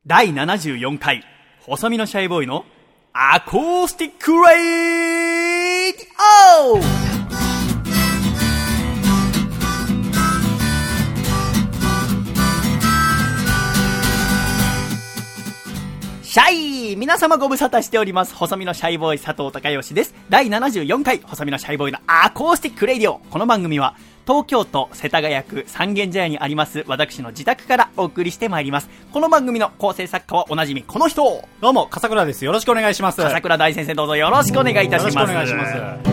第74回細身のシャイボーイのアコースティックレイディオ。シャイ皆様ご無沙汰しております。細身のシャイボーイ佐藤孝義です。第74回細身のシャイボーイのアコースティックレイディオ。この番組は東京都世田谷区三軒茶屋にあります私の自宅からお送りしてまいります。この番組の構成作家はおなじみこの人。 どうも笠倉です。よろしくお願いします。 笠倉大先生、どうぞよろしくお願いいたします。 よろしくお願いします。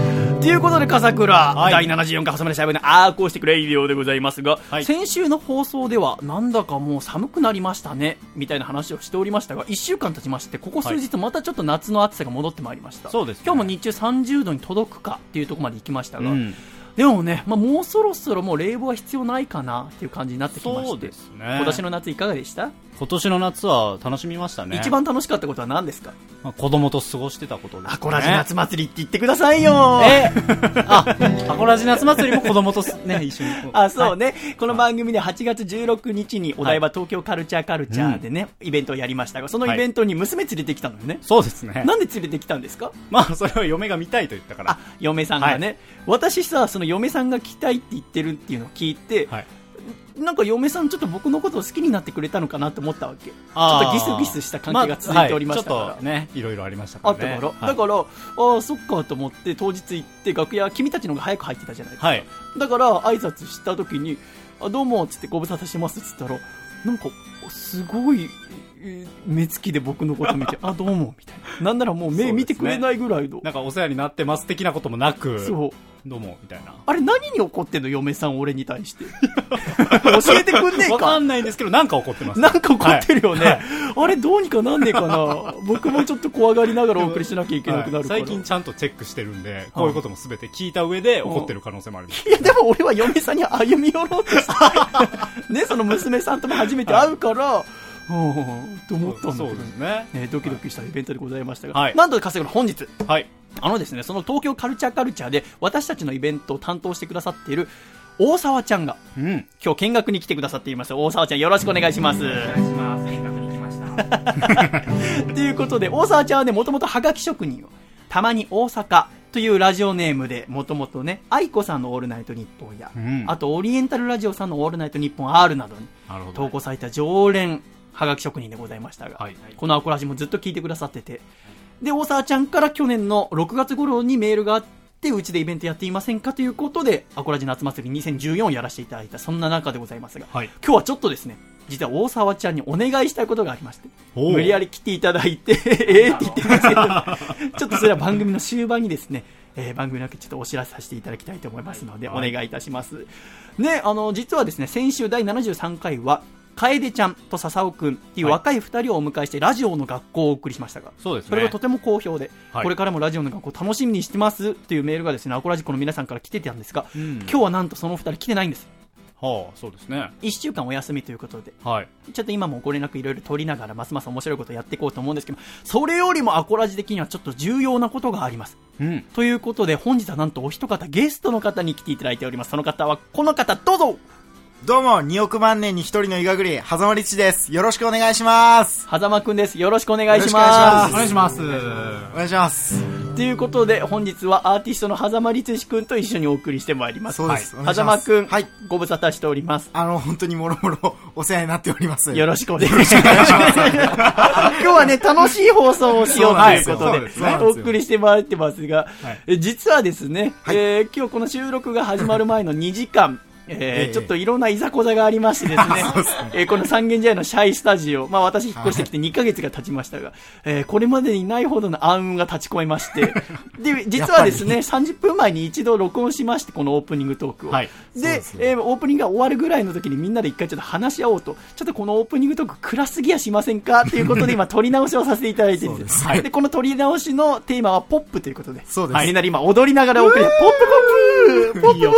ということで笠倉、 はい、 第74回細身のシャイボーイのアーコースティックレイディオでございますが、 はい、 先週の放送ではなんだかもう寒くなりましたねみたいな話をしておりましたが、1週間経ちましてここ数日またちょっと夏の暑さが戻ってまいりました、 そうですね、 今日も日中30度に届くかっていうところまで行きましたが、でもね、もうそろそろもう冷房は必要ないかなっていう感じになってきまして。 そうですね。 今年の夏いかがでした？ 今年の夏は楽しみましたね。 一番楽しかったことは何ですか？ 子供と過ごしてたことですね。 アコラジ夏祭りって言ってくださいよ。 アコラジ夏祭りも子供とね一緒に。 そうね、はい、この番組で8月16日にお台場東京カルチャーでね、イベントをやりましたが、そのイベントに娘連れてきたのよね。 そうですね。 なんで連れてきたんですか？ それは嫁が見たいと言ったから。 嫁さんがね、はい、私さ、その嫁さんが来たいって言ってるっていうのを聞いて、はい、なんか嫁さんちょっと僕のことを好きになってくれたのかなと思ったわけ。ちょっとギスギスした関係が続いておりましたから、 ちょっとね、いろいろありましたからね。 だからそっかと思って当日行って楽屋、君たちの方が早く入ってたじゃないですか、はい、だから挨拶した時にどうもっつってご無沙汰してますっつったら、なんかすごい目つきで僕のこと見てどうもみたいな、なんならもう目見てくれないぐらいの、 なんかお世話になってます的なこともなく、 そうどうもみたいな。 あれ何に怒ってんの嫁さん、俺に対して教えてくんねえか。 わかんないんですけど、なんか怒ってます。 なんか怒ってるよね、はい、あれどうにかなんねえかな僕もちょっと怖がりながらお送りしなきゃいけなくなるから、 最近ちゃんとチェックしてるんで、こういうことも全て聞いた上で怒ってる可能性もあります。 いやでも俺は嫁さんに歩み寄ろうとしてね、その娘さんとも初めて会うから、と思ったんだけど、 そうですね、 ドキドキしたイベントでございましたが、 はい、 なんとか笠倉本日、 はい、 ですね、その東京カルチャーで私たちのイベントを担当してくださっている大沢ちゃんが、今日見学に来てくださっています。大沢ちゃんよろしくお願いします。 お願いします。見学に来ましたということで、大沢ちゃんはね、もともとはがき職人をたまに大阪というラジオネームでもともとね、愛子さんのオールナイトニッポンや、あとオリエンタルラジオさんのオールナイトニッポン R などに投稿された常連はがき職人でございましたが、このアコラジもずっと聞いてくださってて、で大沢ちゃんから去年の6月頃にメールがあって、うちでイベントやっていませんかということでアコラジ夏祭り2014をやらせていただいた、そんな中でございますが、今日はちょっとですね、実は大沢ちゃんにお願いしたいことがありまして、無理やり来ていただいてって言ってますけどちょっとそれは番組の終盤にですね、番組だけちょっとお知らせさせていただきたいと思いますので、お願いいたしますね。実はですね、先週第73回は楓ちゃんと笹尾くんっていう若い2人をお迎えしてラジオの学校をお送りしましたが、 そうですね、 それがとても好評で、これからもラジオの学校楽しみにしてますっていうメールがですね、アコラジコの皆さんから来てたんですが、今日はなんとその2人来てないんです。 そうですね、 1週間お休みということで、 ちょっと今もご連絡いろいろ取りながらますます面白いことをやっていこうと思うんですけど、それよりもアコラジ的にはちょっと重要なことがあります、ということで本日はなんとお一方ゲストの方に来ていただいております。その方はこの方、どうぞ。 どうも、2億万年に一人のイガグリ、狭間律です。よろしくお願いします。 狭間くんです。よろしくお願いします。 お願いします。 お願いします。 ということで、本日はアーティストの狭間律くんと一緒にお送りしてまいります。 そうです。 狭間くん、ご無沙汰しております。 本当にもろもろお世話になっております。 よろしくお願いします。今日はね、楽しい放送をしようということで、お送りしてまいってますが、実はですね、今日この収録が始まる前の2時間、ちょっといろんないざこざがありましてですね、この三軒茶屋のシャイスタジオ、私引っ越してきて2ヶ月が経ちましたが、これまでにないほどの暗雲が立ち込めまして、で、実はですね、30分前に一度録音しまして、このオープニングトークを。で、オープニングが終わるぐらいの時にみんなで一回ちょっと話し合おうと、ちょっとこのオープニングトーク暗すぎやしませんかということで今撮り直しをさせていただいてるんです。で、この撮り直しのテーマはポップということで、みんなで今踊りながらお送り、ポップポップポップポッ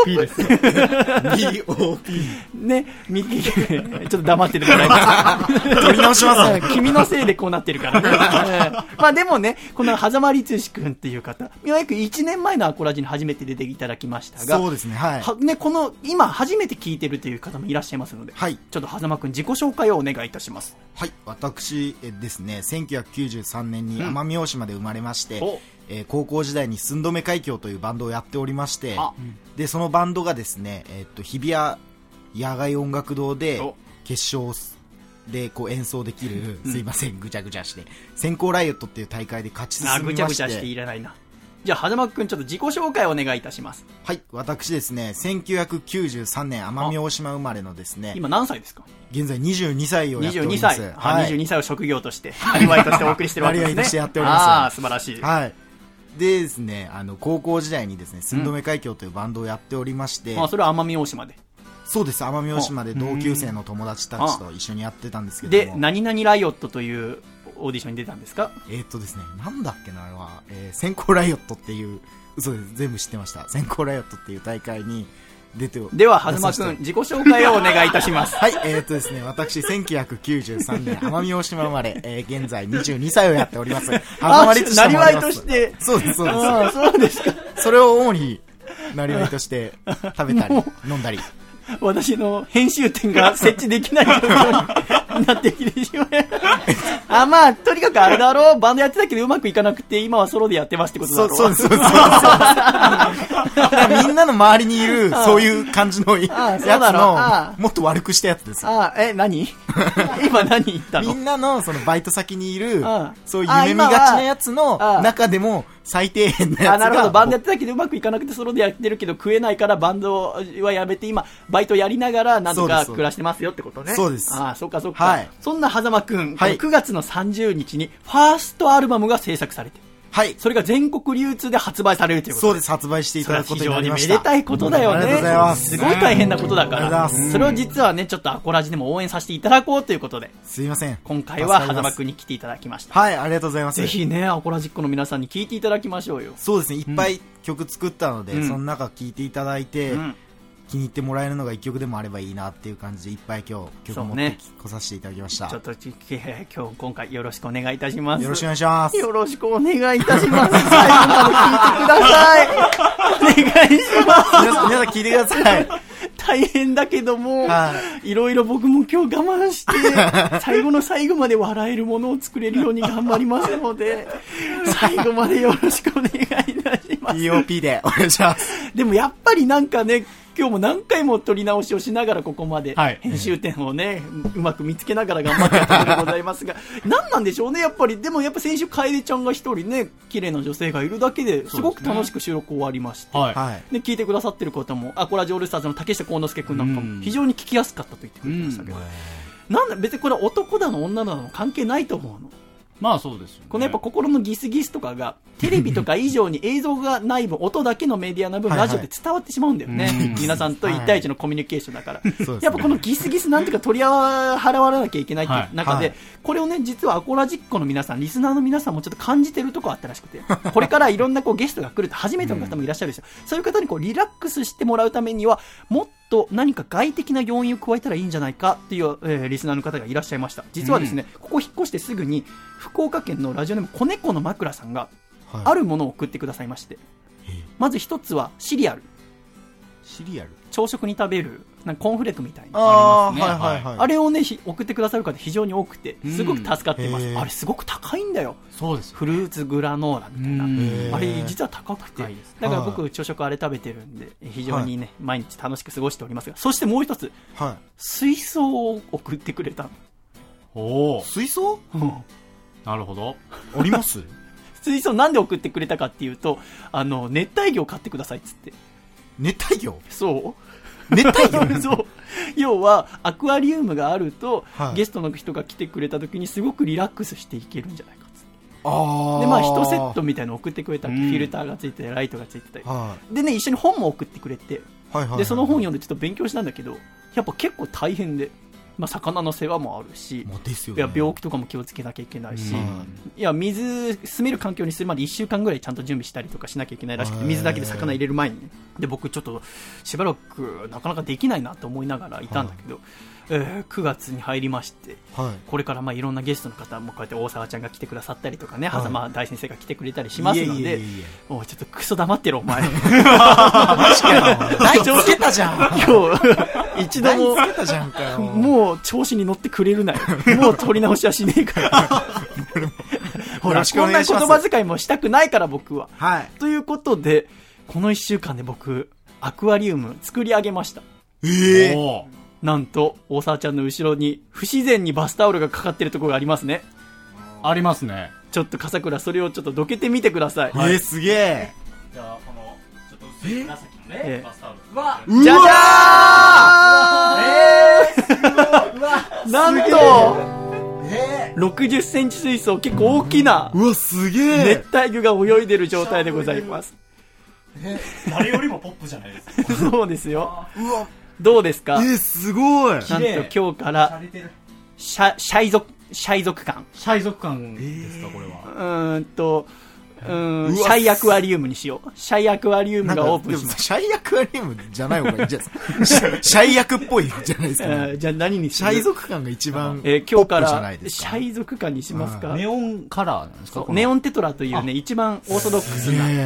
BOP です。 BOP。 ね、ちょっと黙っててもらいます取り直します。 君のせいでこうなってるからね。まあでもね、この狭間律志くんっていう方、約1年前のアコラジに初めて出ていただきましたが、 そうですね、はい。 ね、この、今初めて聞いてるという方もいらっしゃいますので、 はい。 ちょっと狭間くん自己紹介をお願いいたします。 はい。私ですね、1993年に奄美大島で生まれまして、高校時代に寸止め海峡というバンドをやっておりまして、でそのバンドがですね、日比谷野外音楽堂で決勝でこう演奏できる、すいませんぐちゃぐちゃして先行ライオットっていう大会で勝ち進みまして、 ぐちゃぐちゃしていらないな。じゃあ狭間くんちょっと自己紹介をお願いいたします。 はい。私ですね、1993年奄美大島生まれのですね、 今何歳ですか？ 現在22歳をやっております。 22歳、はい、22歳を職業としてアリバイとしてお送りしてるわけですね。 アリバイとしてやっております。 ああ、素晴らしい。 はい。でですね、高校時代にですね、寸止め海峡というバンドをやっておりまして、 それは奄美大島で。 そうです、奄美大島で同級生の友達たちと一緒にやってたんですけども。 で、何々ライオットというオーディションに出たんですか？ ですね、なんだっけな、あれは、先行ライオットっていう、嘘です、全部知ってました。先行ライオットっていう大会に出て、 では、狭間くん、自己紹介をお願いいたします。 はい、ですね、私、1993年、奄美大島生まれ、現在22歳をやっております。 なりわいとして。 そうです、そうです。 そうですか。 それを主に、なりわいとして食べたり、飲んだり。 私の編集点が設置できない状況になってきてしまいまあ、とにかくあれだろう、バンドやってたけどうまくいかなくて、今はソロでやってますってことだろう。 そうです、そうです。みんなの周りにいる、そういう感じのやつの、もっと悪くしたやつですよ。 何今何言ったの？ みんなの、そのバイト先にいる、そういう夢見がちなやつの中でも、最低限なやつが。 なるほど、バンドやってたけどうまくいかなくてソロでやってるけど食えないからバンドはやめて今バイトやりながらなんとか暮らしてますよってことね。 そうです。 そっかそっか。はい、そんな狭間くん、9月の30日にファーストアルバムが制作されて、はい、それが全国流通で発売されるということで。 そうです、発売していただくことになりました。 非常にめでたいことだよね。 ありがとうございます。 すごい大変なことだから、それを実はね、ちょっとアコラジでも応援させていただこうということで。 すいません。 今回は狭間くんに来ていただきました。 はい、ありがとうございます。 ぜひね、アコラジックの皆さんに聞いていただきましょうよ。 そうですね、いっぱい曲作ったので、その中聞いていただいて、気に入ってもらえるのが一曲でもあればいいなっていう感じでいっぱい今日曲持ってこさせていただきました。 ちょっと今回よろしくお願いいたします。 よろしくお願いします。 よろしくお願いいたします。最後まで聞いてください。お願いします。 皆さん聞いてください。 大変だけども、いろいろ僕も今日我慢して、最後の最後まで笑えるものを作れるように頑張りますので、最後までよろしくお願いいたします。 POP でお願いします。 でもやっぱりなんかね、今日も何回も撮り直しをしながらここまで編集点をね、うまく見つけながら頑張ってやってるでございますが、何なんでしょうね、やっぱり。でもやっぱ先週楓ちゃんが一人ね、綺麗な女性がいるだけですごく楽しく収録終わりまして、で聞いてくださってる方もアコラジオールスターズの竹下幸之助君なんかも非常に聞きやすかったと言ってくれましたけど、なんだ別にこれ男だの女だの関係ないと思うの。 まあそうですよね。 このやっぱ心のギスギスとかがテレビとか以上に映像がない分、音だけのメディアな分、ラジオって伝わってしまうんだよね。皆さんと1対1のコミュニケーションだから。やっぱこのギスギスなんていうか取り払わなきゃいけないっていう中で、これをね、実はアコラジッコの皆さん、リスナーの皆さんもちょっと感じてるとこあったらしくて、これからいろんなゲストが来ると初めての方もいらっしゃるでしょ。そういう方にリラックスしてもらうためには、もっと何か外的な要因を加えたらいいんじゃないかっていう、リスナーの方がいらっしゃいました。実はですね、ここ引っ越してすぐに福岡県のラジオネーム子猫の枕さんがあるものを送ってくださいまして、まず一つはシリアル。朝食に食べるなんかコーンフレークみたいなありますね。あれをね送ってくださる方非常に多くてすごく助かってます。あれすごく高いんだよ。 そうです。 フルーツグラノーラみたいな。あれ実は高くて、だから僕朝食あれ食べてるんで非常にね毎日楽しく過ごしておりますが、そしてもう一つ水槽を送ってくれたの。 おお、水槽？ なるほど。 あります？ 水槽なんで送ってくれたかっていうと、熱帯魚を買ってくださいっつって。熱帯魚？ そう。 熱帯魚？ そう。要はアクアリウムがあると、ゲストの人が来てくれた時にすごくリラックスしていけるんじゃないかっつって。でまあ1セットみたいなの送ってくれたフィルターがついてライトがついてたり、でね一緒に本も送ってくれて、でその本読んでちょっと勉強したんだけど、やっぱ結構大変で。 まあ、魚の世話もあるし、 ですよね、 いや病気とかも気をつけなきゃいけないし、いや水住める環境にするまで1週間ぐらいちゃんと準備したりとかしなきゃいけないらしくて、水だけで魚入れる前に、ね、で僕ちょっとしばらくなかなかできないなと思いながらいたんだけど、9月に入りまして、これからまあいろんなゲストの方もこうやって大沢ちゃんが来てくださったりとかね、狭間大先生が来てくれたりしますので、もうちょっとクソ黙ってろお前大つけたじゃん今日一度も大つけたじゃんかよ、 もう調子に乗ってくれるなよもう取り直しはしねえからほらこんな言葉遣いもしたくないから僕は、ということでこの1週間で僕アクアリウム作り上げました。なんと大沢ちゃんの後ろに不自然にバスタオルがかかってるところがありますね。 ありますね。 ちょっと笠倉それをちょっとどけてみてください。 すげえ。 じゃあこのちょっと薄い紫のね、バスタオルじゃじゃーん、なんと60センチ水槽、結構大きなすげえ熱帯魚が泳いでる状態でございます。 誰よりもポップじゃないですかそうですよ。どうですか。 すごい。 なんと今日からシャイ族館ですかこれは。 シャイアクアリウムにしよう。シャイアクアリウムがオープンします。 シャイアクアリウムじゃない方がいいじゃないですか。シャイアクっぽいじゃないですか。 じゃあ何にシャイ族感が一番今日からシャイ族感にしますか。 ネオンカラーなんですか。 ネオンテトラというね、一番オーソドックスな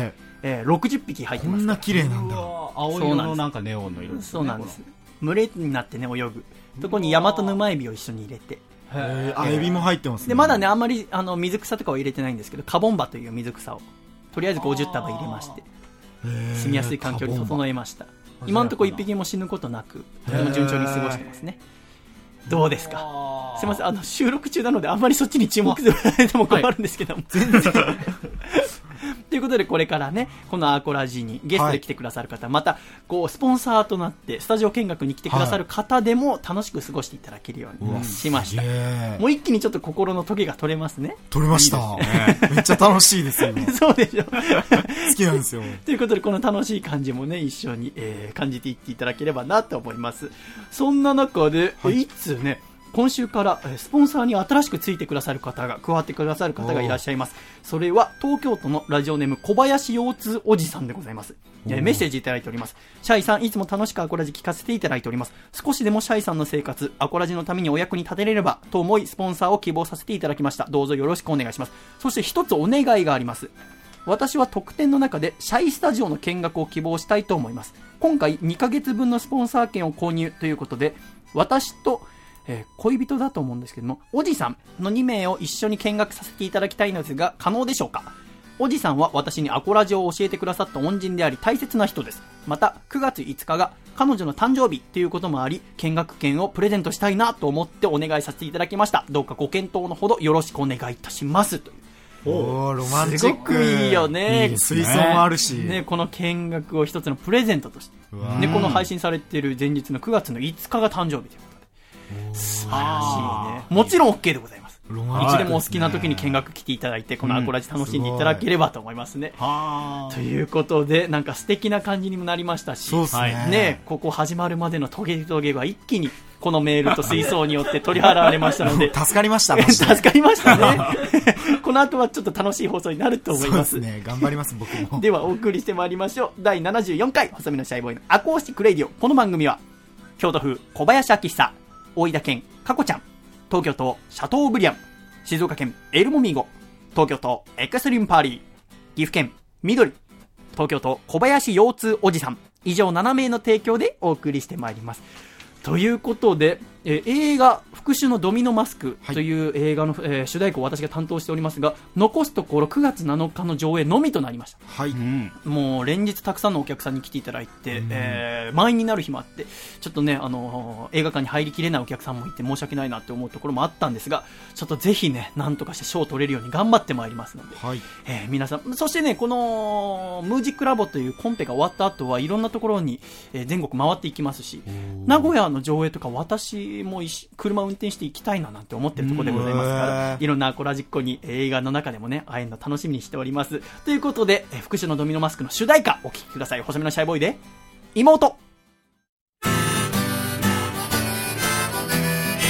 60匹入ってます。 こんな綺麗なんだ。 青色のなんかネオンの色ですね。 そうなんです。群れになってね泳ぐとこにヤマトヌマエビを一緒に入れて、 エビも入ってますね。 でまだねあんまり水草とかは入れてないんですけど、カボンバという水草をとりあえず50束入れまして、住みやすい環境に整えました。今のところ1匹も死ぬことなくとても順調に過ごしてますね。どうですか。すいません、収録中なのであんまりそっちに注目されても困るんですけども、全然ということでこれからねこのアコラジにゲストで来てくださる方、またこうスポンサーとなってスタジオ見学に来てくださる方でも楽しく過ごしていただけるようにしました。もう一気にちょっと心のトゲが取れますね。 取れました。めっちゃ楽しいですよそうでしょ好きなんですよということでこの楽しい感じもね一緒に、感じていっていただければなと思います。そんな中で、いつね今週からスポンサーに新しくついてくださる方が加わってくださる方がいらっしゃいます。それは東京都のラジオネーム小林腰痛おじさんでございます。メッセージいただいております。シャイさんいつも楽しくアコラジ聞かせていただいております。少しでもシャイさんの生活アコラジのためにお役に立てれればと思いスポンサーを希望させていただきました。どうぞよろしくお願いします。そして一つお願いがあります。私は特典の中でシャイスタジオの見学を希望したいと思います。今回2ヶ月分のスポンサー券を購入ということで、私と恋人だと思うんですけどもおじさんの2名を一緒に見学させていただきたいのですが可能でしょうか。おじさんは私にアコラジオを教えてくださった恩人であり大切な人です。また9月5日が彼女の誕生日ということもあり見学券をプレゼントしたいなと思ってお願いさせていただきました。どうかご検討のほどよろしくお願いいたしますという。 ロマンチック。 すごくいいよね。 水槽もあるし、 ね、この見学を一つのプレゼントとしてでこの配信されている前日の9月の5日が誕生日ということで素晴らしいね。もちろん OK でございます。いつでもお好きな時に見学来ていただいてこのアコラジ楽しんでいただければと思いますね。ということでなんか素敵な感じにもなりましたし、 そうですね、ここ始まるまでのトゲトゲが一気にこのメールと水槽によって取り払われましたので助かりました助かりましたねこの後はちょっと楽しい放送になると思います。 そうですね、頑張ります僕もではお送りしてまいりましょう。第74回細身のシャイボーイのアコースティックレディオ。この番組は京都府小林明久、大分県かこちゃん、東京都シャトーブリアン、静岡県エルモミーゴ、東京都エクストリームパーリー、岐阜県緑、東京都小林腰痛おじさん、以上7名の提供でお送りしてまいります。ということで、映画復讐のドミノマスクという映画の、主題歌を私が担当しておりますが、残すところ9月7日の上映のみとなりました。もう連日たくさんのお客さんに来ていただいて、満員になる日もあって、ちょっとね、映画館に入りきれないお客さんもいて申し訳ないなって思うところもあったんですが、ちょっとぜひね、なんとかして賞を取れるように頑張ってまいりますので、皆さん、そしてね、このムージックラボというコンペが終わった後はいろんなところに、全国回っていきますし、名古屋の上映とか私も車運転して行きたいななんて思ってるところでございますから、いろんなアコラジッコに映画の中でもね会えるの楽しみにしております。ということで、復讐のドミノマスクの主題歌お聴きください。細身のシャイボーイで妹。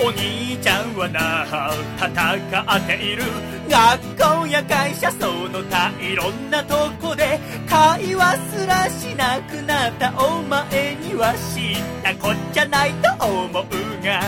お兄ちゃんはな戦っている。学校や会社その他いろんなとこで会話すらしなくなったお前には知ったこっちゃないと思うが、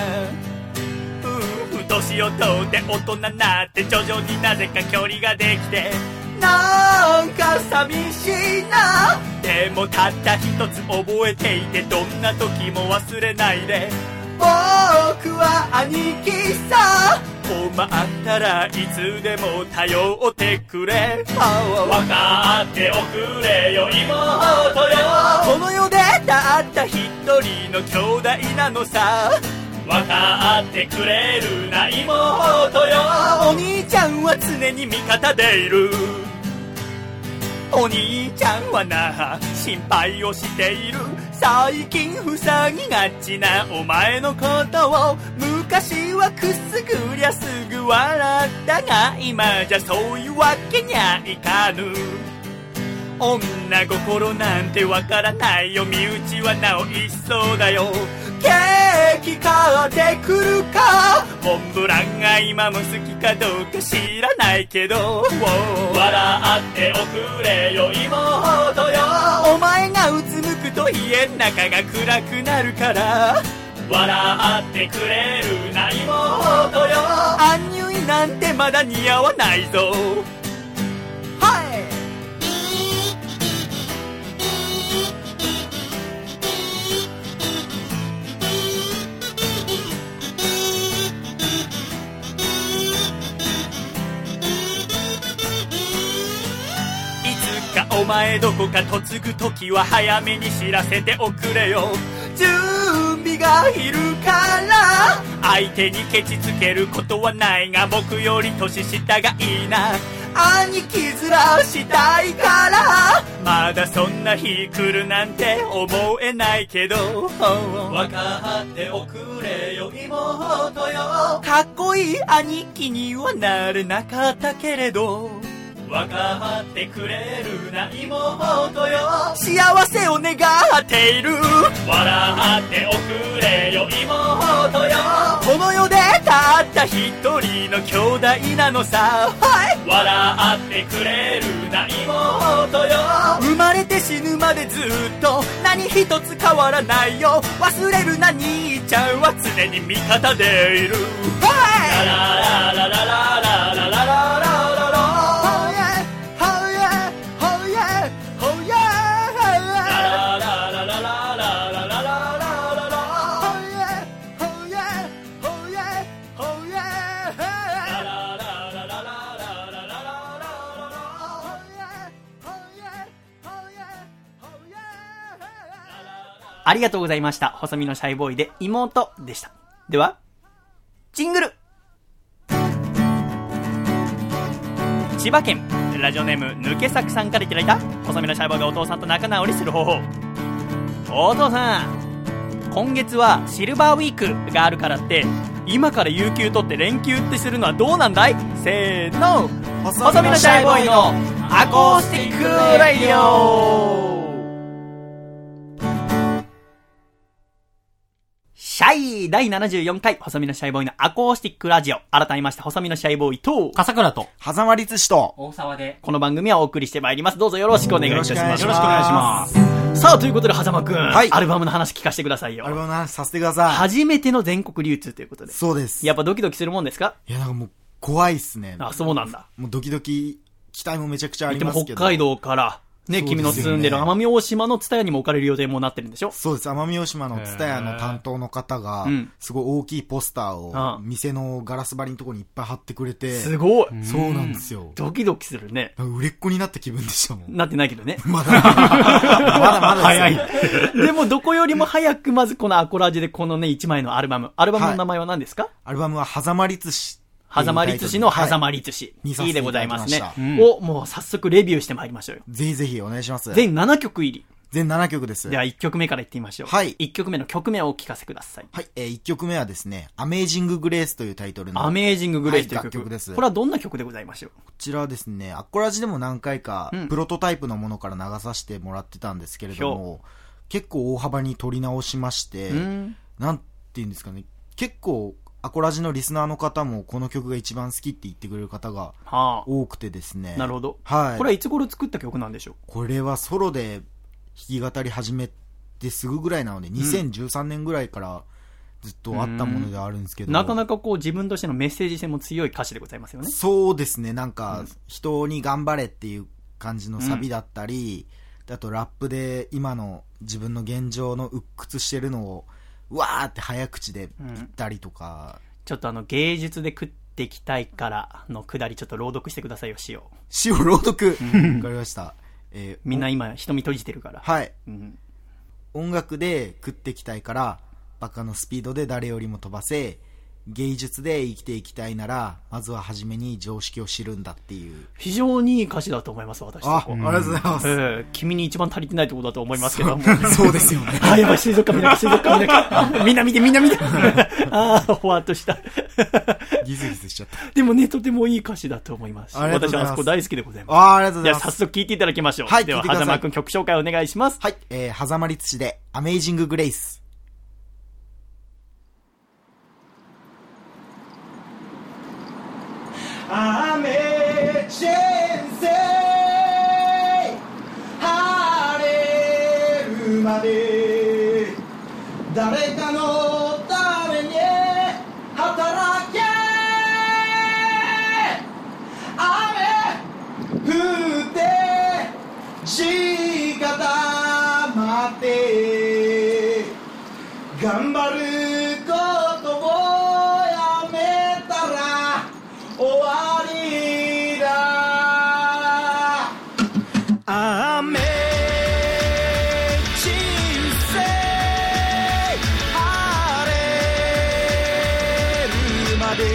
年を取って大人になって徐々になぜか距離ができてなんか寂しいな。でもたった一つ覚えていてどんな時も忘れないで、僕は兄貴さ、困ったらいつでも頼ってくれ。分かっておくれよ妹よ、この世でたった一人の兄弟なのさ。分かってくれるな妹よ、お兄ちゃんは常に味方でいる。お兄ちゃんはな心配をしている。最近塞ぎがちなお前のことを、昔はくすぐりゃすぐ笑ったが今じゃそういうわけにはいかぬ。女心なんてわからないよ、身内はなお一層だよ。ケーキ買ってくるか、モンブランが今も好きかどうか知らないけど、笑っておくれよ妹よ、お前がうつむくと家の中が暗くなるから、笑ってくれるな妹よ、アンニュイなんてまだ似合わないぞ。はいお前どこか嫁ぐときは早めに知らせておくれよ。準備がいるから相手にケチつけることはないが、僕より年下がいいな。兄貴面したいからまだそんな日来るなんて思えないけど、分かっておくれよ妹よ、かっこいい兄貴にはなれなかったけれど、分かってくれるな妹よ、幸せを願っている。笑っておくれよ妹よ、この世でたった一人の兄弟なのさ、はい、笑ってくれるな妹よ、生まれて死ぬまでずっと何一つ変わらないよ、忘れるな兄ちゃんは常に味方でいる。はい、ラララララララララララありがとうございました。細身のシャイボーイで妹でした。では、ジングル。千葉県ラジオネーム抜け作さんからいただいた細身のシャイボーイがお父さんと仲直りする方法。お父さん、今月はシルバーウィークがあるからって今から有給取って連休ってするのはどうなんだい？せーの、細身のシャイボーイのアコースティックラディオ。シャイ第74回細身のシャイボーイのアコースティックラジオ。改めまして細身のシャイボーイと笠倉と狭間律師と大沢でこの番組はお送りしてまいります。どうぞよろしくお願いいたします。 よろしくお願いします。 さあということで狭間くん、 はい、 アルバムの話聞かせてくださいよ。 アルバムの話させてください。 初めての全国流通ということで。 そうです。 やっぱドキドキするもんですか？ いやなんかもう怖いっすね。 あ、そうなんだ。 もうドキドキ期待もめちゃくちゃありますけど。 でも北海道からね、君の住んでる奄美大島のツタヤにも置かれる予定もなってるんでしょ？ そうです。奄美大島のツタヤの担当の方が、すごい大きいポスターを、店のガラス張りのところにいっぱい貼ってくれて。 すごい。 そうなんですよ。 ドキドキするね。 売れっ子になった気分でしたもん。 なってないけどね。 まだ早い。 でもどこよりも早くまずこのアコラジでこのね、1枚のアルバムの名前は何ですか？ アルバムは狭間律師。 狭間律師の狭間律師。いいでございますね。を、もう早速レビューしてまいりましょうよ。 ぜひぜひお願いします。 全7曲入り。 全7曲です。 では1曲目からいってみましょう。 はい。 1曲目の曲名をお聞かせください。 はい。1曲目はですね、アメージンググレースというタイトルの。 アメージンググレースという曲です。 これはどんな曲でございましょう？ こちらはですね、アコラジでも何回か、プロトタイプのものから流させてもらってたんですけれども、結構大幅に取り直しまして、なんていうんですかね、結構、 アコラジのリスナーの方もこの曲が一番好きって言ってくれる方が多くてですね。 なるほど。 はい。 これはいつ頃作った曲なんでしょう？ これはソロで弾き語り始めてすぐぐらいなので、2013年ぐらいからずっとあったものではあるんですけど。 なかなかこう自分としてのメッセージ性も強い歌詞でございますよね。 そうですね。なんか、人に頑張れっていう感じのサビだったり、あとラップで今の自分の現状の鬱屈してるのをわーって早口で言ったりとか、 ちょっと芸術で食っていきたいからのくだりちょっと朗読してくださいよ。詩を朗読、わかりました。 みんな今瞳閉じてるから。 はい、音楽で食っていきたいからバカのスピードで誰よりも飛ばせ、芸術で生きていきたいならまずは初めに常識を知るんだっていう非常にいい歌詞だと思います。私ありがとうございます、 君に一番足りてないところだと思いますけどもそうですよねあ、やばい、水族館見なきゃみんな見てああ、ほわっとしたギスギスしちゃった。 でもね、とてもいい歌詞だと思います。私はあそこ大好きでございます。 ありがとうございます。 じゃあ早速聴いていただきましょう。 はい、 では狭間くん曲紹介お願いします。 はい、狭間律師でアメイジンググレイス。 雨人生晴れるまで誰かのために働け、雨降って地固まって頑張ることをやめたら終わりだ。雨人生晴れるまで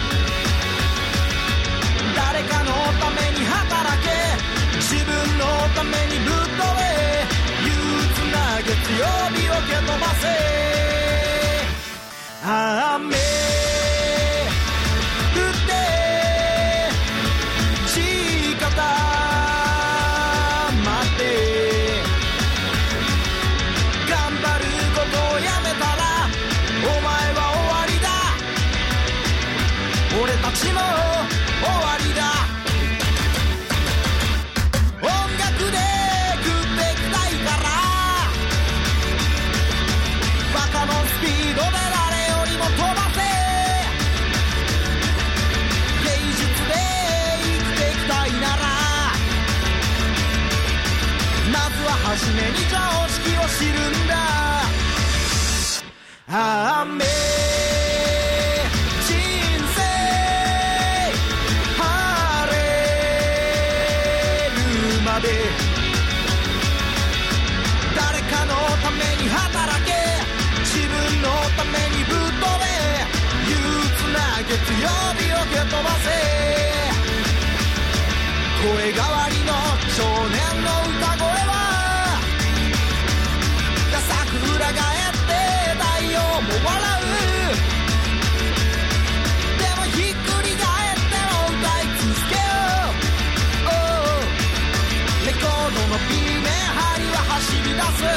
誰かのために働け、自分のためにぶっ飛べ、憂鬱な月曜日を蹴飛ばせ。雨初めに常識を知るんだ。雨人生晴れるまで誰かのために働け、自分のためにぶっ飛べ、憂鬱な月曜日を蹴飛ばせ。声変わりの少年の歌声は裏返って太陽も笑う、でもひっくり返っても歌い続けよう、レコードの B 面針は走り出す。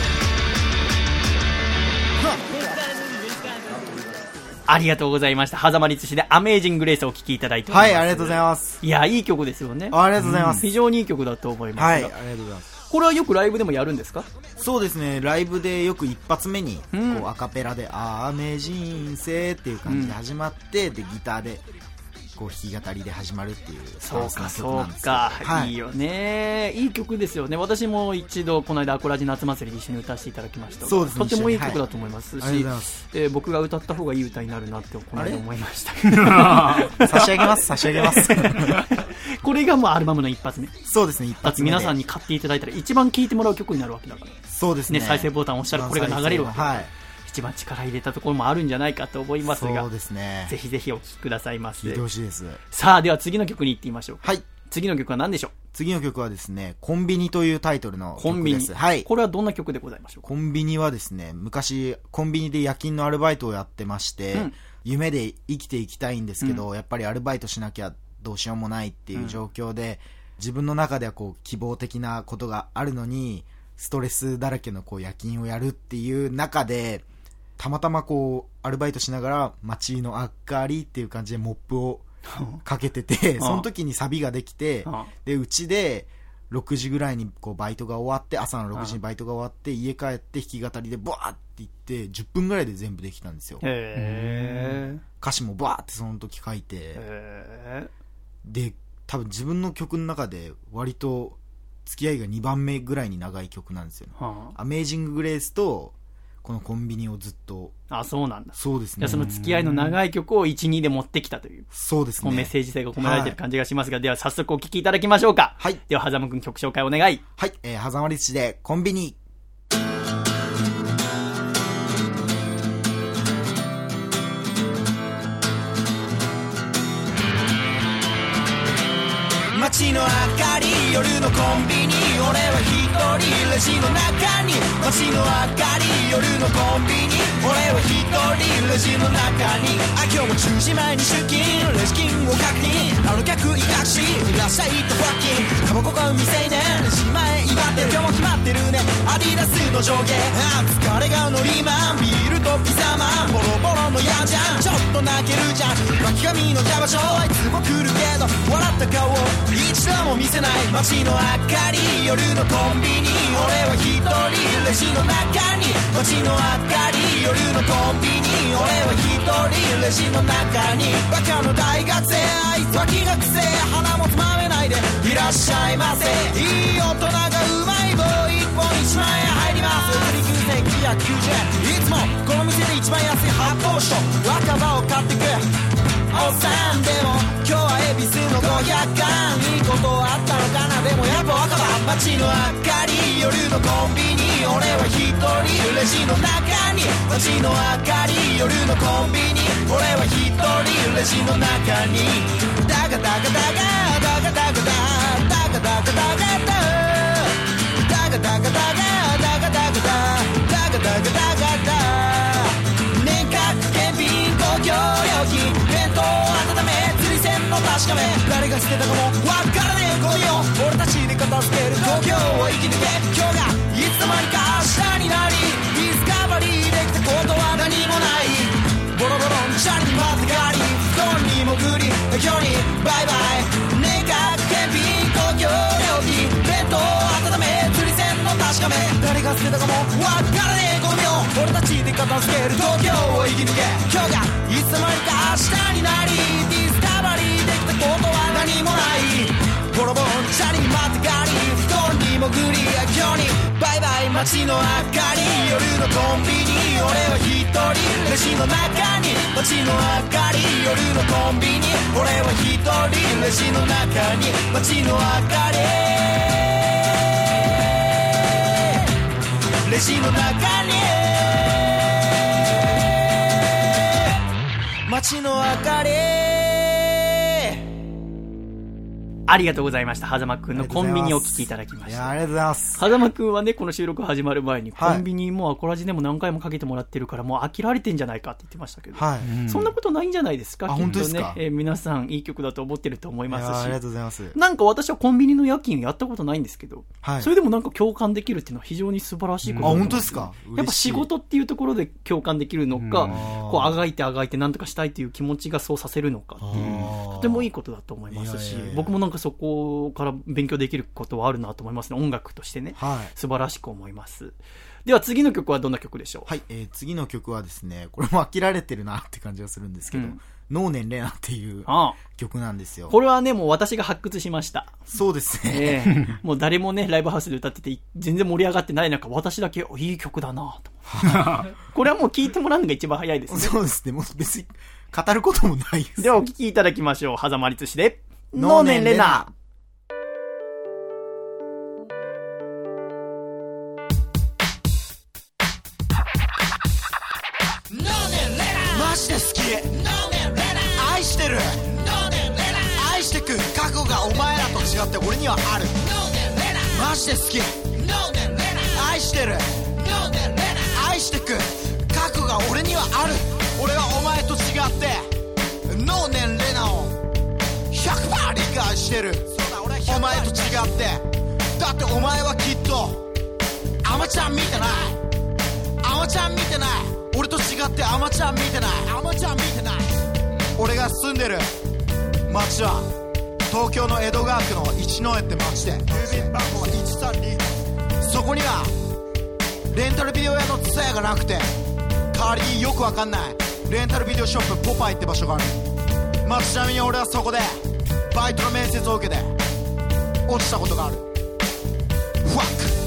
ありがとうございました。狭間律師でアメージンググレイスをお聴きいただいております。 はい、ありがとうございます。 いや、いい曲ですよね。 ありがとうございます。 非常にいい曲だと思います。 はい、ありがとうございます。 これはよくライブでもやるんですか？ そうですね、ライブでよく一発目にこうアカペラで雨人生っていう感じで始まって、でギターでこう弾き語りで始まるっていうスタンスの曲なんですけど。 そうか、 はい、 いいよね。いい曲ですよね。私も一度この間アコラジ夏祭りで一緒に歌わせていただきました。 そうですね、 とてもいい曲だと思いますし、 はい、 僕が歌った方がいい歌になるなってこの間思いました。 差し上げますこれがもうアルバムの一発目。 そうですね、一発目で皆さんに買っていただいたら一番聴いてもらう曲になるわけだから。 そうですね。 再生ボタンを押したらこれが流れるわけ。 はい、 一番力入れたところもあるんじゃないかと思いますが、 そうですね、 ぜひぜひお聴きくださいませ。 聴いてほしいです。 さあ、では次の曲に行ってみましょう。 はい、 次の曲は何でしょう？ 次の曲はですね、コンビニというタイトルの曲です。はい、 これはどんな曲でございましょうか？ コンビニはですね、昔コンビニで夜勤のアルバイトをやってまして、夢で生きていきたいんですけど、やっぱりアルバイトしなきゃどうしようもないっていう状況で、自分の中ではこう希望的なことがあるのにストレスだらけのこう夜勤をやるっていう中で、 たまたまこうアルバイトしながら街の明かりっていう感じでモップをかけててその時にサビができて、でうちで6時ぐらいにこうバイトが終わって、朝の6時にバイトが終わって家帰って弾き語りでバーっていって10分ぐらいで全部できたんですよ。歌詞もバーってその時書いて、で多分自分の曲の中で割と付き合いが2番目ぐらいに長い曲なんですよね。アメージンググレースとこのコンビニをずっと。 あ、そうなんだ。 そうですね。 じゃあその付き合いの長い曲を1、2で持ってきたという。 そうですね。 メッセージ性が込められている感じがしますが、では早速お聴きいただきましょうか。 はい。 では、狭間くん曲紹介お願い。 はい。狭間律師でコンビニ。 街の明かり夜のコンビニ俺は一人レジの中に街の明かり夜のコンビニ俺は一人レジの中に今日も10時前に出勤レジ金を確認あの客いたしいらっしゃいとファッキンタバコ買う未成年レジ前威張ってる今日も決まってるねアディダスの上下疲れがノリマンビールとピザマンボロボロのやじゃんちょっと泣けるじゃん巻き髪のキャバ嬢あいつも来るけど笑った顔一度も見せない街の明かり夜のコンビニ俺は一人レジの中に街の明かり夜のコンビニ俺は一人レジの中にバカの大学生あいつは気が癖鼻もつまめないでいらっしゃいませいい大人がうまい棒1本1万円入ります9990円いつもこの店で一番安い発泡酒と若葉を買ってくおっさんでも今日は恵比寿の500巻いいことあったのかなでもやっぱ若葉街の明かり夜のコンビニ俺は一人レジの中に街の明かり夜のコンビニ俺は一人レジの中にダガダガダガダガダガダダガダガダガダダガダガダガダガダガダダガダガダガダ年間検品公共料金弁当温め釣り線の確かめ誰が捨てたかもわからねえゴミを俺たちで片付ける東京を生き抜け今日がいつの間にか明日になりディスカバリーできたことは何もないボロボロのチャリに回ってガリ布団に潜り今日にバイバイ年間検品公共料金弁当温め釣り線の確かめ誰が捨てたかもわからねえゴミを俺たちで片付ける東京を生き抜け今日がいつの間にか明日になりディスカバリーできたことは何もないボロボロチャリに回ってガリ布団に潜り今日にバイバイ街の明かり夜のコンビニ俺は一人レジの中に街の明かり夜のコンビニ俺は一人レジの中に街の明かりレジの中に街の明かりありがとうございました。狭間くんのコンビニをお聞きいただきました。 いや、ありがとうございます。 狭間くんはね、この収録始まる前に、コンビニもアコラジでも何回もかけてもらってるから、もう飽きられてんじゃないかって言ってましたけど、はい、そんなことないんじゃないですか、きっとね。 本当ですか？ 皆さんいい曲だと思ってると思いますし。 ありがとうございます。 なんか私はコンビニの夜勤やったことないんですけど、はい、それでもなんか共感できるっていうのは非常に素晴らしいことだと思います。 あ、本当ですか？ やっぱ仕事っていうところで共感できるのか、こうあがいてなんとかしたいっていう気持ちがそうさせるのかっていう、とてもいいことだと思いますし、僕もなんかそこから勉強できることはあるなと思いますね。音楽としてね、はい、素晴らしく思います。では次の曲はどんな曲でしょう？ はい、次の曲はですね、これも飽きられてるなって感じがするんですけど、能年レナっていう曲なんですよ。 これはね、もう私が発掘しました。 そうですね。 もう誰もね、ライブハウスで歌ってて全然盛り上がってない中、私だけいい曲だなと。これはもう聴いてもらうのが一番早いですね。 そうですね。もう別に語ることもないです。 ではお聴きいただきましょう。狭間律師で能年レナ。 マジで好き愛してる愛してく覚悟がお前らと違って俺にはあるマジで好き愛してる愛してく覚悟が俺にはある俺はお前と違って能年レナを 100% 理解してるお前と違ってだってお前はきっとアマちゃん見てないアマちゃん見てない俺と違ってだってアマちゃん見てない俺が住んでる町は東京の江戸川区の一之江って町で、郵便番号は132。そこにはレンタルビデオ屋のツヤがなくて、代わりによくわかんないレンタルビデオショップポパイって場所がある。まあ、ちなみに俺はそこでバイトの面接を受けて落ちたことがある。ファック。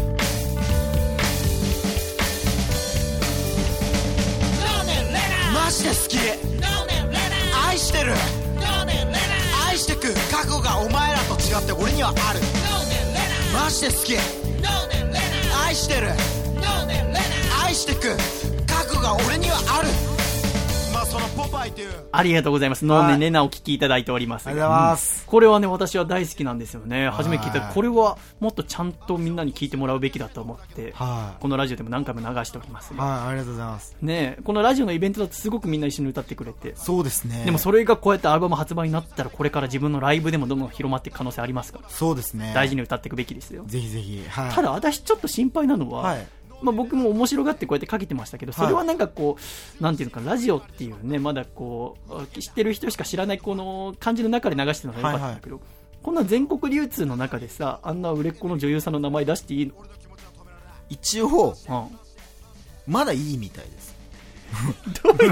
マジで好き、愛してる、愛してく覚悟がお前らと違って俺にはある。マジで好き、愛してる、愛してく覚悟が俺にはある。まあそのポパイという。 ありがとうございます。ノーネレナお聞きいただいております。 ありがとうございます。 これはね、私は大好きなんですよね。初め聞いた、これはもっとちゃんとみんなに聞いてもらうべきだと思って、このラジオでも何回も流しております、ね。 ありがとうございます。 ね、このラジオのイベントだとすごくみんな一緒に歌ってくれて。 そうですね。 でもそれがこうやってアルバム発売になったら、これから自分のライブでもどんどん広まっていく可能性ありますから。 そうですね。 大事に歌っていくべきですよ。 ぜひぜひ。 ただ私ちょっと心配なのは、まあ、僕も面白がってこうやってかけてましたけど、それはなんかこう、なんていうのか、ラジオっていうね、まだこう知ってる人しか知らないこの感じの中で流してるのが良かったんだけど、こんな全国流通の中でさ、あんな売れっ子の女優さんの名前出していいの？ 一応、まだいいみたいです。 どう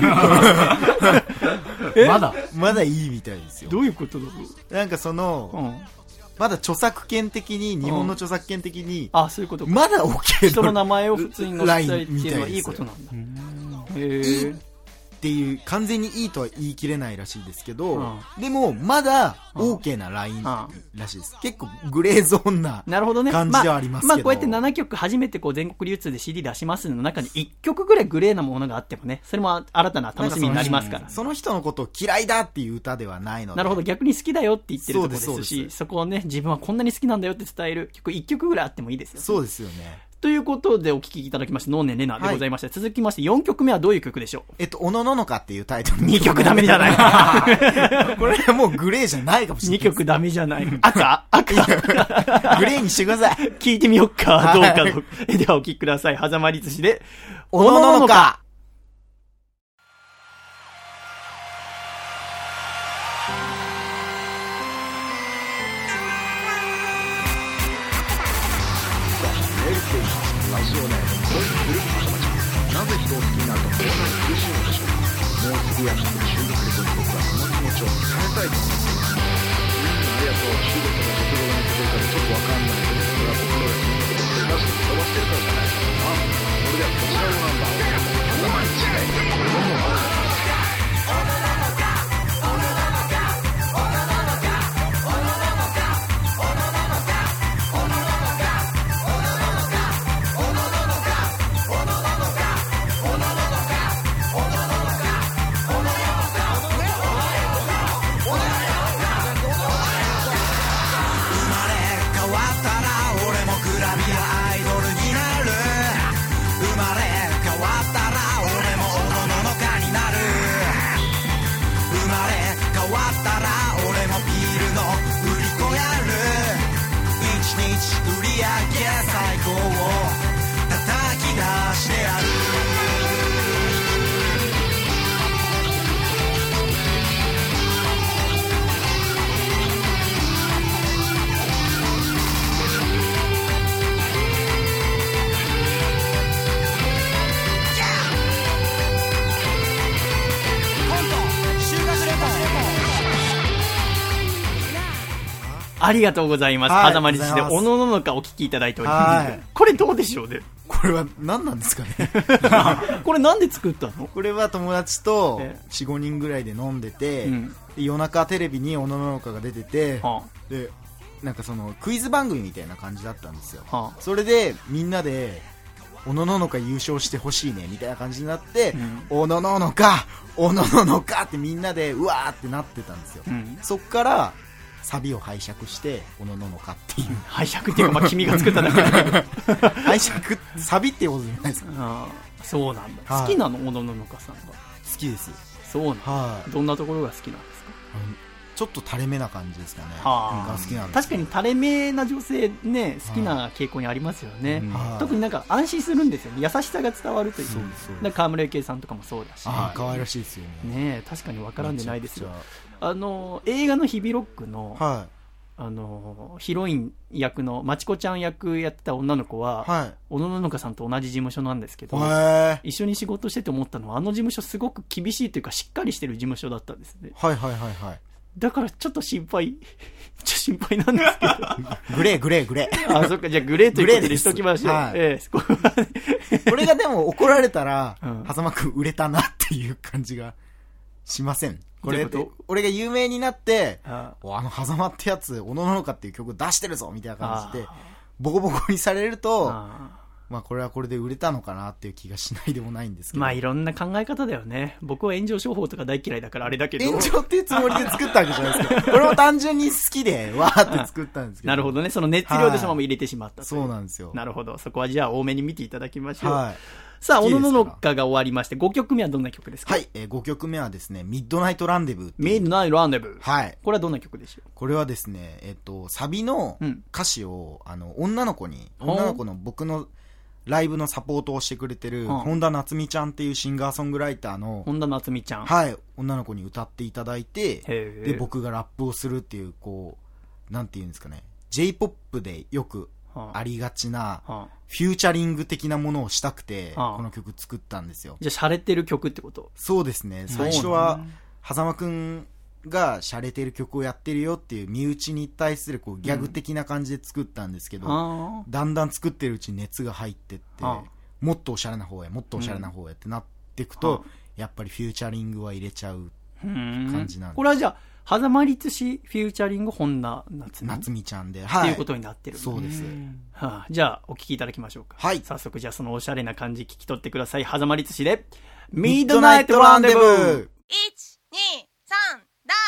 いうまだいいみたいですよ。 どういうことだろう。 なんかその、まだ著作権的に、日本の著作権的に、 そういうことか。 まだ OK 人の名前を普通に載せたりっていうのはいいことなんだ。 っていう、完全にいいとは言い切れないらしいですけど、でもまだ OK なラインらしいです。結構グレーゾーンな感じではありますけど、 まあこうやって7曲初めてこう全国流通で CD 出しますの中に1曲ぐらいグレーなものがあってもね、それも新たな楽しみになりますから。 その人のことを嫌いだっていう歌ではないので。 なるほど、逆に好きだよって言ってるところですし、そこをね、自分はこんなに好きなんだよって伝える曲1曲ぐらいあってもいいですよね。 そうですよね。 ということでお聴きいただきましたノーネレナでございました。続きまして4曲目はどういう曲でしょう？ おのののかっていうタイトル。 2曲ダメじゃないこれはもうグレーじゃないかもしれない。 2曲ダメじゃない。赤グレーにしてください。 聞いてみよっか、どうかの。ではお聴きください。狭間律師で、おのののか。 ラジオネーム恋するあさまちゃん。なぜ人を好きになるとこんなに苦しいのでしょうか。もうすぐやって中国で僕はその気持ちを伝えたいと思います。ありがとう。中国の食語が似てるからちょっとわかんないけど、それは僕のですね。なしに飛ばしてるからじゃないかな。それではこちらをなんだ。頭に違い。これも最高を叩き出してやる。 ありがとうございます。狭間律師でおのののかお聞きいただいております。これどうでしょうね。 これは何なんですかね。 これなんで作ったの？ これは友達と 4,5 人ぐらいで飲んでて、夜中テレビにおのののかが出てて、でなんかそのクイズ番組みたいな感じだったんですよ。それでみんなでおのののか優勝してほしいねみたいな感じになって、おのののかおのののかってみんなでうわーってなってたんですよ。そっからサビを拝借しておのののかっていう。 拝借っていうか、まあ、君が作っただけだけど拝借サビっていうことじゃないですか。 そうなんだ。好きなのおのののかさんが。 好きです。 そうなんだ。どんなところが好きなんですか？ ちょっと垂れ目な感じですかね。 はが好きなんです。 確かに垂れ目な女性ね、好きな傾向にありますよね。特になんか安心するんですよね。優しさが伝わるという。 そうです。 なんか河村ゆきえさんとかもそうだし。 可愛らしいですよね。 ね、確かにわからんでないですよ。映画の日々ロックの、 はい、 ヒロイン役のまちこちゃん役やってた女の子は、はい、小野ののかさんと同じ事務所なんですけど、一緒に仕事してて思ったのは、あの事務所すごく厳しいというかしっかりしてる事務所だったんですね。 はいはいはいはい。 だからちょっと心配なんですけど。 グレー。 あ、そっか、じゃあグレーということでしときましょう。はい、 俺がでも怒られたら、狭間くん売れたなっていう感じがしません。これ俺が有名になって、狭間ってやつ、おのののかっていう曲出してるぞみたいな感じで、ボコボコにされると、まあこれはこれで売れたのかなっていう気がしないでもないんですけど。 まあいろんな考え方だよね。僕は炎上商法とか大嫌いだからあれだけど。 炎上っていうつもりで作ったわけじゃないですか。これも単純に好きで、わーって作ったんですけど。 なるほどね。その熱量でそのまま入れてしまったと。 そうなんですよ。 なるほど。そこはじゃあ多めに見ていただきましょう。はい。さあ、おのののかが終わりまして、5曲目はどんな曲ですか？ はい、5曲目はですね、ミッドナイトランデブー。 ミッドナイトランデブー。 はい。 これはどんな曲でしょう？ これはですね、サビの歌詞を、女の子の僕のライブのサポートをしてくれてる、本田夏美ちゃんっていうシンガーソングライターの、 本田夏美ちゃん。 はい、女の子に歌っていただいて、で、僕がラップをするっていう、こう、なんていうんですかね、J-POP でよくありがちな、フューチャリング的なものをしたくて、この曲作ったんですよ。 じゃあ、洒落てる曲ってこと？ そうですね。最初は、狭間くんが洒落てる曲をやってるよっていう身内に対するこうギャグ的な感じで作ったんですけど、だんだん作ってるうちに熱が入ってって、もっとおしゃれな方へ、もっとおしゃれな方へってなっていくと、やっぱりフューチャリングは入れちゃう感じなんで。 これはじゃあ、狭間律師フューチャリング本田夏美ちゃんで、 はい、っていうことになってる。 そうです。 じゃあお聞きいただきましょうか。 はい。 早速じゃあそのおしゃれな感じ聞き取ってください。狭間律師でミッドナイトランデブー。1、2、3だ。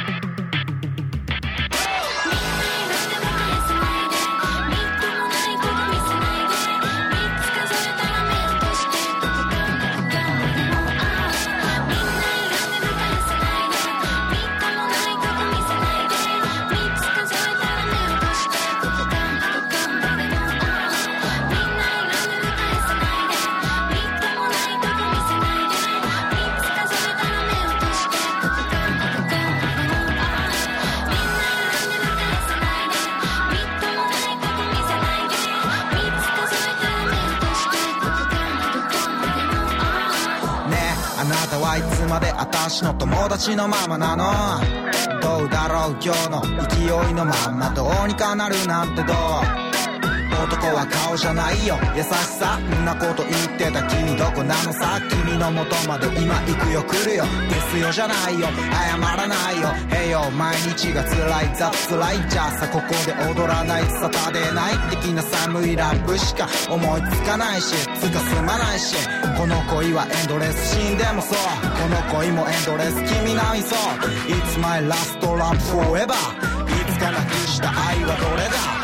いつまで私の友達のままなの？どうだろう今日の勢いのまんまどうにかなるなんてどう？男は顔じゃないよ優しさんなこと言ってた君どこなのさ君の元まで今行くよ来るよですよじゃないよ謝らないよへよ毎日が辛い雑辛いじゃあさここで踊らないサタデーナイト的な寒いラップしか思いつかないしつかすまないしこの恋はエンドレス死んでもそうこの恋もエンドレス君なみそう It's my last love forever いつかなくした愛はどれだ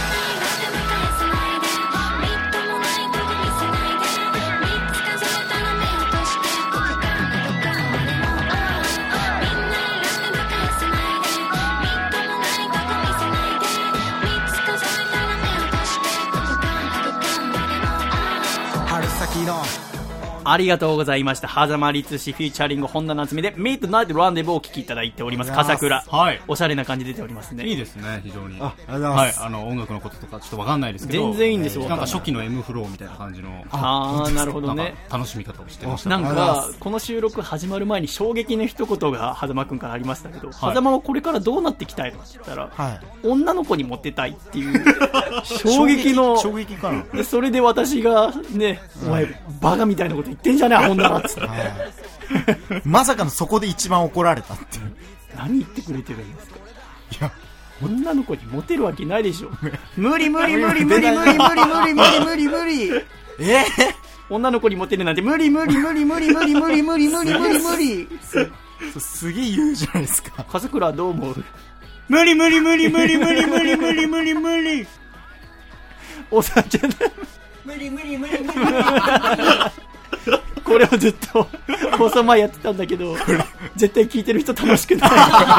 ありがとうございました。狭間律師フィーチャリング本田夏美でミッドナイトランデブーをお聞きいただいております。笠倉、はい、おしゃれな感じ出ておりますね。 いいですね非常に。 ありがとうございます。 はい、音楽のこととかちょっとわかんないですけど全然いいんですよ。 なんか初期の M フローみたいな感じのなるほどね。 楽しみ方をしてました。 なんかこの収録始まる前に衝撃の一言が狭間くんからありましたけど、狭間はこれからどうなっていきたいのって言ったら、はい、女の子にモテたいっていう衝撃かな。 でそれで私がね、お前バカみたいなこと言ってんじゃねえほんならっつって。 まさかのそこで一番怒られたっていう。 何言ってくれてるんですか。 いや女の子にモテるわけないでしょ。無理無理無理無理無理無理無理無理無理無理。女の子にモテるなんて無理無理無理無理無理無理無理無理無理無理。 すげえ言うじゃないですか。 笠倉はどう思う？ 無理無理無理無理無理無理無理無理無理。 おさちゃん無理無理無理無理無理。ここれをずっと放送前やってたんだけど、絶対聞いてる人楽しくない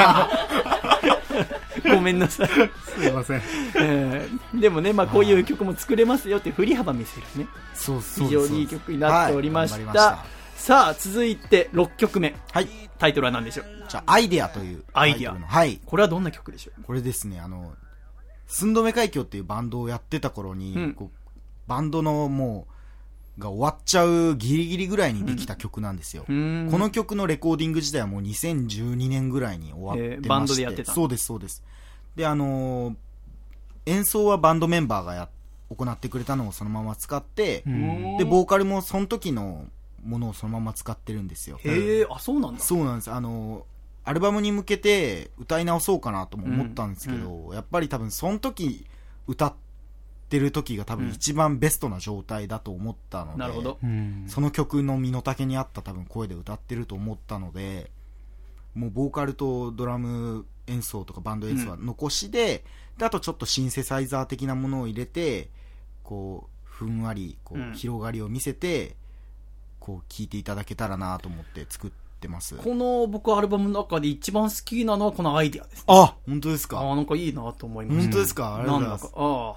ごめんなさい。 すいません。 でもね、まあこういう曲も作れますよって振り幅見せるね。 そう非常にいい曲になっておりました。さあ続いて6曲目。 はい。 タイトルは何でしょう？ じゃあアイデアというアイデア。 はい。 これはどんな曲でしょう？ これですね、寸止め海峡っていうバンドをやってた頃に、こうバンドのもうが終わっちゃうギリギリぐらいにできた曲なんですよ。この曲のレコーディング自体はもう2012年ぐらいに終わってまして、 バンドでやってた。 そうですそうです。で演奏はバンドメンバーが行ってくれたのをそのまま使って、でボーカルもその時のものをそのまま使ってるんですよ。 あ、そうなんだ。 そうなんです。アルバムに向けて歌い直そうかなとも思ったんですけど、やっぱり多分その時歌ってる時が多分一番ベストな状態だと思ったので、 なるほど。 その曲の身の丈に合った多分声で歌ってると思ったので、もうボーカルとドラム演奏とかバンド演奏は残しで、あとちょっとシンセサイザー的なものを入れて、こうふんわりこう広がりを見せて、こう聴いていただけたらなと思って作ってます。 この僕アルバムの中で一番好きなのはこのアイデアです、ね。 あ、本当ですか。 なんかいいなと思いました。 本当ですか。ありがとうございます。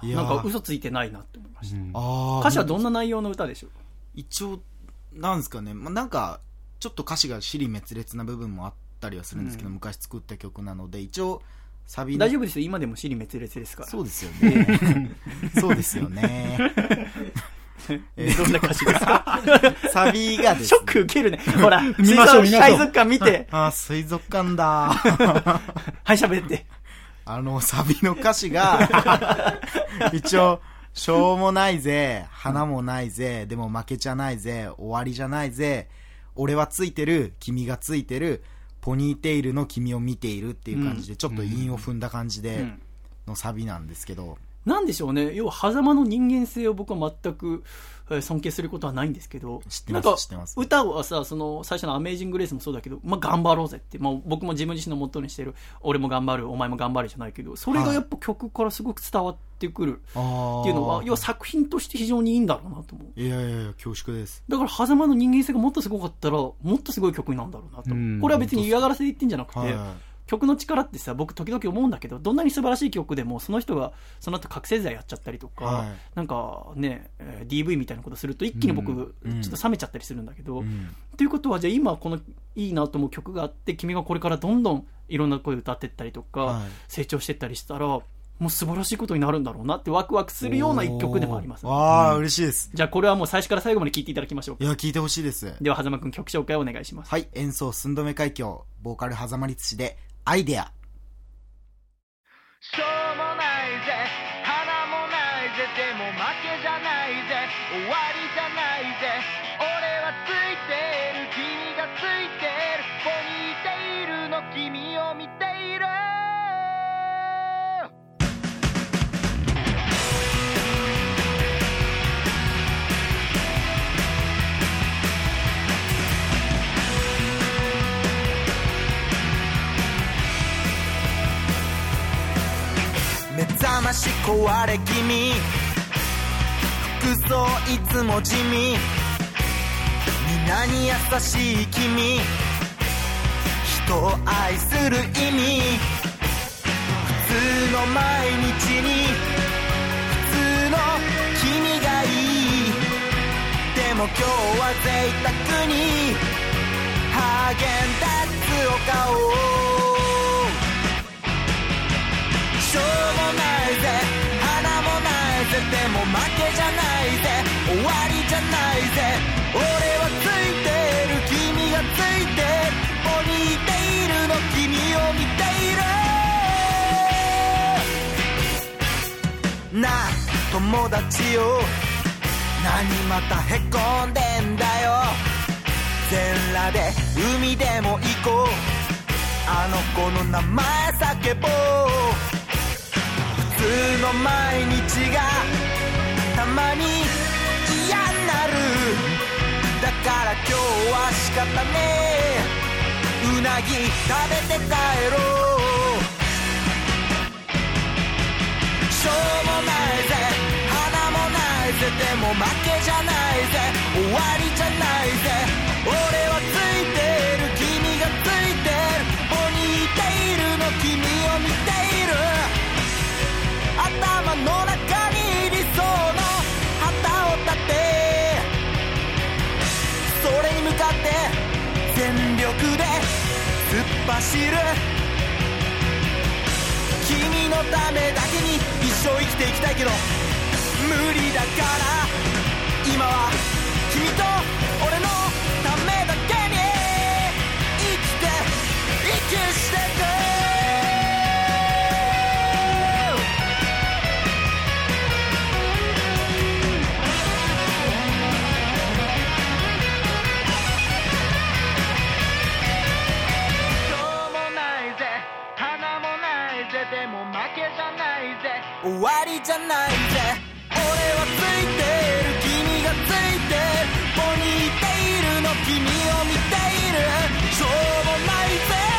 なんか嘘ついてないなって思いました。歌詞はどんな内容の歌でしょう？ 一応なんですかね、なんかちょっと歌詞が支離滅裂な部分もあったりはするんですけど、昔作った曲なので一応サビ大丈夫ですよ。今でも支離滅裂ですから。 そうですよね。そうですよね。 どんな歌詞ですか？ サビがですね、 ショック受けるね。ほら、 見ましょう。 水族館見て。 水族館だ。 はい、喋って。 サビの歌詞が、一応、しょうもないぜ、花もないぜ、でも負けちゃないぜ、終わりじゃないぜ、俺はついてる、君がついてる、ポニーテイルの君を見ているっていう感じで、ちょっと韻を踏んだ感じでのサビなんですけど、 なんでしょうね。要は狭間の人間性を僕は全く尊敬することはないんですけど、なんか歌はさ、その最初のアメージングレースもそうだけど、頑張ろうぜって、僕も自分自身のモットーにしてる、俺も頑張る、お前も頑張るじゃないけど、それがやっぱ曲からすごく伝わってくるっていうのは、要は作品として非常にいいんだろうなと思う。 いや恐縮です。 だから狭間の人間性がもっとすごかったら、もっとすごい曲になるんだろうなと思う。これは別に嫌がらせで言ってんじゃなくて、曲の力ってさ、僕時々思うんだけど、どんなに素晴らしい曲でもその人がその後覚醒剤やっちゃったりとか、なんかね、DV みたいなことすると一気に僕、ちょっと冷めちゃったりするんだけど、ということはじゃあ今このいいなと思う曲があって、君がこれからどんどんいろんな声を歌っていったりとか、成長していったりしたら、もう素晴らしいことになるんだろうなってワクワクするような一曲でもあります、ね。 嬉しいです。 じゃあこれはもう最初から最後まで聴いていただきましょう。 いや、聴いてほしいです。 では狭間くん、曲紹介をお願いします。 はい、演奏寸止め海峡、ボーカル狭間律師でアイデア。 しょうもないぜ、花もないぜ、でも負けじゃないぜ、終わりじゃないぜ、俺はついてる、君がついてる、ポニーテイルの君を見ている。 目覚まし壊れ気味、服装いつも地味、皆に優しい君、人を愛する意味、普通の毎日に普通の君がいい。でも今日は贅沢にハーゲンダッツを買おう。しょうもないぜ、花もないぜ、でも負けじゃないぜ、終わりじゃないぜ、俺はついてる、君がついてる、ポニーテイルの君を見ている。なあ友達よ、何またへこんでんだよ。全裸で海でも行こう、あの子の名前叫ぼう。普通の毎日がたまに嫌になる。だから今日は仕方ねえ、うなぎ食べて帰ろう。しょうもないぜ、花もないぜ、でも負けじゃないぜ、終わりじゃないぜ、 全力で突っ走る君のためだけに一生生きていきたいけど無理だから今は君と俺のためだけに息してく今日もないぜ花もないぜでも負けじゃないぜ終わりじゃないぜ俺はついてる君がついてるここにいているの君を見ているしょうもないぜ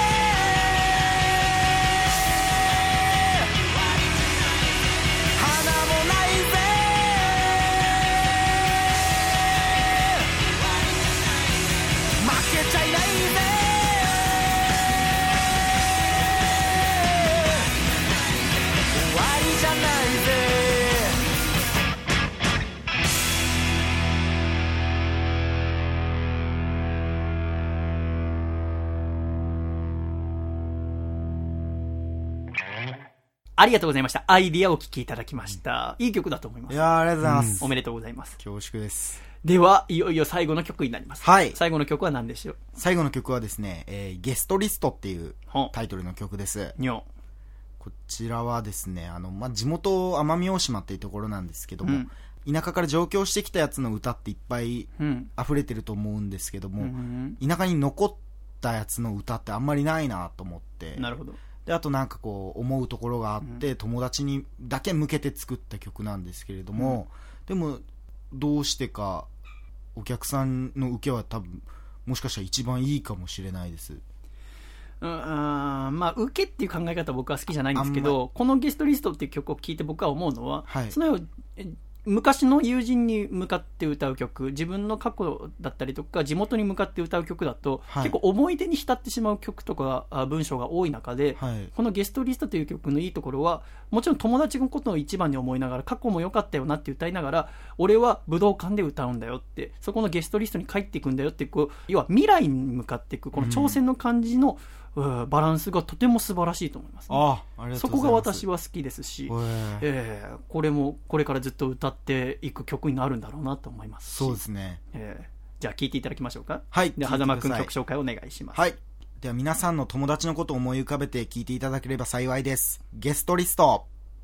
ありがとうございました。アイディアをお聞きいただきました。いい曲だと思います。 いやありがとうございます。 おめでとうございます。 恐縮です。 では、いよいよ最後の曲になります。 はい。 最後の曲は何でしょう？ 最後の曲はですね、ゲストリストっていうタイトルの曲です。こちらはですね、地元奄美大島っていうところなんですけども、田舎から上京してきたやつの歌っていっぱい溢れてると思うんですけども、田舎に残ったやつの歌ってあんまりないなと思って。 なるほど。 であとなんかこう思うところがあって、友達にだけ向けて作った曲なんですけれども、でもどうしてかお客さんの受けは多分もしかしたら一番いいかもしれないです。 まあ受けっていう考え方は僕は好きじゃないんですけど、このゲストリストっていう曲を聴いて僕は思うのは、その昔の友人に向かって歌う曲、自分の過去だったりとか地元に向かって歌う曲だと、結構思い出に浸ってしまう曲とか文章が多い中で、このゲストリストという曲のいいところは、もちろん友達のことを一番に思いながら、過去も良かったよなって歌いながら、俺は武道館で歌うんだよって、そこのゲストリストに帰っていくんだよってこう、要は未来に向かっていくこの挑戦の感じの、バランスがとても素晴らしいと思います、ね。 ありがとうございます。 そこが私は好きですし、これもこれからずっと歌っていく曲になるんだろうなと思いますし。 そうですね。 じゃあ聴いていただきましょうか。 はい。 で、狭間くん曲紹介お願いします。 はい。では皆さんの友達のことを思い浮かべて聴いていただければ幸いです。ゲストリスト。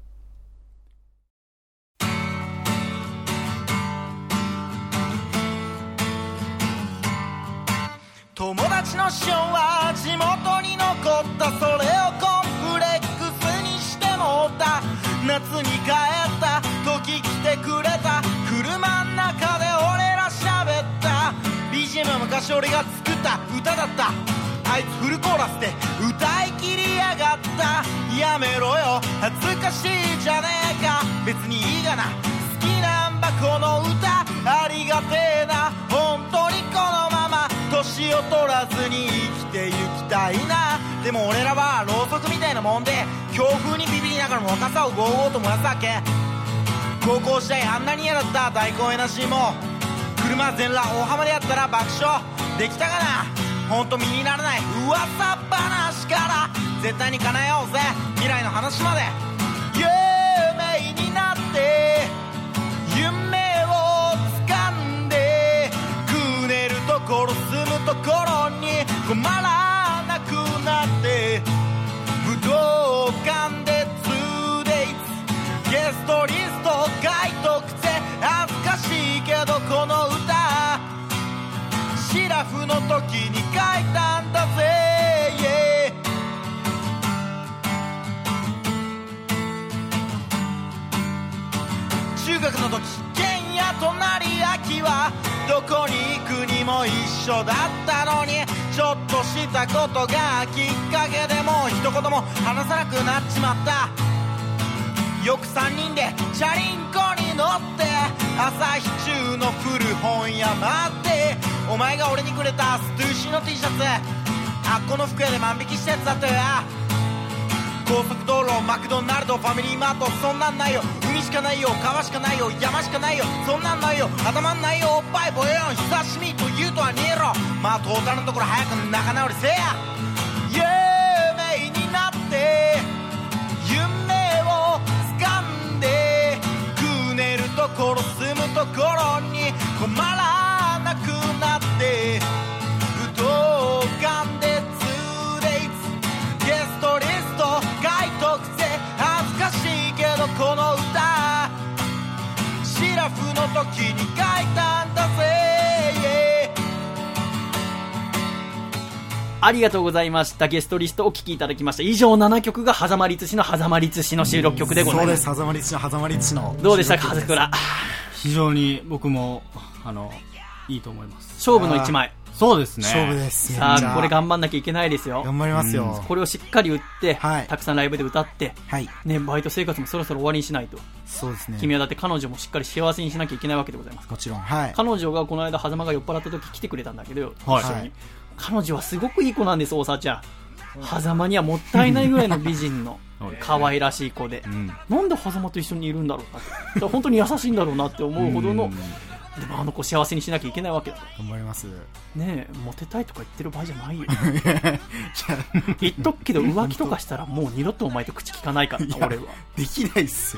友達の師匠は地元に残った、それをコンプレックスにしてもうた。夏に帰った時来てくれた、車ん中で俺ら喋った。 BGM は昔俺が作った歌だった。あいつフルコーラスで歌い切りやがった。やめろよ恥ずかしいじゃねえか、別にいいがな、好きなんばこの歌、ありがてえな。本当にこのまま年を取らずに生きてゆきたいな。でも俺らはろうそくみたいなもんで、強風にビビりながらも若さをゴーゴーと燃やすわけ。高校時代あんなに嫌だった大根エナジーも、車全裸大浜でやったら爆笑できたかな。ほんと身にならない噂話から絶対に叶えようぜ、未来の話まで。夢になって夢を掴んで、くねるところ住むところに困らなくなって、武道館で 2days ゲストリスト書いとくぜ。恥ずかしいけどこの歌シラフの時に書いたんだぜ、yeah。中学の時県や隣秋はどこに行くにも一緒だったのに、ちょっとしたことがきっかけでもう一言も話さなくなっちまった。よく3人でチャリンコに乗って朝日中の古本屋待って、お前が俺にくれたストゥーシーの T シャツ、あっこの服屋で万引きしたやつだったよ。高速道路マクドナルドファミリーマートそんなんないよ、う海しかないよ川しかないよ山しかないよそんなんないよ頭んないよおっぱいぼよん久しみと言うとはねえろまあトータルのところ早く仲直りせや夢になって夢を掴んでくねるところ住むところに困らなくなって武道館で 2days ゲストリスト書いとくぜ恥ずかしいけどこの歌シラフの時に書いたんだぜありがとうございました。ゲストリストをお聴きいただきました。以上7曲が狭間律師の狭間律師の収録曲でございます。 そうです、狭間律師の狭間律師の。 どうでしたか、長谷倉。 非常に僕もいいと思います。 勝負の1枚。 そうですね。 勝負です。 さあ、これ頑張んなきゃいけないですよ。 頑張りますよ。 これをしっかり打って、たくさんライブで歌って、ね、バイト生活もそろそろ終わりにしないと。 そうですね。 君はだって彼女もしっかり幸せにしなきゃいけないわけでございます。 もちろん。 彼女がこの間、狭間が酔っ払った時来てくれたんだけど、一緒に。彼女はすごくいい子なんです、大沢ちゃん。狭間にはもったいないぐらいの美人の可愛らしい子で、なんで狭間と一緒にいるんだろうな、本当に優しいんだろうなって思うほどの、でもあの子幸せにしなきゃいけないわけだ。 頑張ります。 ねえ、モテたいとか言ってる場合じゃないよ。言っとくけど浮気とかしたらもう二度とお前と口聞かないからな、俺は。 できないっすよ。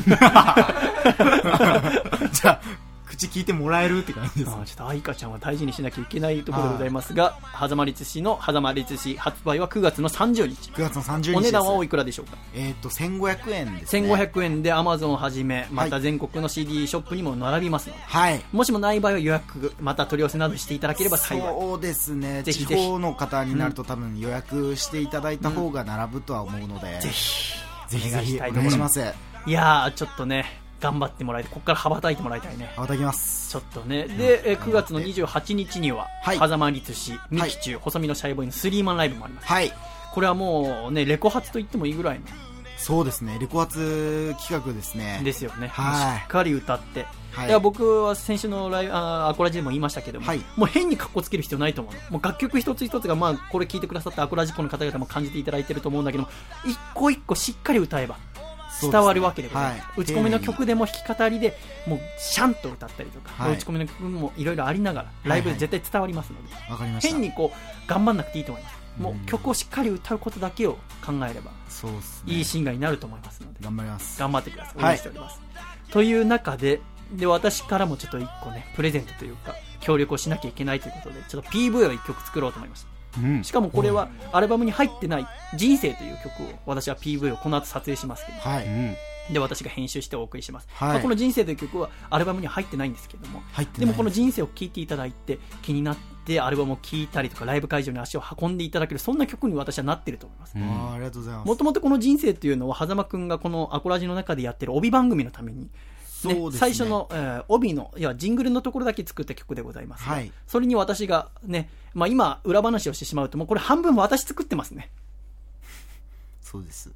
じゃあ口聞いてもらえるって感じです。 ちょっと愛花ちゃんは大事にしなきゃいけないところでございますが、狭間律師の狭間律師発売は9月の30日。 9月の30日です。 お値段はおいくらでしょうか。 1500円ですね。 1500円で Amazon をはじめ、また全国の CD ショップにも並びますので、 はい、 もしもない場合は予約、また取り寄せなどしていただければ幸い。 そうですね。ぜひぜひ地方の方になると多分予約していただいた方が並ぶとは思うので、 ぜひぜひぜひお願いします。 いやー、ちょっとね、頑張ってもらいたい。ここから羽ばたいてもらいたいね。 羽ばたきます。 ちょっとね。で、9月の28日には、狭間律師、ミキチュウ、細身のシャイボーイのスリーマンライブもあります。 はい。 これはもうね、レコ発と言ってもいいぐらいの。 そうですね。レコ発企画ですね。 ですよね。 はい。 しっかり歌って。はい、いや僕は先週のアコラジでも言いましたけども、もう変にカッコつける必要ないと思う。もう楽曲一つ一つが、まあ、これ聴いてくださったアコラジコの方々も感じていただいてると思うんだけども、一個一個しっかり歌えば伝わるわけでございます。打ち込みの曲でも弾き語りでもうシャンと歌ったりとか、打ち込みの曲もいろいろありながらライブで絶対伝わりますので、変にこう頑張んなくていいと思います。もう曲をしっかり歌うことだけを考えればいいシンガーになると思いますので、 頑張ります。 頑張ってください。応援しております。という中で私からもちょっと1個ねプレゼントというか協力をしなきゃいけないということで、ちょっと PV を1曲作ろうと思いました。しかもこれはアルバムに入ってない人生という曲を私は PV をこの後撮影しますけど、で私が編集してお送りします。この人生という曲はアルバムには入ってないんですけども、でもこの人生を聴いていただいて気になってアルバムを聴いたりとかライブ会場に足を運んでいただける、そんな曲に私はなってると思います。 ありがとうございます。 もともとこの人生というのは狭間くんがこのアコラジの中でやってる帯番組のために最初の、帯のいやジングルのところだけ作った曲でございます、それに私がね、まあ、今裏話をしてしまうともうこれ半分私作ってますね。 そうです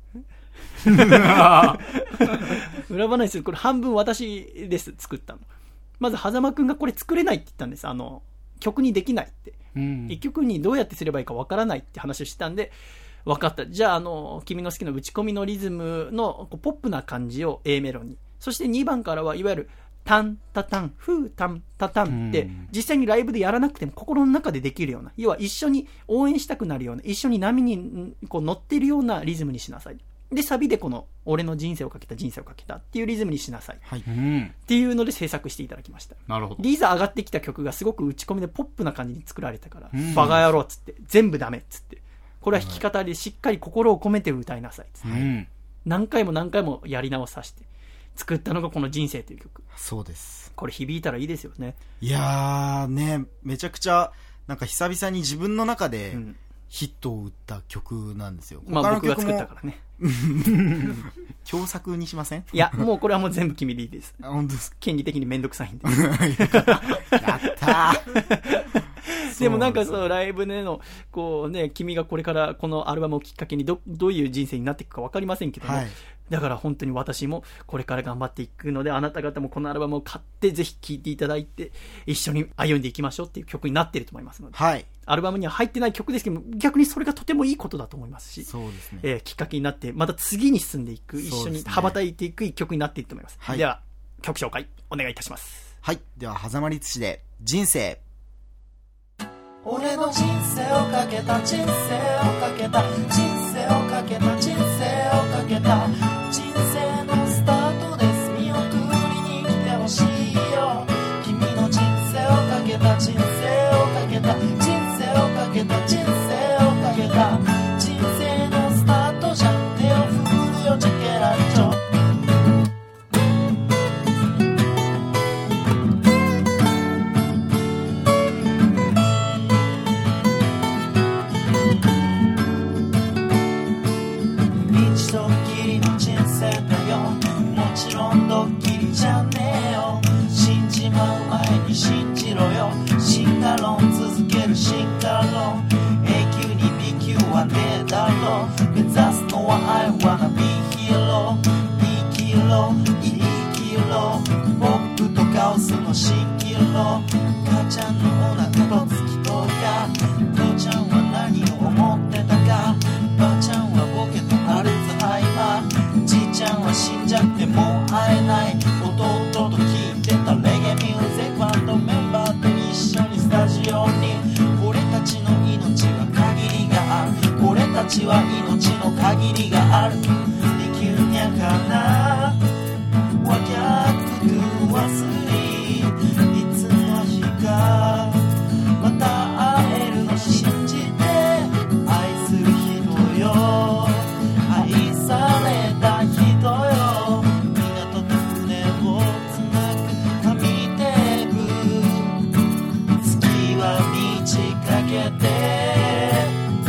裏話するこれ半分私です作ったの。まず狭間くんがこれ作れないって言ったんです。曲にできないって、一曲にどうやってすればいいかわからないって話をしたんで、分かった、じゃあ君の好きな打ち込みのリズムのポップな感じを A メロに、そして2番からはいわゆるタンタタンフータンタタンって実際にライブでやらなくても心の中でできるような、要は一緒に応援したくなるような、一緒に波にこう乗っているようなリズムにしなさい。でサビでこの俺の人生をかけた人生をかけたっていうリズムにしなさい、っていうので制作していただきました。 なるほど。 リーザ上がってきた曲がすごく打ち込みでポップな感じに作られたから、バカ野郎っつって全部ダメっつって、これは弾き方でしっかり心を込めて歌いなさいっつって、何回も何回もやり直させて作ったのがこの人生という曲。 そうです。 これ響いたらいいですよね。 いやーね、めちゃくちゃなんか久々に自分の中でヒットを打った曲なんですよ。 まあ僕が作ったからね。 共作にしません？ いや、もうこれはもう全部君でいいです。 本当です。 権利的にめんどくさいんで。 やったー。 でもなんかそう、ライブでの、こうね、君がこれからこのアルバムをきっかけにどういう人生になっていくか分かりませんけども、はい、だから本当に私もこれから頑張っていくので、あなた方もこのアルバムを買ってぜひ聴いていただいて、一緒に歩んでいきましょうっていう曲になっていると思いますので、はい、アルバムには入ってない曲ですけども、逆にそれがとてもいいことだと思いますし、 そうですね、 きっかけになって、また次に進んでいく、一緒に羽ばたいていく一曲になっていると思います。はい、では、曲紹介お願いいたします。 はい、では、狭間律師で、人生。 俺の人生をかけた人生をかけた人生をかけた人生をかけた人生のスタートです。見送りに来てほしいよ。君の人生をかけた人生をかけた人生をかけた人生をかけた人生のスタートじゃん。手を振るよチェケラッチョ。ドッキリの人生だよ。もちろんドッキリじゃねえよ。信じまう前に信じろよ。進化論続ける進化論。A 級に B 級はねえだろ。目指すのは I wanna be hero。 いいキロいいキロポップとカオスの蜃気楼。母ちゃんのお腹と月とか。父ちゃんは何を思ってたか。ばあちゃんはボケとアルツハイマー。じいちゃんは死んじゃってもう会えない。弟と聴いてたレゲエミュージックバンドメンバーと一緒にスタジオに。俺たちの命は限りがある。俺たちは命の限りがある。できるにゃかなわきゃくく忘れ。いつの日かまた会えるの信じて。愛する人よ愛された人よ。港と船をつなぐ紙テープ。月は満ち欠けて。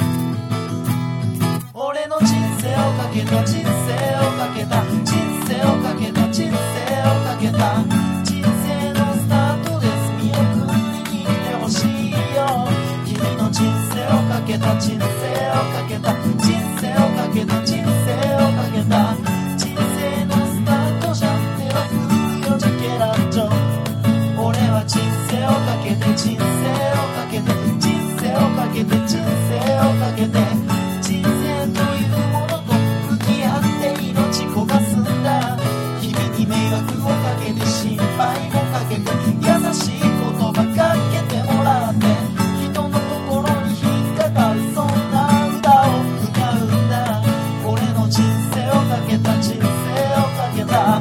俺の人生をかけた人生をかけた人生をかけた人生をかけた人生のスタートです。見送りに来てほしいよ。君の人生をかけた人生をかけた人生をかけた人生をかけた人生のスタートじゃん。手を振るよチェケラッチョ。俺は人生をかけて人生をかけて人生をかけて人生をかけて人生というものと向き合って命焦がすんだ。日々に迷惑をかけて心配もかけて優しい言葉かけてもらって人の心に引っかかるそんな歌を歌うんだ。俺の人生をかけた人生をかけた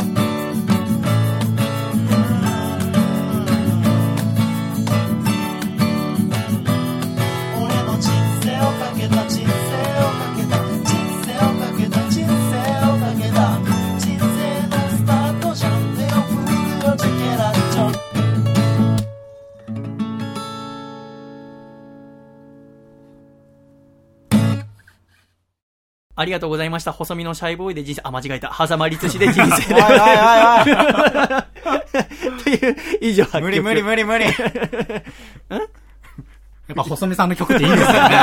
俺の人生をかけた人生をかけた人生をかけた人生をかけた人生のスタートじゃん。手を振るよチェケラッチョ。 ありがとうございました。細身のシャイボーイで人生、間違えた。狭間律師で人生で。という、以上。 無理。んやっぱ細見さんの曲っていいですよね。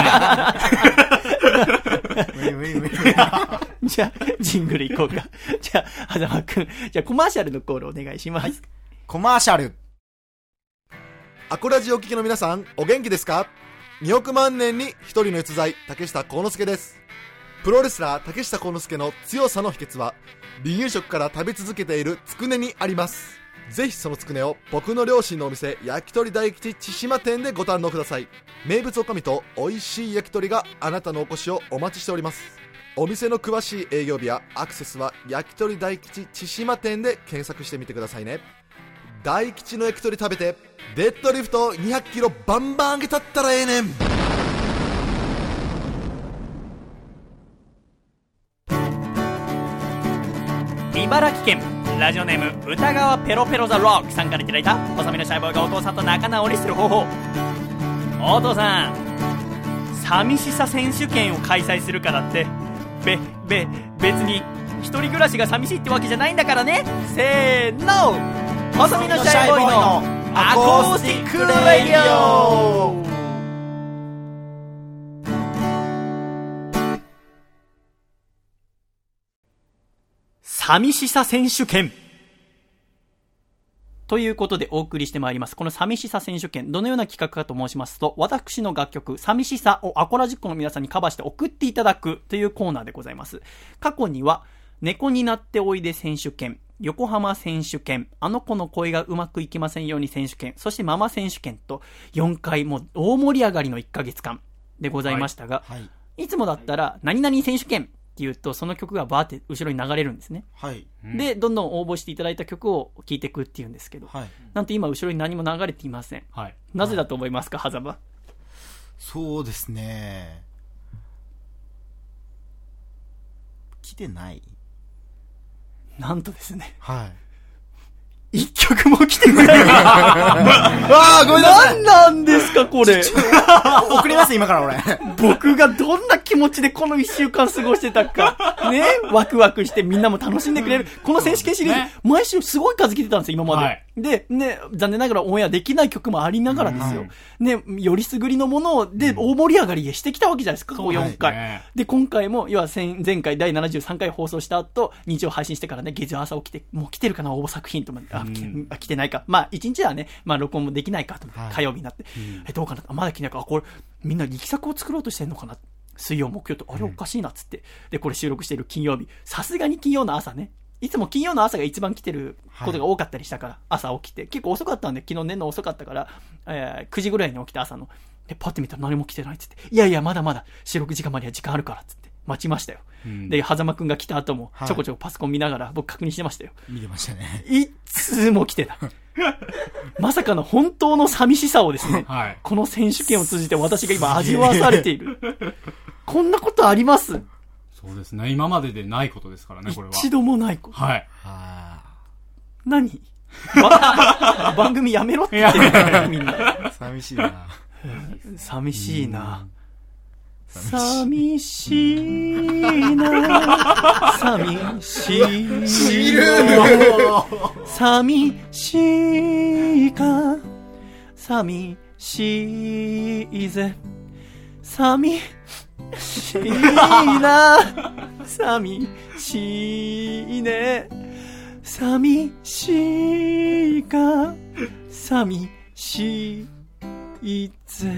無理。 じゃあ、ジングルいこうか。じゃあ、狭間くん。じゃあ、コマーシャルのコールお願いします。はい、 コマーシャル。 アコラジお聞きの皆さん、お元気ですか？2億万年に一人の逸材、竹下幸之助です。プロレスラー竹下幸之助の強さの秘訣は、離乳食から食べ続けているつくねにあります。ぜひそのつくねを僕の両親のお店焼き鳥大吉千島店でご堪能ください。名物おかみと美味しい焼き鳥があなたのお越しをお待ちしております。お店の詳しい営業日やアクセスは焼き鳥大吉千島店で検索してみてくださいね。大吉の焼き鳥食べてデッドリフト200キロバンバン上げたったらええねん。 茨城県ラジオネーム歌川ペロペロザロックさんからいただいた細身のシャイボーイがお父さんと仲直りする方法。お父さん、寂しさ選手権を開催するからって別に一人暮らしが寂しいってわけじゃないんだからね。せーの、細身のシャイボーイのアコースティックレディオ。寂しさ選手権ということでお送りしてまいります。この寂しさ選手権、どのような企画かと申しますと、私の楽曲寂しさをアコラジックの皆さんにカバーして送っていただくというコーナーでございます。過去には猫になっておいで選手権、横浜選手権、あの子の恋がうまくいきませんように選手権、そしてママ選手権と4回もう大盛り上がりの1ヶ月間でございましたが、いつもだったら何々選手権って言うとその曲がバーって後ろに流れるんですね。はい。で、どんどん応募していただいた曲を聴いていくっていうんですけど、はい、なんと今後ろに何も流れていません。はい。なぜだと思いますか、狭間。 そうですね。来てない。 なんとですね。 はい。 一曲も来てくれない。 わあ、ごめんなさい。 何なんですか、これ。 送ります今から俺。 僕がどんな気持ちでこの一週間過ごしてたか。ね、ワクワクしてみんなも楽しんでくれる。この選手権シリーズ、毎週すごい数来てたんですよ、今まで。はい、で、ね、残念ながらオンエアできない曲もありながらですよ。ね、よりすぐりのものを、で、大盛り上がりしてきたわけじゃないですか、ここ4回。で、今回も、要は前回第73回放送した後、日曜配信してからね、月曜朝起きて、もう来てるかな、応募作品と。来てないか。まあ、1日はね、まあ、録音もできないかと。火曜日になって。どうかな、まだ来てないか。これ、みんな力作を作ろうとしてんのかな。水曜、木曜と、あれおかしいなっつって。で、これ収録している金曜日。さすがに金曜の朝ね。いつも金曜の朝が一番来てることが多かったりしたから、朝起きて。結構遅かったんで、昨日寝るの遅かったから、9時ぐらいに起きて朝の。で、パッて見たら何も来てないっつって。いやいや、まだまだ収録時間までは時間あるからっつって。待ちましたよ。で、狭間くんが来た後も、ちょこちょこパソコン見ながら僕確認してましたよ。 見てましたね。 いつも来てた。まさかの本当の寂しさをですね、はい、この選手権を通じて私が今味わわされている。こんなことあります？ そうですね。今まででないことですからね、これは。 一度もないこと。 はい。 何番組やめろって言ってるみんな。 寂しいな。 寂しいな。寂しいな、寂しいな、寂しいか、寂しいぜ、寂しいな、寂しいね、寂しいか、寂しいぜ。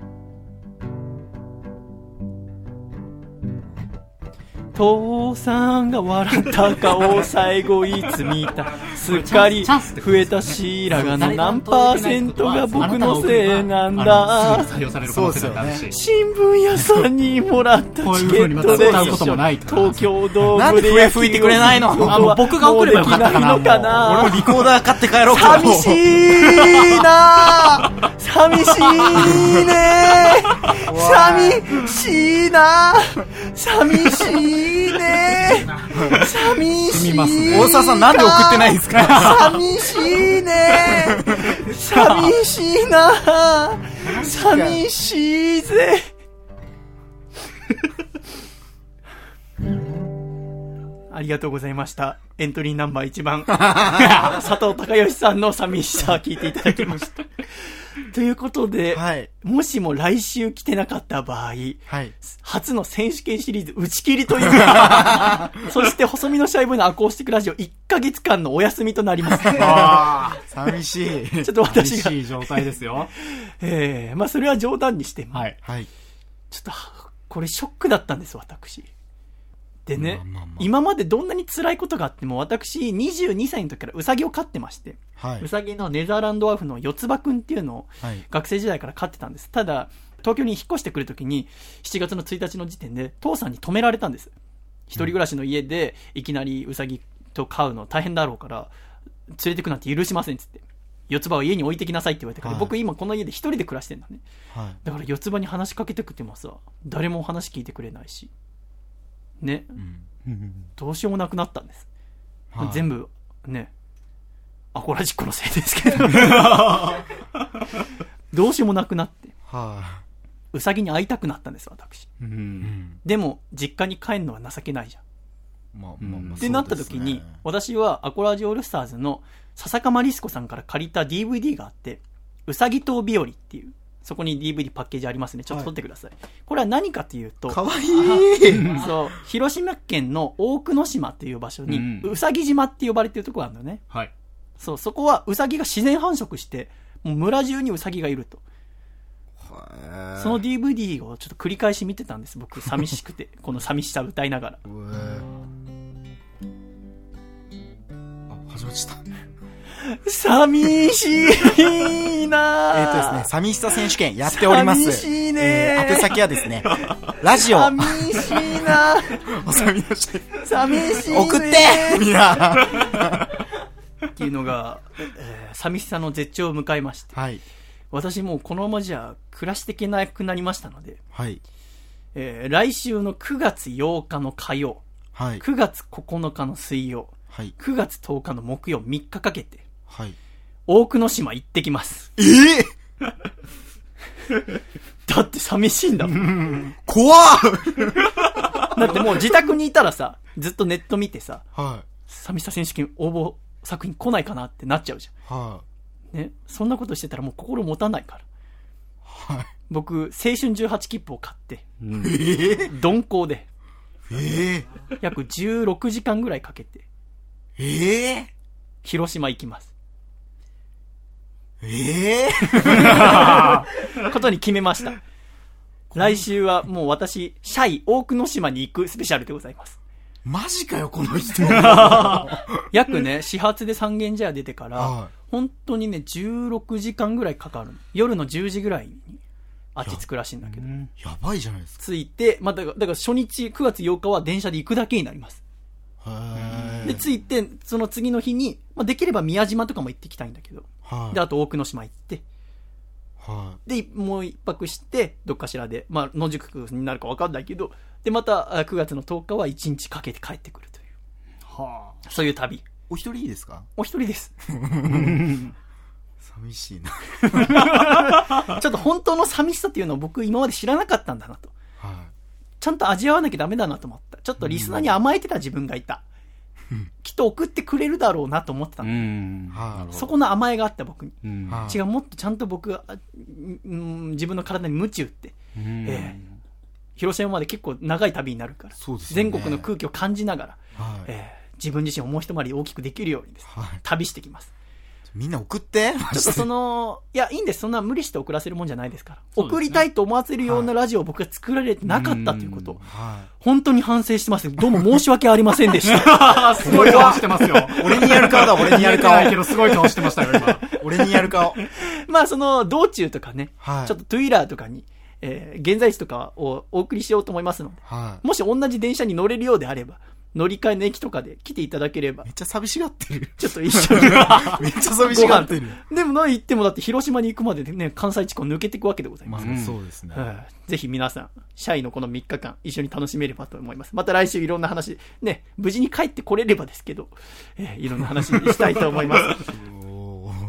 父さんが笑った顔最後いつ見た、すっかり増えた白髪の何%が僕のせいなんだ。 そうですよね。 新聞屋さんにもらったチケットで東京ドームで笛吹いてくれないの。 僕が送ればよかったかな。 俺もリコーダー買って帰ろうか。 寂しいな、寂しいね、寂しいな、寂しいね、寂しい。 大沢さんなんで送ってないんですか？ 寂しいね、寂しいな、寂しいぜ。ありがとうございました。エントリーナンバー1番佐藤孝義さんの寂しさを聞いていただきました。ということで、はい、もしも来週来てなかった場合、はい、初の選手権シリーズ打ち切りというそして細身のシャイボーイのアコースティックラジオ1ヶ月間のお休みとなります。 寂しい。 ちょっと私が寂しい状態ですよ。 まあそれは冗談にしても、 はい、 ちょっとこれショックだったんです私。でね、今までどんなに辛いことがあっても、私22歳の時からウサギを飼ってまして、はい、ウサギのネザーランドワーフの四つ葉くんっていうのを学生時代から飼ってたんです。ただ東京に引っ越してくる時に7月の1日の時点で父さんに止められたんです。一人暮らしの家でいきなりウサギと飼うの大変だろうから連れてくなんて許しませんっつって、四つ葉を家に置いてきなさいって言われたから、はい、僕今この家で一人で暮らしてんだね、はい、だから四つ葉に話しかけてくってもさ、誰も話聞いてくれないしね、どうしようもなくなったんです、はい、全部ねアコラジックのせいですけどどうしようもなくなって、はあ、ウサギに会いたくなったんです私、でも実家に帰るのは情けないじゃん、ってなった時に、私はアコラジオールスターズの笹かまりすこさんから借りた DVD があって、うさぎと日和っていう、そこに DVD パッケージありますね。ちょっと撮ってください。これは何かというと、 かわいいそう、広島県の大久野島っていう場所に、うさぎ島って呼ばれてるところがあるんだよね。 はい。 そう、そこはうさぎが自然繁殖して、もう村中にうさぎがいると。その DVD をちょっと繰り返し見てたんです、僕。寂しくて。この寂しさ歌いながら。 始まっちゃった。 寂しいなですね、寂しさ選手権やっております。 寂しいね宛先はですね、ラジオ。 寂しいな寂しいね送ってみんなっていうのが、寂しさの絶頂を迎えまして。 はい。 私もうこのままじゃ暮らしていけなくなりましたので、 はい。 来週の9月8日の火曜、 はい。 9月9日の水曜、 はい。 9月10日の木曜3日かけて、 はい。 大久野島行ってきます。だって寂しいんだもん。 怖っだってもう自宅にいたらさ、ずっとネット見てさ、 はい。 寂しさ選手権応募作品来ないかなってなっちゃうじゃん。 はい。 ね。そんなことしてたらもう心持たないから。はい。僕、青春18切符を買って、鈍行で、約16時間ぐらいかけて、広島行きます。ことに決めました。来週はもう私、シャイ大久野島に行くスペシャルでございます。 マジかよ、この人。 約ね、始発で三軒茶屋出てから、本当にね、16時間ぐらいかかるの。夜の10時ぐらいに、あっち着くらしいんだけど。 やばいじゃないですか。 着いて、まあ、だから初日、9月8日は電車で行くだけになります。で、着いて、その次の日に、まあ、できれば宮島とかも行ってきたいんだけど。で、あと大久野島行って。で、もう一泊して、どっかしらで、まあ、野宿になるか分かんないけど、で、また9月の10日は1日かけて帰ってくるという。そういう旅。 お一人いいですか？ お一人です。 寂しいな。 ちょっと本当の寂しさっていうのを僕今まで知らなかったんだなと。ちゃんと味わわなきゃダメだなと思った。ちょっとリスナーに甘えてた自分がいた。きっと送ってくれるだろうなと思ってたの。そこの甘えがあった僕に。違う、もっとちゃんと僕が、自分の体に鞭打って、広島まで結構長い旅になるから、全国の空気を感じながら、自分自身をもう一回り大きくできるようにです、旅してきます。 みんな送ってちょっといや、いいんです。そんな無理して送らせるもんじゃないですから。送りたいと思わせるようなラジオを僕が作られてなかったということを、本当に反省してます。どうも申し訳ありませんでした。 すごい顔してますよ。 俺にやる顔だ、俺にやる顔。 ないけどすごい顔してましたよ、今。 俺にやる顔。 まあ、その、道中とかね、ちょっとトゥイラーとかに、現在地とかをお送りしようと思いますので、もし同じ電車に乗れるようであれば、乗り換えの駅とかで来ていただければ。 めっちゃ寂しがってる。 ちょっと一緒に。めっちゃ寂しがってる。 でも何言ってもだって広島に行くまでね、関西地区を抜けていくわけでございます。 そうですね。 ぜひ皆さん、シャイのこの3日間一緒に楽しめればと思います。また来週いろんな話、ね、無事に帰ってこれればですけど、いろんな話したいと思います。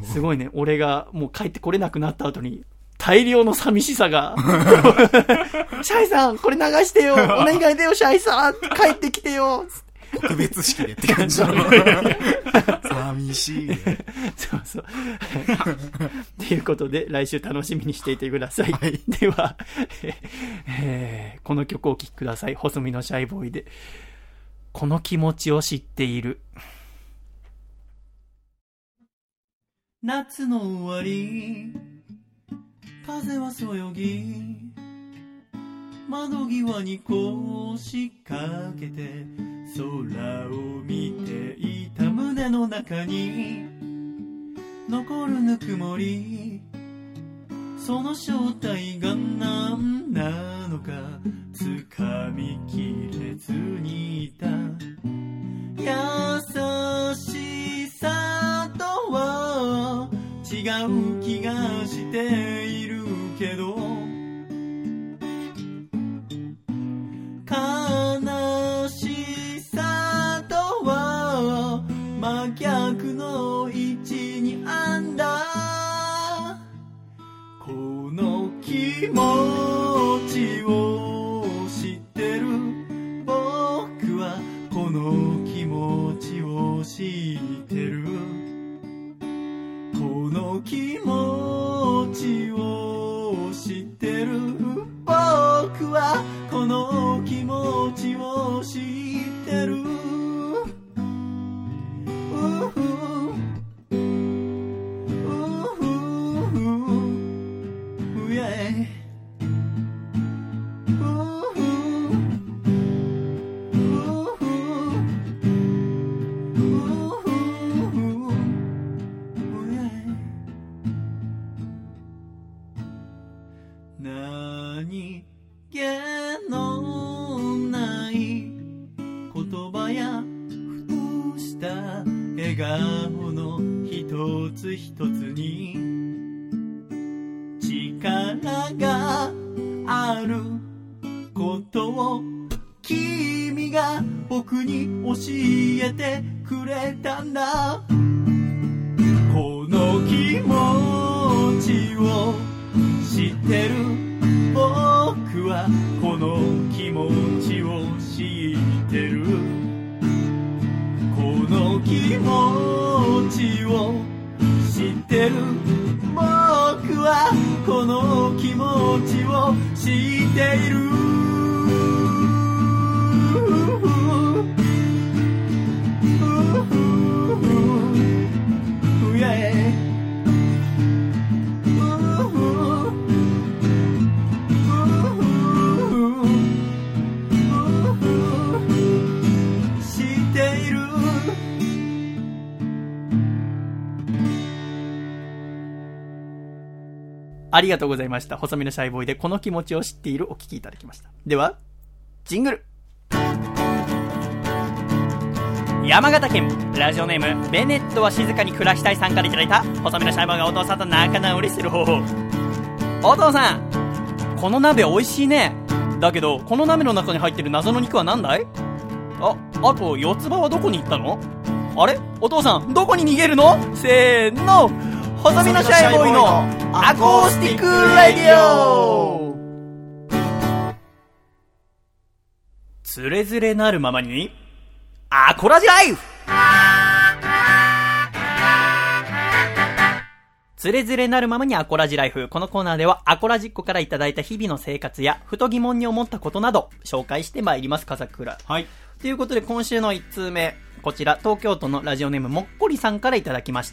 すごいね、俺がもう帰ってこれなくなった後に、大量の寂しさが。シャイさん、これ流してよ。お願いだよ、シャイさん。帰ってきてよ。 特別式でって感じだね。寂しいね。 そうそう。ということで、来週楽しみにしていてください。では、この曲をお聴きください。細身のシャイボーイで、この気持ちを知っている。夏の終わり、風はそよぎ、窓際に腰掛けて空を見ていた胸の中に残るぬくもり、その正体が何なのか掴みきれずにいた。優しさとは違う気がしているけど、悲しさとは真逆の位置にあんだ。この気持ちを知ってる僕はこの気持ちを知ってる。 けのない言葉やふとした笑顔の一つ一つに力があることを君が僕に教えてくれたんだ。この気持ちを知ってる僕はこの気持ちを知ってる。この気持ちを知ってる僕はこの気持ちを知っている。ありがとうございました。細身のシャイボーイでこの気持ちを知っているお聞きいただきました。では、ジングル。山形県ラジオネームベネットは静かに暮らしたいさんからいただいた細身のシャイボーイがお父さんと仲直りする方法。お父さん、この鍋美味しいね。だけどこの鍋の中に入ってる謎の肉は何だい？あと四つ葉はどこに行ったの？あれ？お父さんどこに逃げるの？せーの、細身のシャイボーイのアコースティックラディオ。つれづれなるままにアコラジライフ。つれづれなるままにアコラジライフ。このコーナーではアコラジっ子からいただいた日々の生活やふと疑問に思ったことなど紹介してまいります。笠倉。はい。ということで今週の1通目、こちら東京都のラジオネームもっこりさんからいただきました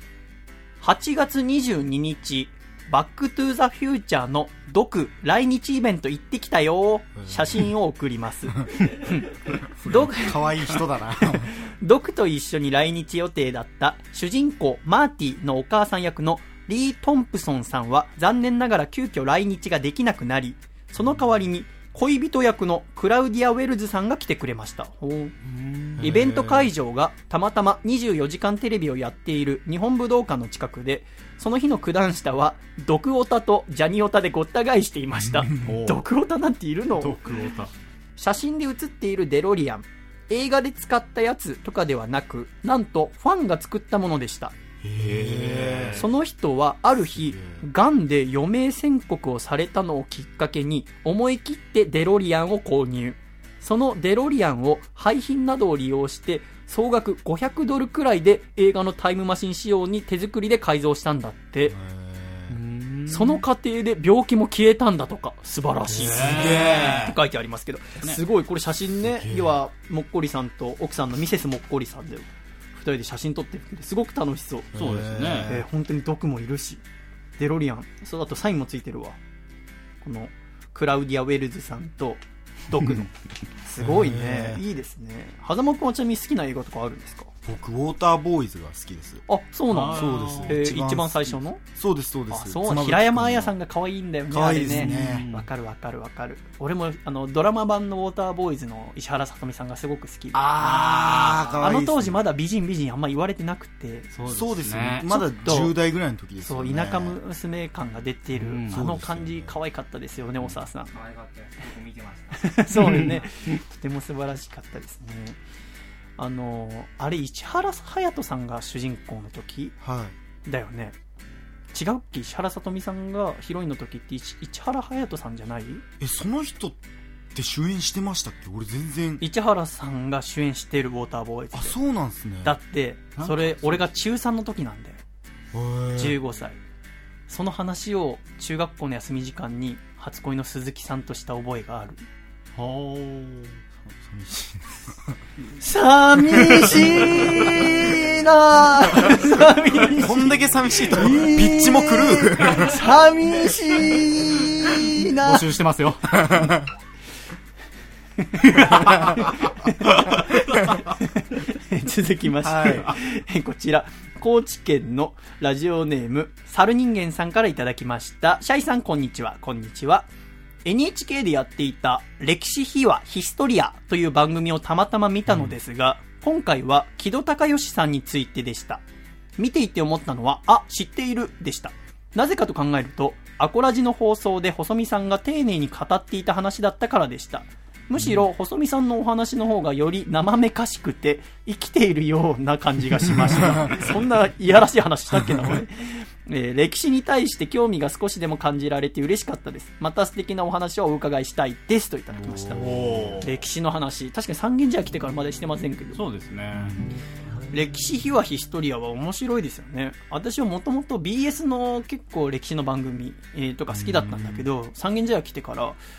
。8月22日、バックトゥーザフューチャーのドク来日イベント行ってきたよ。写真を送ります。ドクかわいい人だな。 ドクと一緒に来日予定だった主人公マーティのお母さん役のリー・トンプソンさんは残念ながら急遽来日ができなくなり、その代わりに恋人役のクラウディア・ウェルズさんが来てくれました。イベント会場がたまたま24時間テレビをやっている日本武道館の近くで、その日の九段下はドクオタとジャニオタでごった返していました。ドクオタなんているの？ドクオタ。写真で写っているデロリアン、映画で使ったやつとかではなく、なんとファンが作ったものでした。その人はある日ガンで余命宣告をされたのをきっかけに思い切ってデロリアンを購入。そのデロリアンを廃品などを利用して総額$500くらいで映画のタイムマシン仕様に手作りで改造したんだって。その過程で病気も消えたんだとか。素晴らしい。すげーって書いてありますけど、すごいこれ写真ね。要はもっこりさんと奥さんのミセスもっこりさんで2人で写真撮ってるんですごく楽しそう。そうですね。本当に毒もいるし、デロリアン、そう、あとサインもついてるわ。このクラウディア・ウェルズさんと毒のすごいね。いいですね。狭間くんはちなみに好きな映画とかあるんですか？ 僕ウォーターボーイズが好きです。 あ、そうなの？ そうです。 一番最初の？ そうですそうです。 そう、平山綾さんが可愛いんだよね。 可愛いですね。 わかるわかるわかる。俺もドラマ版のウォーターボーイズの石原さとみさんがすごく好きで。あの当時まだ美人あんま言われてなくて。 そうですね。まだ10代ぐらいの時ですよね。 そう、田舎娘感が出ているあの感じ可愛かったですよね、大沢さん。 可愛かったです。僕見てました。 そうね。とても素晴らしかったですね。あれ市原隼人さんが主人公の時、だよね。違うっけ？石原さとみさんがヒロインの時って市原隼人さんじゃない？ その人って主演してましたっけ？俺全然。 市原さんが主演してるウォーターボーイズで。 あ、そうなんですね。 だってそれ俺が中3の時なんだよ。15歳。その話を中学校の休み時間に初恋の鈴木さんとした覚えがある。寂しいな。 こんだけ寂しいとピッチも狂う。 寂しいな。 募集してますよ。 続きまして、こちら高知県のラジオネーム猿人間さんからいただきました。シャイさんこんにちは。こんにちは。 NHK でやっていた歴史秘話ヒストリアという番組をたまたま見たのですが、今回は木戸孝允さんについてでした。見ていて思ったのは、知っているでした。なぜかと考えると、アコラジの放送で細見さんが丁寧に語っていた話だったからでした。むしろ細見さんのお話の方がより生めかしくて生きているような感じがしましたそんないやらしい話したっけな俺、歴史に対して興味が少しでも感じられて嬉しかったです。また素敵なお話をお伺いしたいですといただきました。歴史の話、確かに三軒茶屋来てからまだしてませんけど。 そうですね、 歴史秘話ヒストリアは面白いですよね。私はもともと BS の結構歴史の番組、とか好きだったんだけど、三軒茶屋来てから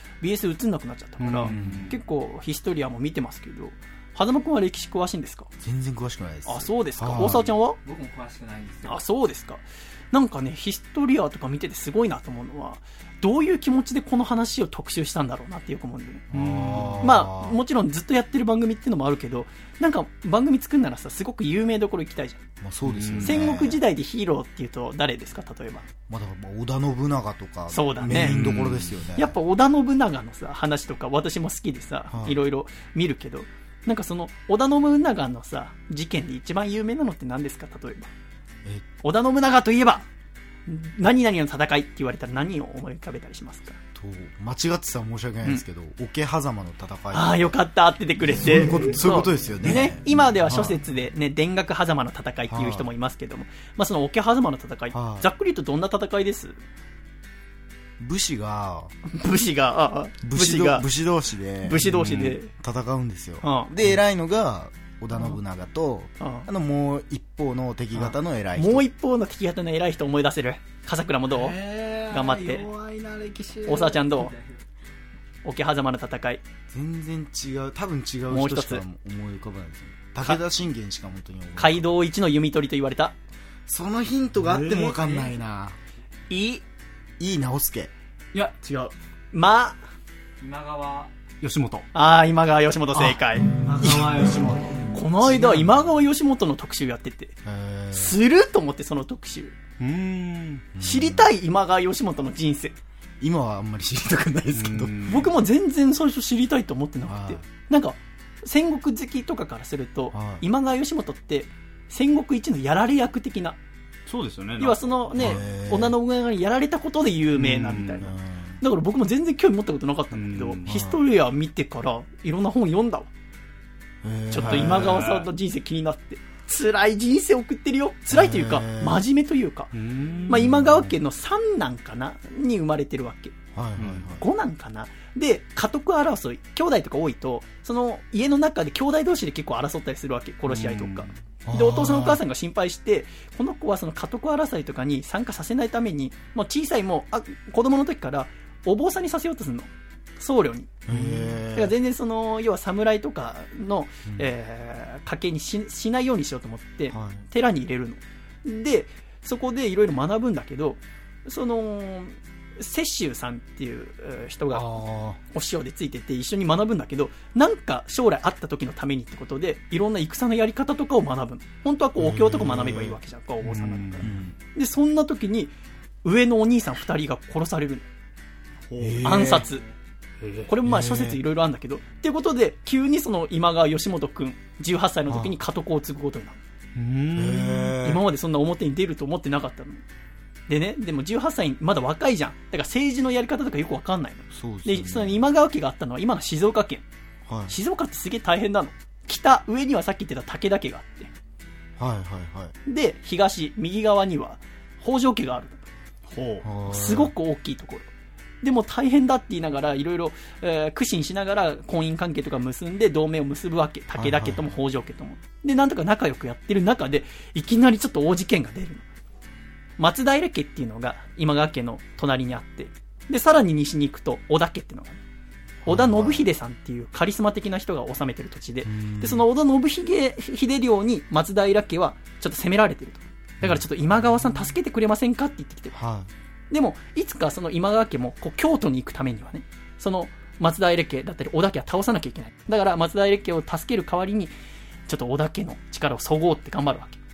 BS 映んなくなっちゃったから、結構ヒストリアも見てますけど、狭間くんは歴史詳しいんですか？ 全然詳しくないです。 そうですか。大沢ちゃんは？ 僕も詳しくないんですよ。 そうですか。なんかね、ヒストリアとか見ててすごいなと思うのは、どういう気持ちでこの話を特集したんだろうなってよく思うんでね。もちろんずっとやってる番組っていうのもあるけど、なんか番組作るならさ、すごく有名どころ行きたいじゃん。 そうですよね。 戦国時代でヒーローっていうと誰ですか、例えば。 だから織田信長とか、 そうだね、 メインどころですよね。 やっぱ織田信長のさ、話とか私も好きでさ、いろいろ見るけど、なんかその織田信長のさ、事件で一番有名なのって何ですか、例えば。織田信長といえば何々の戦いって言われたら何を思い浮かべたりしますか？ 間違ってたら申し訳ないんですけど、桶狭間の戦い。 よかった、合っててくれて。 そういうことですよね。 今では諸説でね、田楽狭間の戦いっていう人もいますけども、その桶狭間の戦い、ざっくり言うとどんな戦いです？ 武士が武士同士で戦うんですよ。で、偉いのが織田信長と、もう一方の敵方の偉い人。 もう一方の敵方の偉い人思い出せる？笠倉もどう？頑張って。 弱いな、歴史。 大沢ちゃんどう？桶狭間の戦い。 全然違う。多分違う人しか思い浮かばないですよ。武田信玄しか本当に思い浮かばない。 街道一の弓取りと言われた。 そのヒントがあっても分かんないな。 井伊直輔。 いや違う。 今川義元。 今川義元正解。 今川義元。 この間今川義元の特集やってて、すると思って、その特集知りたい。今川義元の人生今はあんまり知りたくないですけど、 僕も全然最初知りたいと思ってなくて、なんか戦国好きとかからすると、今川義元って戦国一のやられ役的な。 そうですよね。 要はそのね、織田信長にやられたことで有名なみたいな。だから僕も全然興味持ったことなかったんだけど、ヒストリア見てからいろんな本読んだわ。ちょっと今川さんの人生気になって。辛い人生送ってるよ。辛いというか真面目というか、今川家の三男かなに生まれてるわけ。五男かな。で、家督争い、兄弟とか多いと、その家の中で兄弟同士で結構争ったりするわけ。殺し合いとかで、お父さんお母さんが心配して、この子はその家督争いとかに参加させないために、もう小さい子供の時からお坊さんにさせようとするの、僧侶に。だから全然その要は侍とかの、家系に しないようにしようと思って、寺に入れるので、そこでいろいろ学ぶんだけど、その雪舟さんっていう人がお師匠でついてて一緒に学ぶんだけど、なんか将来会った時のためにってことでいろんな戦のやり方とかを学ぶの。本当はこうお経とか学べばいいわけじゃん、お坊さんだったら。で、そんな時に上のお兄さん2人が殺されるの。暗殺。これも諸説いろいろあるんだけど、っていうことで急にその今川義元くん18歳の時に家督を継ぐことになる。今までそんな表に出ると思ってなかったのでね。でも18歳まだ若いじゃん。だから政治のやり方とかよくわかんないの。で、その今川家があったのは今の静岡県。静岡ってすげえ大変なの。上にはさっき言ってた武田家があって、で東右側には北条家がある。すごく大きいところでも大変だって言いながらいろいろ苦心しながら婚姻関係とか結んで同盟を結ぶわけ。武田家とも北条家とも。で、なんとか仲良くやってる中でいきなりちょっと大事件が出るの。松平家っていうのが今川家の隣にあって、でさらに西に行くと織田家っていうのが、織田信秀さんっていうカリスマ的な人が治めてる土地で、でその織田信秀領に松平家はちょっと攻められてると。だからちょっと今川さん助けてくれませんかって言ってきてる。でもいつかその今川家もこう京都に行くためにはね、その松平家だったり織田家は倒さなきゃいけない。だから松平家を助ける代わりにちょっと織田家の力をそごうって頑張るわけ。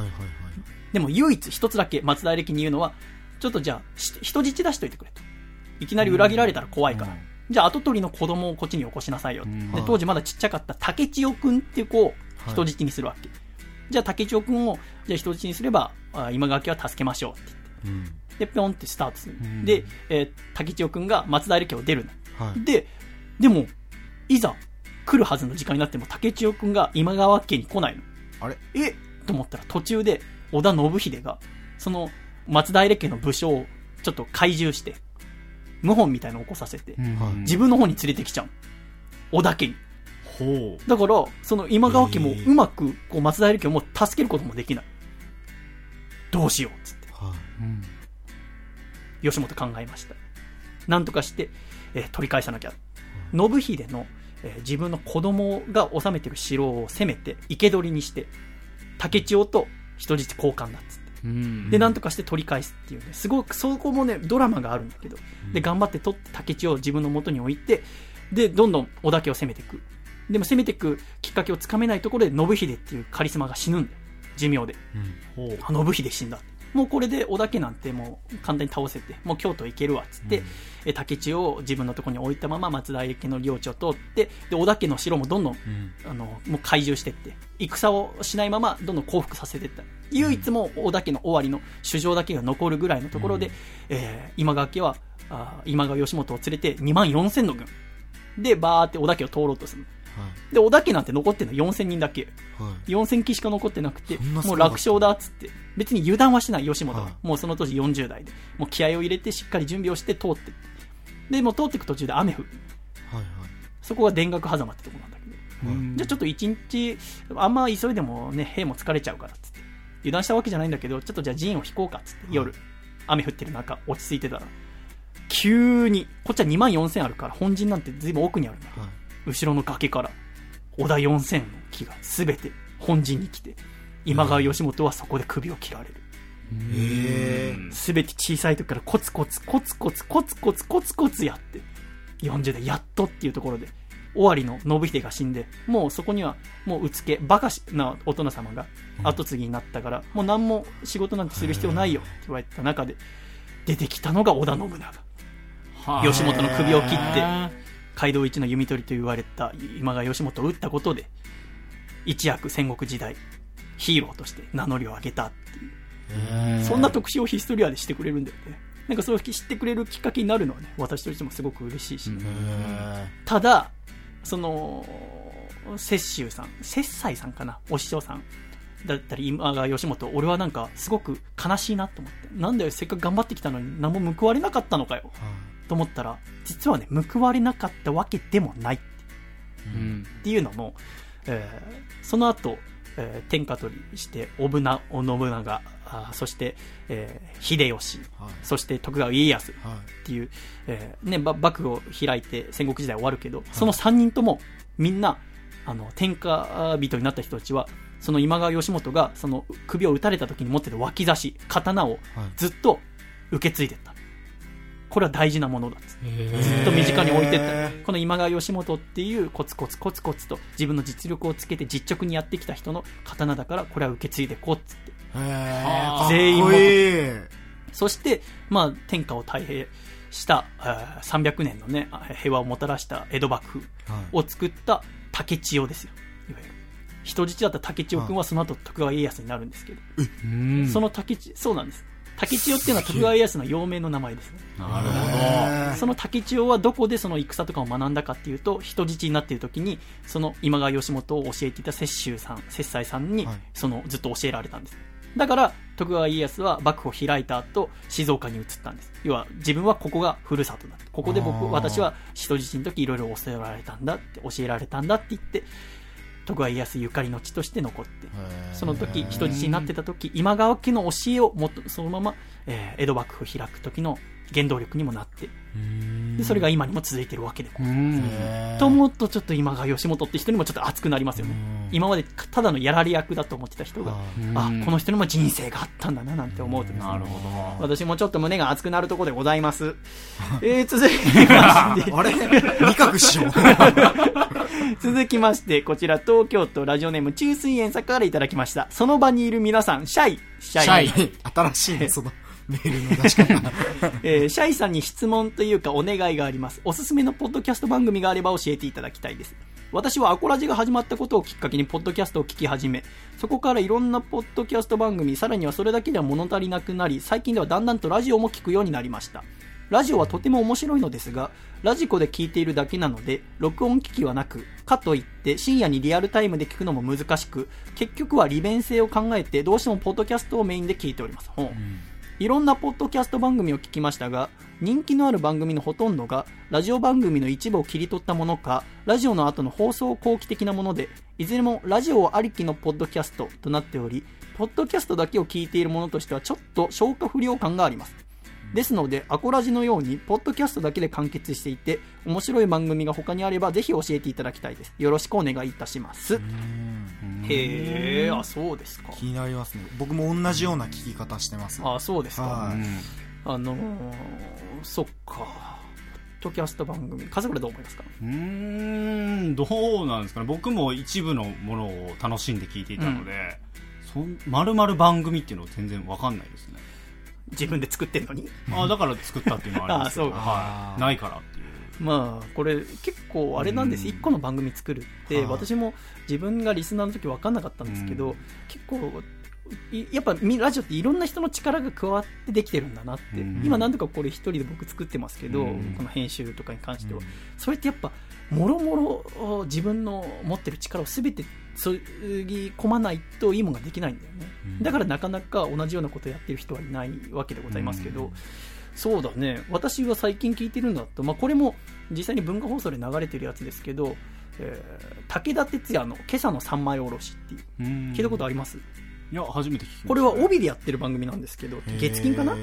でも唯一一つだけ松平家に言うのは、ちょっとじゃあ人質出しといてくれと。 いきなり裏切られたら怖いから、じゃあ跡取りの子供をこっちによこしなさいよ、で当時まだちっちゃかった竹千代くんっていう子を人質にするわけ、じゃあ竹千代くんをじゃあ人質にすれば今川家は助けましょうって言って、でピョンってスタートする、で、竹千代くんが松平家を出るの、でもいざ来るはずの時間になっても竹千代くんが今川家に来ないの。あれと思ったら途中で織田信秀がその松平家の武将をちょっと懐柔して謀反みたいなのを起こさせて、自分の方に連れてきちゃう、織田家に。だからその今川家もうまくこう松平家をもう助けることもできない、どうしようっつって、義元考えました。なんとかして、取り返さなきゃ。信秀の、自分の子供が治めてる城を攻めて生け捕りにして竹千代と人質交換だっつって、でなんとかして取り返すっていうね、すごくそこもねドラマがあるんだけど、で頑張って取って竹千代を自分の元に置いて、でどんどん織田家を攻めていく。でも攻めていくきっかけをつかめないところで信秀っていうカリスマが死ぬんだよ、寿命で、信秀死んだ、もうこれで織田家なんてもう簡単に倒せて、もう京都行けるわっつって、竹千代を自分のところに置いたまま松平家の領地を通って、で織田家の城もどんどん、もう開城していって、戦をしないままどんどん降伏させていった。唯一も織田家の尾張の主城だけが残るぐらいのところで、今川家は今川義元を連れて24,000の軍でバーって織田家を通ろうとする。で織田家なんて残ってるの4000人だけ、4000騎しか残ってなくて、もう楽勝だっつって、別に油断はしない義元は、もうその当時40代でもう気合を入れてしっかり準備をして通って、でもう通っていく途中で雨降る、そこが田楽狭間ってとこなんだけど、じゃあちょっと一日あんま急いでもね兵も疲れちゃうからっつって、油断したわけじゃないんだけど、ちょっとじゃあ陣を引こうかっつって、夜雨降ってる中落ち着いてたら急に、こっちは24,000あるから本陣なんてずいぶん奥にあるんだ、後ろの崖から織田4000の木がすべて本陣に来て、今川義元はそこで首を切られる。すべて小さい時からコツコツコツコツコツコツコツコツやって40代やっとっていうところで尾張の信秀が死んで、もうそこにはもううつけバカなお殿様が後継ぎになったから、もう何も仕事なんてする必要ないよって言われた中で出てきたのが織田信長。義元の首を切って街道一の弓取りと言われた今川義元を撃ったことで、一躍戦国時代ヒーローとして名乗りを上げたっていう、そんな特集をヒストリアでしてくれるんだよね。なんかそういう知ってくれるきっかけになるのはね、私としてもすごく嬉しいし、ただその摂州さん、摂斎さんかな、お師匠さんだったり今川義元、俺はなんかすごく悲しいなと思って、なんだよせっかく頑張ってきたのに何も報われなかったのかよ、と思ったら、実はね報われなかったわけでもないっていうのも、その後、天下取りして信長、そして、秀吉、そして徳川家康っていう、幕府を開いて戦国時代終わるけど、その3人ともみんな天下人になった人たちは、その今川義元がその首を打たれた時に持ってた脇差し刀をずっと受け継いでった。これは大事なものだっつって、ずっと身近に置いてった。この今川義元っていうコツコツコツコツと自分の実力をつけて実直にやってきた人の刀だから、これは受け継いでこうっつって、全員持ってそして、まあ、天下を太平した300年のね平和をもたらした江戸幕府を作った竹千代ですよ。いわゆる人質だった竹千代君はその後徳川家康になるんですけど、その竹千代、そうなんです、竹千代っていうのは徳川家康の幼名の名前ですね。なるほど。その竹千代はどこでその戦とかを学んだかっていうと、人質になっている時にその今川義元を教えていた摂州さん、摂斎さんにそのずっと教えられたんです。だから徳川家康は幕府を開いた後静岡に移ったんです。要は自分はここがふるさとだ、ここで私は人質の時いろいろ教えられたんだって言って徳川家康ゆかりの地として残って、その時人質になってた時今川家の教えをそのまま、江戸幕府を開く時の原動力にもなって、でそれが今にも続いてるわけでと思うと、ちょっと今川義元って人にもちょっと熱くなりますよね。今までただのやられ役だと思ってた人が、この人にも人生があったんだななんて思うとですね、なるほど、私もちょっと胸が熱くなるところでございます。続きましてあれ二角しよう続きまして、こちら東京都ラジオネーム中水園さんからいただきました。その場にいる皆さん、シャイ新しいね、そのメールの出し方。 シャイさんに質問というかお願いがあります。おすすめのポッドキャスト番組があれば教えていただきたいです。私はアコラジが始まったことをきっかけにポッドキャストを聞き始め、そこからいろんなポッドキャスト番組、さらにはそれだけでは物足りなくなり、最近ではだんだんとラジオも聞くようになりました。ラジオはとても面白いのですが、ラジコで聞いているだけなので録音機器はなく、かといって深夜にリアルタイムで聞くのも難しく、結局は利便性を考えてどうしてもポッドキャストをメインで聞いております。いろんなポッドキャスト番組を聞きましたが、人気のある番組のほとんどがラジオ番組の一部を切り取ったものか、ラジオの後の放送後期的なもので、いずれもラジオありきのポッドキャストとなっており、ポッドキャストだけを聞いているものとしてはちょっと消化不良感があります。ですのでアコラジのようにポッドキャストだけで完結していて面白い番組が他にあればぜひ教えていただきたいです。よろしくお願いいたします。へえ、あ、そうですか。 気になりますね。僕も同じような聞き方してます。 あ、そうですか。そっか。ポッドキャスト番組、笠倉どう思いますか？ どうなんですかね。僕も一部のものを楽しんで聞いていたので、丸々番組っていうのは全然わかんないですね。 自分で作ってるのにだから作ったっていうのはありますけどないからっていう。 まあこれ結構あれなんです。1個の番組作るって私も自分がリスナーの時分かんなかったんですけど、結構やっぱラジオっていろんな人の力が加わってできてるんだなって、今何とかこれ一人で僕作ってますけど、この編集とかに関しては、それってやっぱもろもろ自分の持ってる力を全て注ぎ込まないといいものができないんだよね。だからなかなか同じようなことをやってる人はいないわけでございますけど、そうだね。私は最近聞いてるんだと、これも実際に文化放送で流れてるやつですけど、武田鉄矢の今朝の三枚おろしっていう、聞いたことあります？ いや、初めて聞きました。 これは帯でやってる番組なんですけど、月金かなで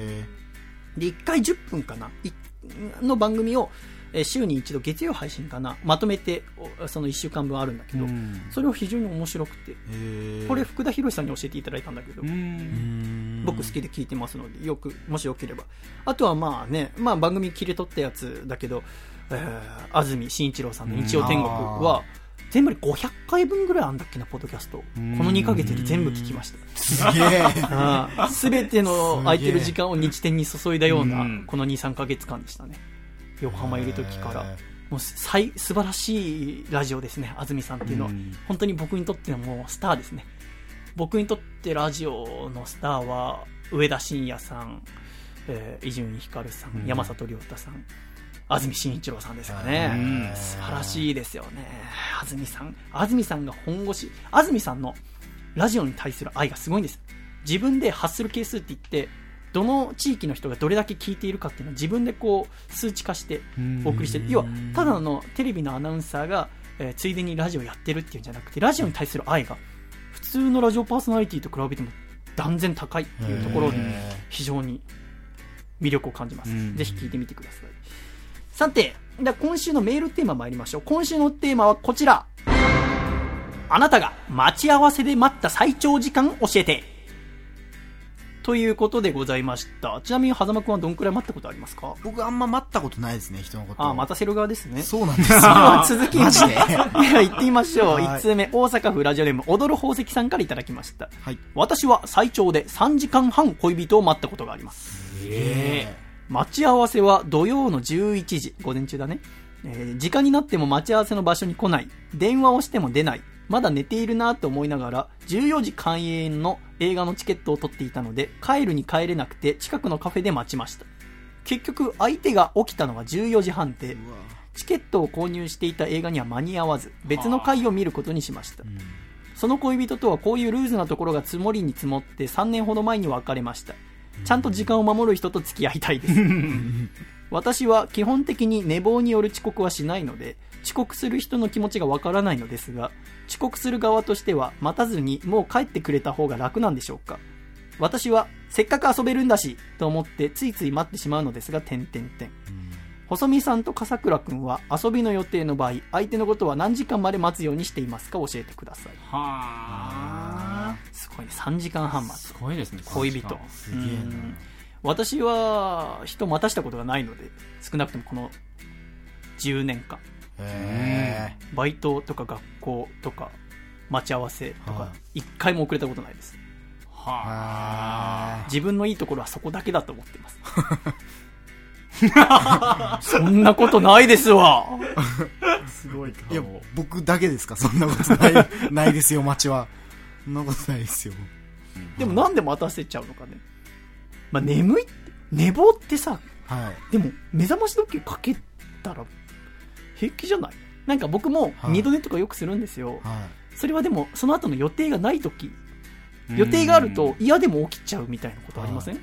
1回10分かなの番組を週に一度月曜配信かなまとめてその1週間分あるんだけど、それは非常に面白くて、これ福田博さんに教えていただいたんだけど、僕好きで聞いてますので、もしよければ。あとは番組切り取ったやつだけど、安住紳一郎さんの日曜天国は全部で500回分ぐらいあんだっけな、ポッドキャスト。この2ヶ月で全部聞きました。すげえ。すべての空いてる時間を日天に注いだような、この2、3ヶ月間でしたね。横浜いる時から。もう素晴らしいラジオですね、安住さんっていうのは。本当に僕にとってのもうスターですね。僕にとってラジオのスターは、上田晋也さん、伊集院光さん、山里亮太さん、安住紳一郎さんですかね。素晴らしいですよね。安住さんが本腰、安住さんのラジオに対する愛がすごいんです。自分で発する係数って言って、どの地域の人がどれだけ聞いているかっていうのを自分でこう数値化してお送りしてる。要はただのテレビのアナウンサーが、ついでにラジオやってるっていうんじゃなくて、ラジオに対する愛が普通のラジオパーソナリティと比べても断然高いっていうところに非常に魅力を感じます。ぜひ聞いてみてください。さて、今週のメールテーマ参りましょう。今週のテーマはこちら。あなたが待ち合わせで待った最長時間教えて。ということでございました。ちなみに狭間くんはどんくらい待ったことありますか？ 僕あんま待ったことないですね、人のこと。 待たせる側ですね。 そうなんですよ。 続きまして。行ってみましょう。1通目、大阪府ラジオネーム踊る宝石さんからいただきました。はい。私は最長で3時間半恋人を待ったことがあります。待ち合わせは土曜の11時、午前中だね。時間になっても待ち合わせの場所に来ない。電話をしても出ない。まだ寝ているなと思いながら、14時開演の映画のチケットを取っていたので、帰るに帰れなくて近くのカフェで待ちました。結局、相手が起きたのが14時半で、チケットを購入していた映画には間に合わず、別の回を見ることにしました。その恋人とはこういうルーズなところが積もりに積もって3年ほど前に別れました。ちゃんと時間を守る人と付き合いたいです。私は基本的に寝坊による遅刻はしないので、遅刻する人の気持ちがわからないのですが、遅刻する側としては待たずにもう帰ってくれた方が楽なんでしょうか。私はせっかく遊べるんだしと思ってついつい待ってしまうのですが、細見さんと笠倉くんは遊びの予定の場合、相手のことは何時間まで待つようにしていますか？教えてください。すごいね、3時間半待つ。 すごいですね、 恋人。 すげえな。 私は人待たしたことがないので、少なくともこの10年間、バイトとか学校とか待ち合わせとか1回も遅れたことないです。 自分のいいところはそこだけだと思ってますそんなことないですわすごいか。いや、僕だけですか？そんなことないですよ、街は。そんなことないですよ。 でもなんで待たせちゃうのかね。まあ、眠いって、寝坊ってさ、はい、でも目覚まし時計かけたら平気じゃない？なんか僕も二度寝とかよくするんですよ、はい、それはでもその後の予定がない時、予定があると嫌でも起きちゃうみたいなことありません？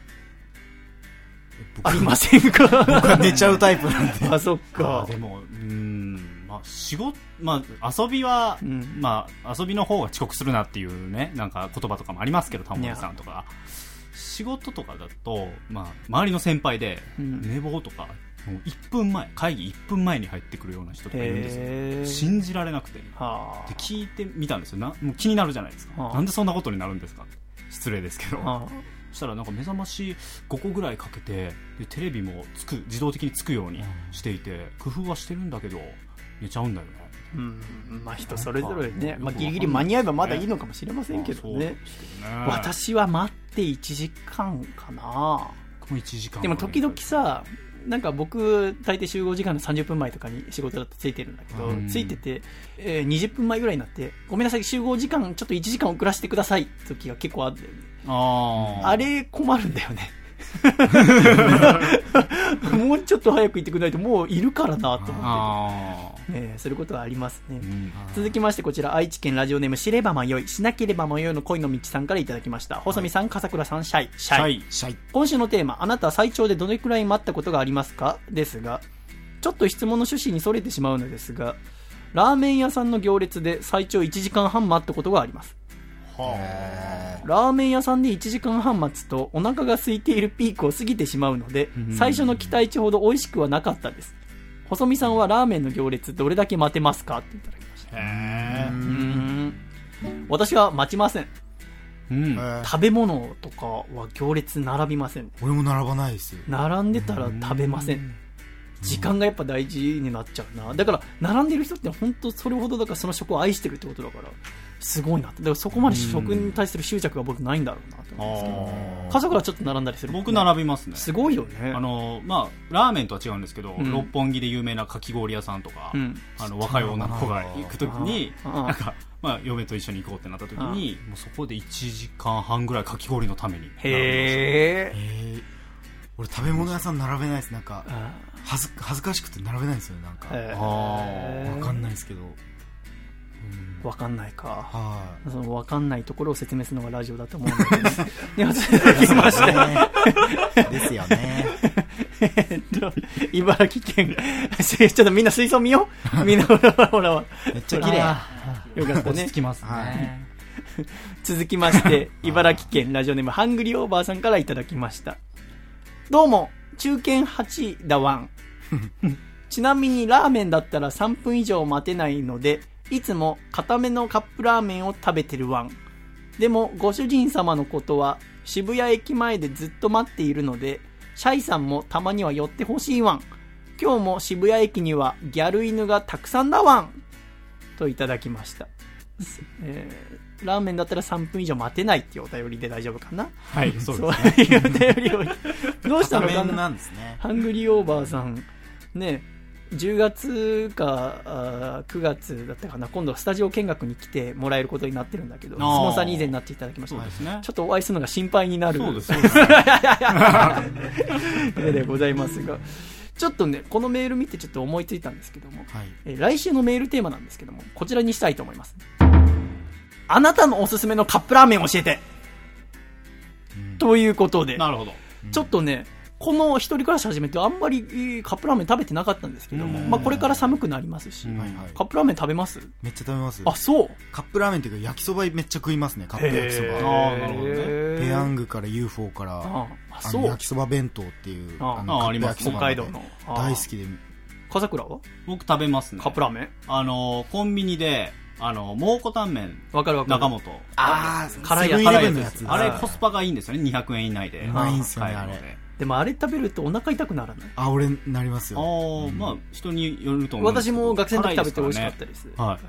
ありませんか？ 僕は寝ちゃうタイプなんであ、そっか。 でもまあ、仕事、まあ、遊びは、まあ、遊びの方が遅刻するなっていうね、なんか言葉とかもありますけど、タモリさんとか仕事とかだと、まあ、周りの先輩で、寝坊とかもう1分前、会議1分前に入ってくるような人とかいるんですよ。信じられなくて、で聞いてみたんですよ。もう気になるじゃないですか。なんでそんなことになるんですか？失礼ですけど。そしたらなんか目覚まし5個ぐらいかけて、でテレビも自動的につくようにしていて、工夫はしてるんだけど寝ちゃうんだよね。 まあ人それぞれね、まあ、ギリギリ間に合えばまだいいのかもしれませんけどね。私は待って1時間かな。 もう1時間。 でも時々さ、なんか僕大抵集合時間の30分前とかに仕事だとついてるんだけど、ついてて、20分前ぐらいになって、ごめんなさい集合時間ちょっと1時間遅らせてくださいって時が結構あったよね。あれ困るんだよねもうちょっと早く行ってくれないともういるからなと思って、そういうことはありますね。続きましてこちら愛知県ラジオネーム知れば迷いしなければ迷いの恋の道さんからいただきました。細見さん、笠倉さん、シャイ。今週のテーマ、あなたは最長でどれくらい待ったことがありますかですが、ちょっと質問の趣旨にそれてしまうのですが、ラーメン屋さんの行列で最長1時間半待ったことがあります。ラーメン屋さんで1時間半待つとお腹が空いているピークを過ぎてしまうので、最初の期待値ほど美味しくはなかったです。細見さんはラーメンの行列どれだけ待てますかっていただきました。私は待ちません。食べ物とかは行列並びません。 俺も並ばないですよ。 並んでたら食べません。時間がやっぱ大事になっちゃうな。だから並んでる人って本当それほどだからその食を愛してるってことだからすごいなって。だからそこまで食に対する執着が僕ないんだろうなと思うんですけど、家族はちょっと並んだりする、 僕並びますね。 すごいよね。 まあラーメンとは違うんですけど、六本木で有名なかき氷屋さんとか、若い女の子が行くときになんか、まあ、嫁と一緒に行こうってなったときにもうそこで1時間半ぐらいかき氷のために並びました。 俺食べ物屋さん並べないです。なんか恥ずかしくて並べないんですよ。なんか分かんないですけど、 分かんないか。その分かんないところを説明するのがラジオだと思うんだけど続きましてですよね茨城県ちょっとみんな水槽見ようみんなほらめっちゃ綺麗。 よかったね。 落ち着きますね。 続きまして茨城県ラジオネームハングリーオーバーさんからいただきました。どうも中堅8だワンちなみにラーメンだったら3分以上待てないのでいつも固めのカップラーメンを食べてるワン。でもご主人様のことは渋谷駅前でずっと待っているのでシャイさんもたまには寄ってほしいワン。今日も渋谷駅にはギャル犬がたくさんだワンといただきました。ラーメンだったら3分以上待てないっていうお便りで大丈夫かな。 はい、そうですね。 そういうお便りをどうしたのかな。 なんですね。 ハングリーオーバーさんね、10月か9月だったかな、今度スタジオ見学に来てもらえることになってるんだけど、スポンサーに以前になっていただきました。 そうですね。 ちょっとお会いするのが心配になる。 そうですでございますが、ちょっとねこのメール見てちょっと思いついたんですけども、来週のメールテーマなんですけどもこちらにしたいと思います。あなたのおすすめのカップラーメン教えて、ということで、 なるほど。 ちょっとねこの一人暮らし始めてあんまりカップラーメン食べてなかったんですけども、まあ、これから寒くなりますし、カップラーメン食べます？ めっちゃ食べます。 あ、そう。 カップラーメンっていうか焼きそばめっちゃ食いますね。カップ焼きそば。 なるほどね。 ペヤングから UFO から焼きそば弁当っていうあります。 北海道の大好きで。 笠倉は？ 僕食べますね。 カップラーメン？ コンビニで蒙古タンメン、 わかる中本。 辛いやつ。 あれコスパがいいんですよね。200円以内で。 うまいんすよね、あれ。 でもあれ食べるとお腹痛くならない？ あ、俺なりますよ。 まあ人によると思うんですけど、 私も学生の時食べて美味しかったです。 はい。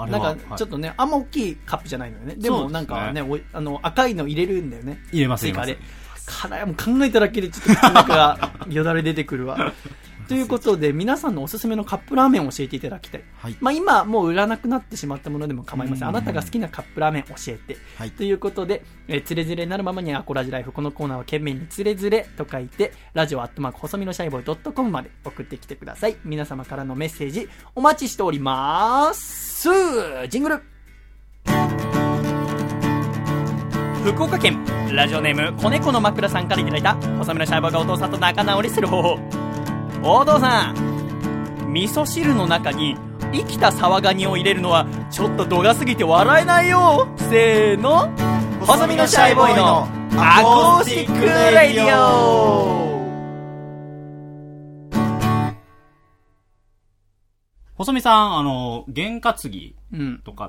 なんかちょっとね、あんま大きいカップじゃないのよね。でもなんかね、赤いの入れるんだよね。 入れます。 追加で。辛い、もう考えただけでちょっと口の中がよだれ出てくるわ。ということで、皆さんのおすすめのカップラーメンを教えていただきたい。はい、まあ今もう売らなくなってしまったものでも構いません。あなたが好きなカップラーメン教えて。はい、ということで、つれづれなるままにアコラジライフ。このコーナーは懸命につれづれと書いて、ラジオ@細身のシャイボーイ.com まで送ってきてください。皆様からのメッセージお待ちしております。ジングル。福岡県ラジオネーム子猫の枕さんからいただいた細身のシャイボーイがお父さんと仲直りする方法。お父さん、味噌汁の中に生きたサワガニを入れるのはちょっと度が過ぎて笑えないよ。せーの、細身のシャイボーイのアコースティックレディオ。 細見さん、験担ぎとかって、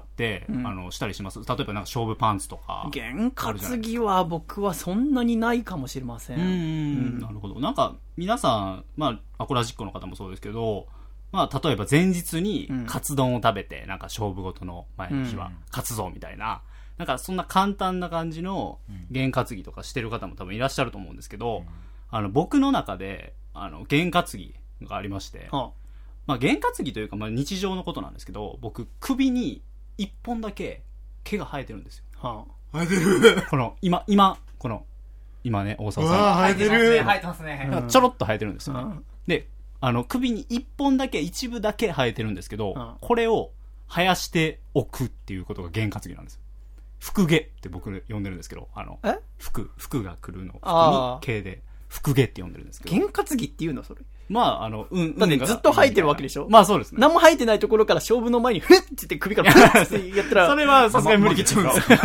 したりします？例えばなんか勝負パンツとか。 験担ぎは僕はそんなにないかもしれません。 なるほど。なんか皆さん、まあアコラジックの方もそうですけど、まあ例えば前日にカツ丼を食べて、なんか勝負事の前の日は勝つぞみたいな、なんかそんな簡単な感じの験担ぎとかしてる方も多分いらっしゃると思うんですけど、僕の中で験担ぎがありまして。まあ、験担ぎというか、まあ、日常のことなんですけど、僕、首に一本だけ毛が生えてるんですよ。 生えてる。 今ね、大沢さん。 生えてる。 生えてますね。 ちょろっと生えてるんですよね。で、首に一本だけ、一部だけ生えてるんですけど、これを生やしておくっていうことが験担ぎなんですよ。福毛って僕呼んでるんですけど、服が来るの。服に毛で、福毛って呼んでるんですけど。 験担ぎっていうのそれ。 まあ、 だってずっと生えてるわけでしょ？ まあそうですね。 何も生えてないところから勝負の前にフッって言って首からフッってやったら。 それはさすがに無理ですよ。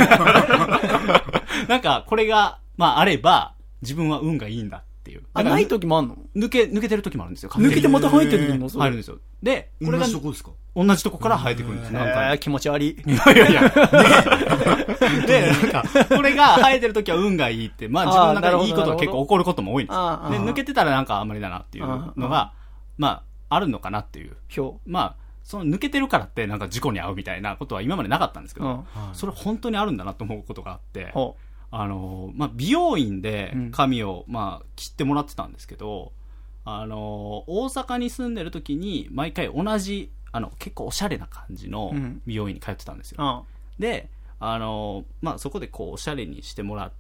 なんか、これが、まああれば、自分は運がいいんだっていう。 ない時もあんの？ 抜けてる時もあるんですよ。 抜けてまた生えてるの？ 生えるんですよ。で、 これが同じとこですか？ 同じとこから生えてくるんです。なんか。 気持ち悪い。 いや。で、なんか、これが生えてる時は運がいいって、まあ自分の中でいいことが結構起こることも多いんですよ。で、抜けてたらなんかあんまりだなっていうのが、まあ、あるのかなっていう。まあ、その抜けてるからってなんか事故に遭うみたいなことは今までなかったんですけど、それ本当にあるんだなと思うことがあって、まあ、美容院で髪を、まあ、切ってもらってたんですけど、大阪に住んでる時に毎回同じ、結構おしゃれな感じの美容院に通ってたんですよ。で、まあ、そこでこう、おしゃれにしてもらって、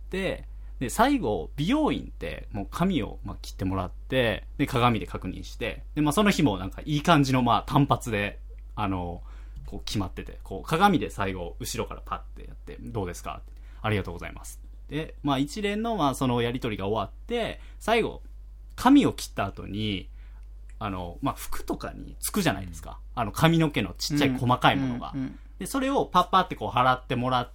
で、最後、美容院ってもう髪をまあ切ってもらって、で、鏡で確認して、で、まあ、その日もなんかいい感じのまあ、単発で、こう決まってて、こう、鏡で最後、後ろからパッてやって、どうですか？ありがとうございます。で、まあ、一連のまあ、そのやりとりが終わって、最後、髪を切った後に、まあ、服とかにつくじゃないですか。髪の毛のちっちゃい細かいものが。で、それをパッパってこう払ってもらって、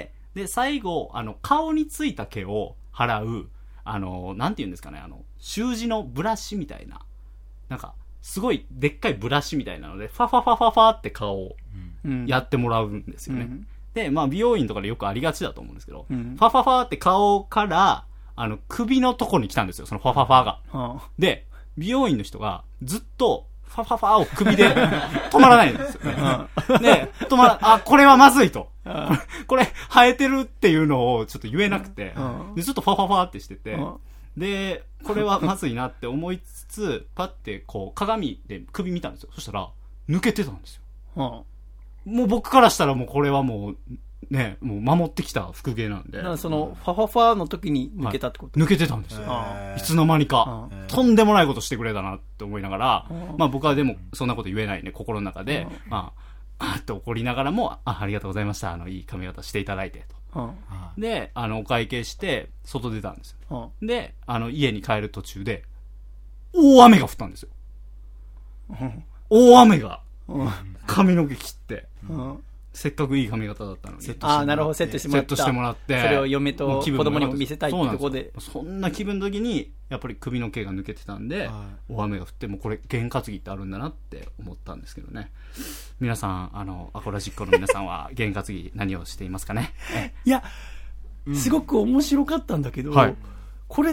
で、最後、顔についた毛を払う、なんて言うんですかね、習字のブラシみたいな、なんか、すごいでっかいブラシみたいなので、ファファファファファって顔をやってもらうんですよね。で、まあ、美容院とかでよくありがちだと思うんですけど、ファファファって顔から、首のとこに来たんですよ、そのファファファが。で、美容院の人がずっと、ファファファを首で止まらないんですよね。で、これはまずいと。これ生えてるっていうのをちょっと言えなくて、でずっとファファファってしてて、で、これはまずいなって思いつつ、パッてこう鏡で首見たんですよ。そしたら、抜けてたんですよ。もう僕からしたらもうこれはもう、ね、もう守ってきた福毛なんで。 だからその、ファファファの時に抜けたってこと？ 抜けてたんですよ。いつの間にか。とんでもないことしてくれたなって思いながら、まあ僕はでもそんなこと言えないね、心の中で、まあ、って怒りながらも、ありがとうございました。いい髪型していただいて、と。で、お会計して、外出たんですよ。で、家に帰る途中で、大雨が降ったんですよ。大雨が、髪の毛切って、せっかくいい髪型だったのに。 なるほど、セットしてもらって。それを嫁と子供にも見せたいってとこで。 そんな気分の時に、やっぱり首の毛が抜けてたんで、大雨が降って、もうこれ、験担ぎってあるんだなって思ったんですけどね。皆さん、アコラジックの皆さんは、験担ぎ何をしていますかね？ いや、すごく面白かったんだけど、これ、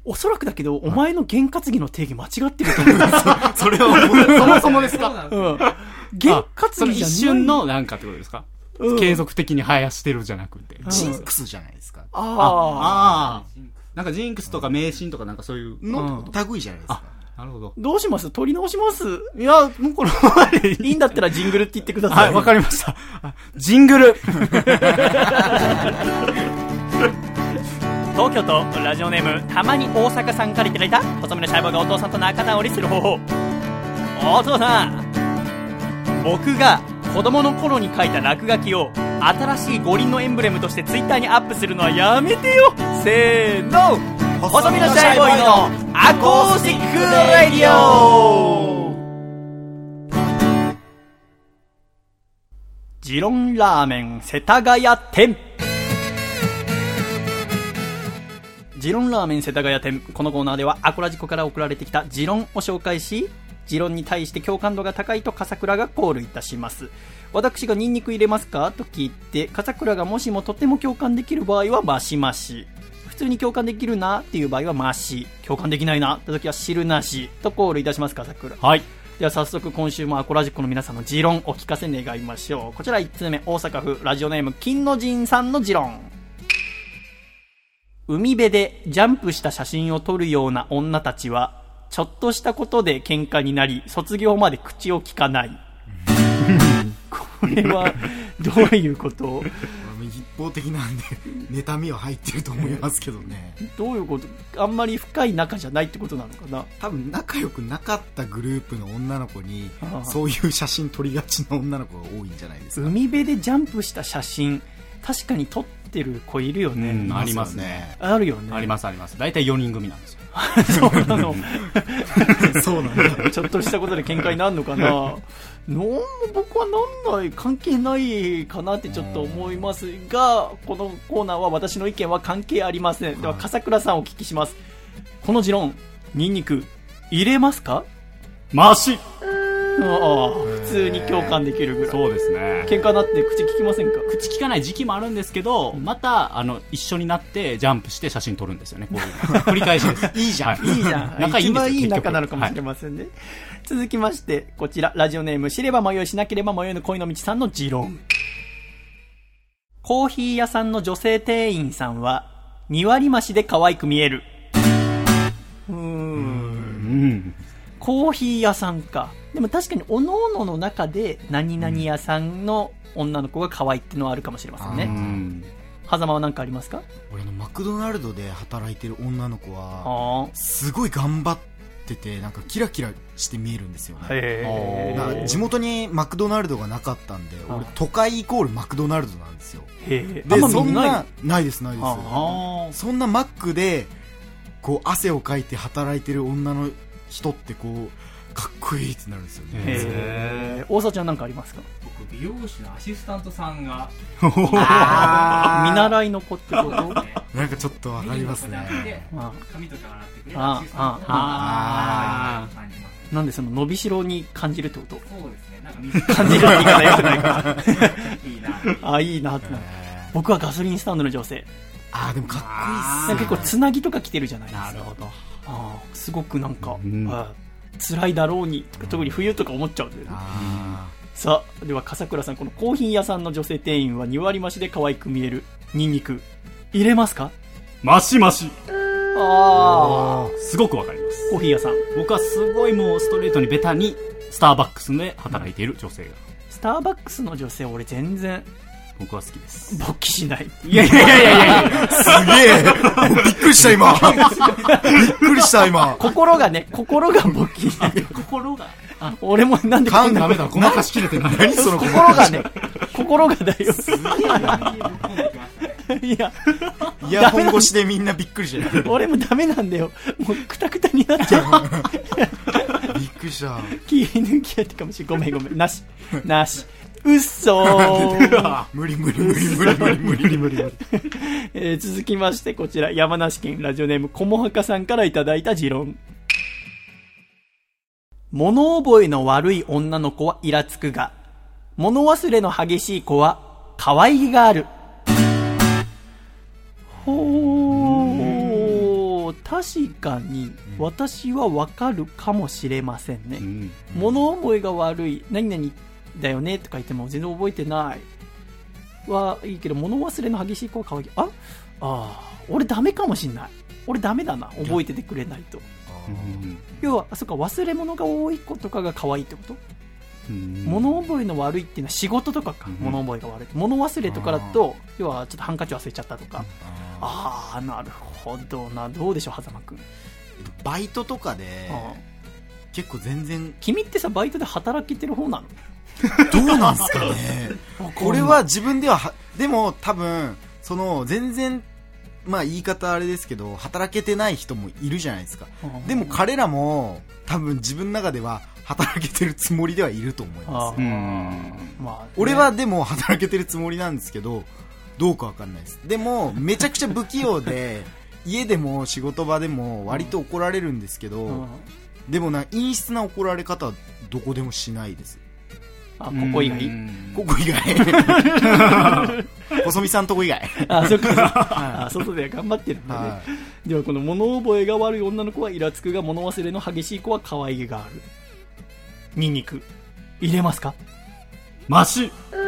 おそらくだけど、お前の験担ぎの定義間違ってると思うんですよ。 それはそもそもですか？ 験担ぎじゃない。 一瞬のなんかってことですか？継続的に生やしてるじゃなくて。 ジンクスじゃないですか。 なんかジンクスとか迷信とかなんかそういうの類じゃないですか。 なるほど。 どうします？取り直します？ いや、もうこのままでいいんだったらジングルって言ってください。 はい、わかりました。ジングル東京都ラジオネームたまに大阪さんからいただいた細身のシャイボーがお父さんと仲直りする方法。お父さん、僕が子供の頃に書いた落書きを新しい五輪のエンブレムとしてツイッターにアップするのはやめてよ。せーの、細身のシャイボーイのアコースティックラディオ。 ジロンラーメン世田谷店。ジロンラーメン世田谷店。このコーナーではアコラジコから送られてきたジロンを紹介し、ジロンに対して共感度が高いと笠倉がコールいたします。私がニンニク入れますかと聞いて、笠倉がもしもとても共感できる場合はマシマシ、普通に共感できるなっていう場合はマシ、共感できないなって時は汁なしとコールいたします。笠倉。 はい。 では早速今週もアコラジックの皆さんの持論お聞かせ願いましょう。こちら1通目、大阪府ラジオネーム金の神さんの持論。海辺でジャンプした写真を撮るような女たちはちょっとしたことで喧嘩になり、卒業まで口を聞かない。これはどういうこと？ 一方的なんで妬みは入ってると思いますけどね。 どういうこと？あんまり深い仲じゃないってことなのかな。 多分仲良くなかったグループの女の子にそういう写真撮りがちな女の子が多いんじゃないですか。 海辺でジャンプした写真、確かに撮ってる子いるよね。 ありますね。 あるよね。 ありますあります。大体4人組なんですよ。 そうなの。 そうなんだ。 ちょっとしたことで喧嘩になるのかな。僕はなんない、関係ないかなってちょっと思いますが、このコーナーは私の意見は関係ありません。では笠倉さんお聞きします。この持論、ニンニク入れますか？ マシ。 普通に共感できるぐらい。 そうですね。 喧嘩になって口聞きませんか？ 口聞かない時期もあるんですけど、また一緒になってジャンプして写真撮るんですよね。こういう繰り返しです。 いいじゃん、はい、いいじゃん。 仲いいんですよ。 一番いい仲なのかもしれませんね。はい、続きましてこちらラジオネーム知れば迷いしなければ迷いの恋の道さんの持論。コーヒー屋さんの女性店員さんは2割増しで可愛く見える。コーヒー屋さんか。でも確かに各々の中で何々屋さんの女の子が可愛いっていうのはあるかもしれませんね。狭間は何かありますか？ 俺のマクドナルドで働いてる女の子はすごい頑張ってて、なんかキラキラして見えるんですよね。地元にマクドナルドがなかったんで、俺都会イコールマクドナルドなんですよ。でそんなないですないです。そんなマックでこう汗をかいて働いてる女の人ってこうかっこいいってなるんですよね。 大沢ちゃんなんかありますか？ 僕美容師のアシスタントさんが見習いの子ってこと？ なんかちょっとわかりますね。 髪とか洗ってくれるアシスタントさん。 なんでその伸びしろに感じるってこと？ そうですね。なんか水感じるって言い方良くないか。 いいな。 いいなって。僕はガソリンスタンドの女性。 でもかっこいいっすね。 結構つなぎとか着てるじゃないですか。 なるほど。 すごくなんか、辛いだろうに、特に冬とか思っちゃうんだよね。さあ、では笠倉さん、このコーヒー屋さんの女性店員は2割増しで可愛く見えるニンニク入れますか？ マシマシ。すごくわかります。 コーヒー屋さん、 僕はすごいもうストレートにベタにスターバックスで働いている女性が。 スターバックスの女性俺全然僕は好きです。 勃起しない。 いやすげえびっくりした今びっくりした今。 心が勃起しない。 心が俺もなんでこんなダメだ、ごまかしきれてない。 何その心がだよ。いやイヤホン越しでみんなびっくりしてる。 俺もダメなんだよ。もうクタクタになっちゃう。 びっくりした。 気抜きやってかもしれない。ごめんなしうっそー。 無理。 続きましてこちら山梨県ラジオネームこもはかさんからいただいた持論。物覚えの悪い女の子はイラつくが、物忘れの激しい子は可愛げがある。確確かに私はわかるかもしれませんね、物覚えが悪い何々だよねとか言っても全然覚えてないはいいけど、物忘れの激しい子は可愛い。俺ダメかもしんない。俺ダメだな、覚えててくれないと。要はそっか、忘れ物が多い子とかが可愛いってこと。物覚えの悪いっていうのは仕事とかか、物覚えが悪い。物忘れとかだと、要はちょっとハンカチ忘れちゃったとか。なるほどな。どうでしょう、狭間くん。 バイトとかで結構全然。 君ってさ、バイトで働けてる方なの？ どうなんすかね。これは自分ではでも多分その全然、まあ言い方あれですけど働けてない人もいるじゃないですか。でも彼らも多分自分の中では働けてるつもりではいると思います。俺はでも働けてるつもりなんですけど、どうかわかんないです。でもめちゃくちゃ不器用で家でも仕事場でも割と怒られるんですけど、でも陰湿な怒られ方はどこでもしないです。 ここ以外？ ここ以外。細見さんとこ以外。 そっか。外では頑張ってるんだね。ではこの物覚えが悪い女の子はイラつくが、物忘れの激しい子は可愛げがある。ニンニク入れますか？ マシ。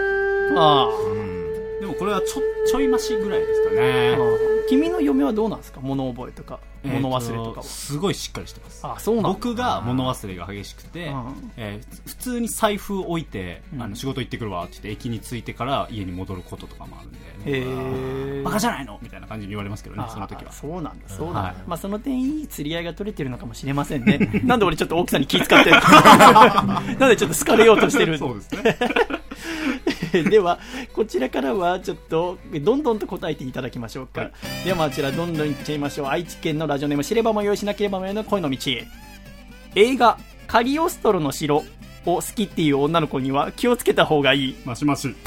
でもこれはちょいマシぐらいですかね。 君の嫁はどうなんですか？物覚えとか物忘れとかは。 すごいしっかりしてます。 そうなんだ。 僕が物忘れが激しくて、普通に財布置いて、仕事行ってくるわって言って駅に着いてから家に戻ることとかもあるんで、バカじゃないのみたいな感じに言われますけどね、その時は。 そうなんだ、そうなんだ。その点いい釣り合いが取れてるのかもしれませんね。なんで俺ちょっと奥さんに気遣ってるなんでちょっと好かれようとしてる。 そうですね。 ではこちらからはちょっとどんどんと答えていただきましょうか。ではこちらどんどんいっちゃいましょう。愛知県のラジオネーム、知れば迷いしなければ迷いの恋の道へ。映画カリオストロの城を好きっていう女の子には気をつけた方がいい。 マシマシ。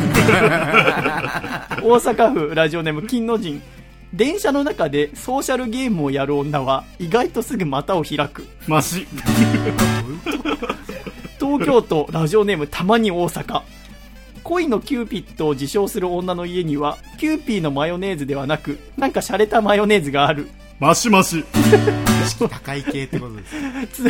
大阪府ラジオネーム金の神。電車の中でソーシャルゲームをやる女は意外とすぐ股を開く。 マシ。 東京都ラジオネームたまに大阪。恋のキューピッドを自称する女の家にはキューピーのマヨネーズではなく、なんか洒落たマヨネーズがある。 マシマシ。 意識高い系ってことです。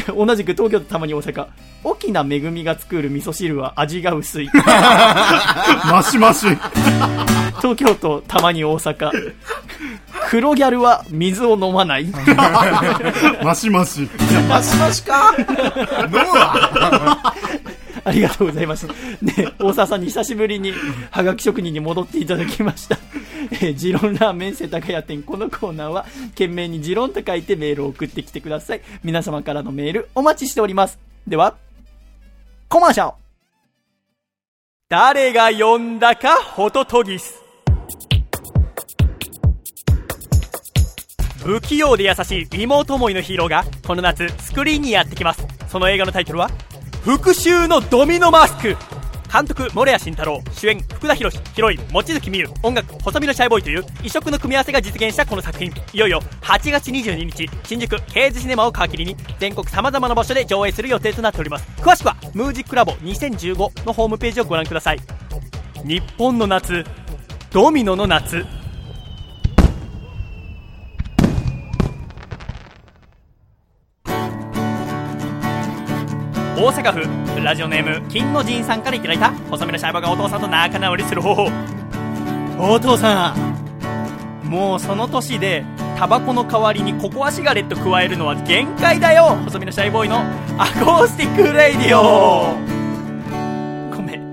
同じく東京都たまに大阪。沖縄めぐみが作る味噌汁は味が薄い。 マシマシ。 東京都たまに大阪。黒ギャルは水を飲まない。 マシマシ。 マシマシか。飲むわ。 ありがとうございます。ね、大沢さんに久しぶりにはがき職人に戻っていただきました。ジロンラーメン世田谷店。このコーナーは懸命にジロンと書いてメールを送ってきてください。皆様からのメールお待ちしております。ではコマーシャル。 誰が呼んだかホトトギス。不器用で優しい妹思いのヒーローがこの夏スクリーンにやってきます。その映画のタイトルは復讐のドミノマスク。監督森谷慎太郎、主演福田博、ヒロイン望月美優、音楽細身のシャイボーイという異色の組み合わせが実現したこの作品、いよいよ8月22日新宿ケーズシネマを皮切りに全国様々な場所で上映する予定となっております。詳しくはムージックラボ2015のホームページをご覧ください。日本の夏、ドミノの夏。大阪府ラジオネーム金の神さんからいただいた細身のシャイボーがお父さんと仲直りする方法。お父さん、もうその年でタバコの代わりにココアシガレット加えるのは限界だよ。細身のシャイボーイのアコースティックレイディオ。ごめん。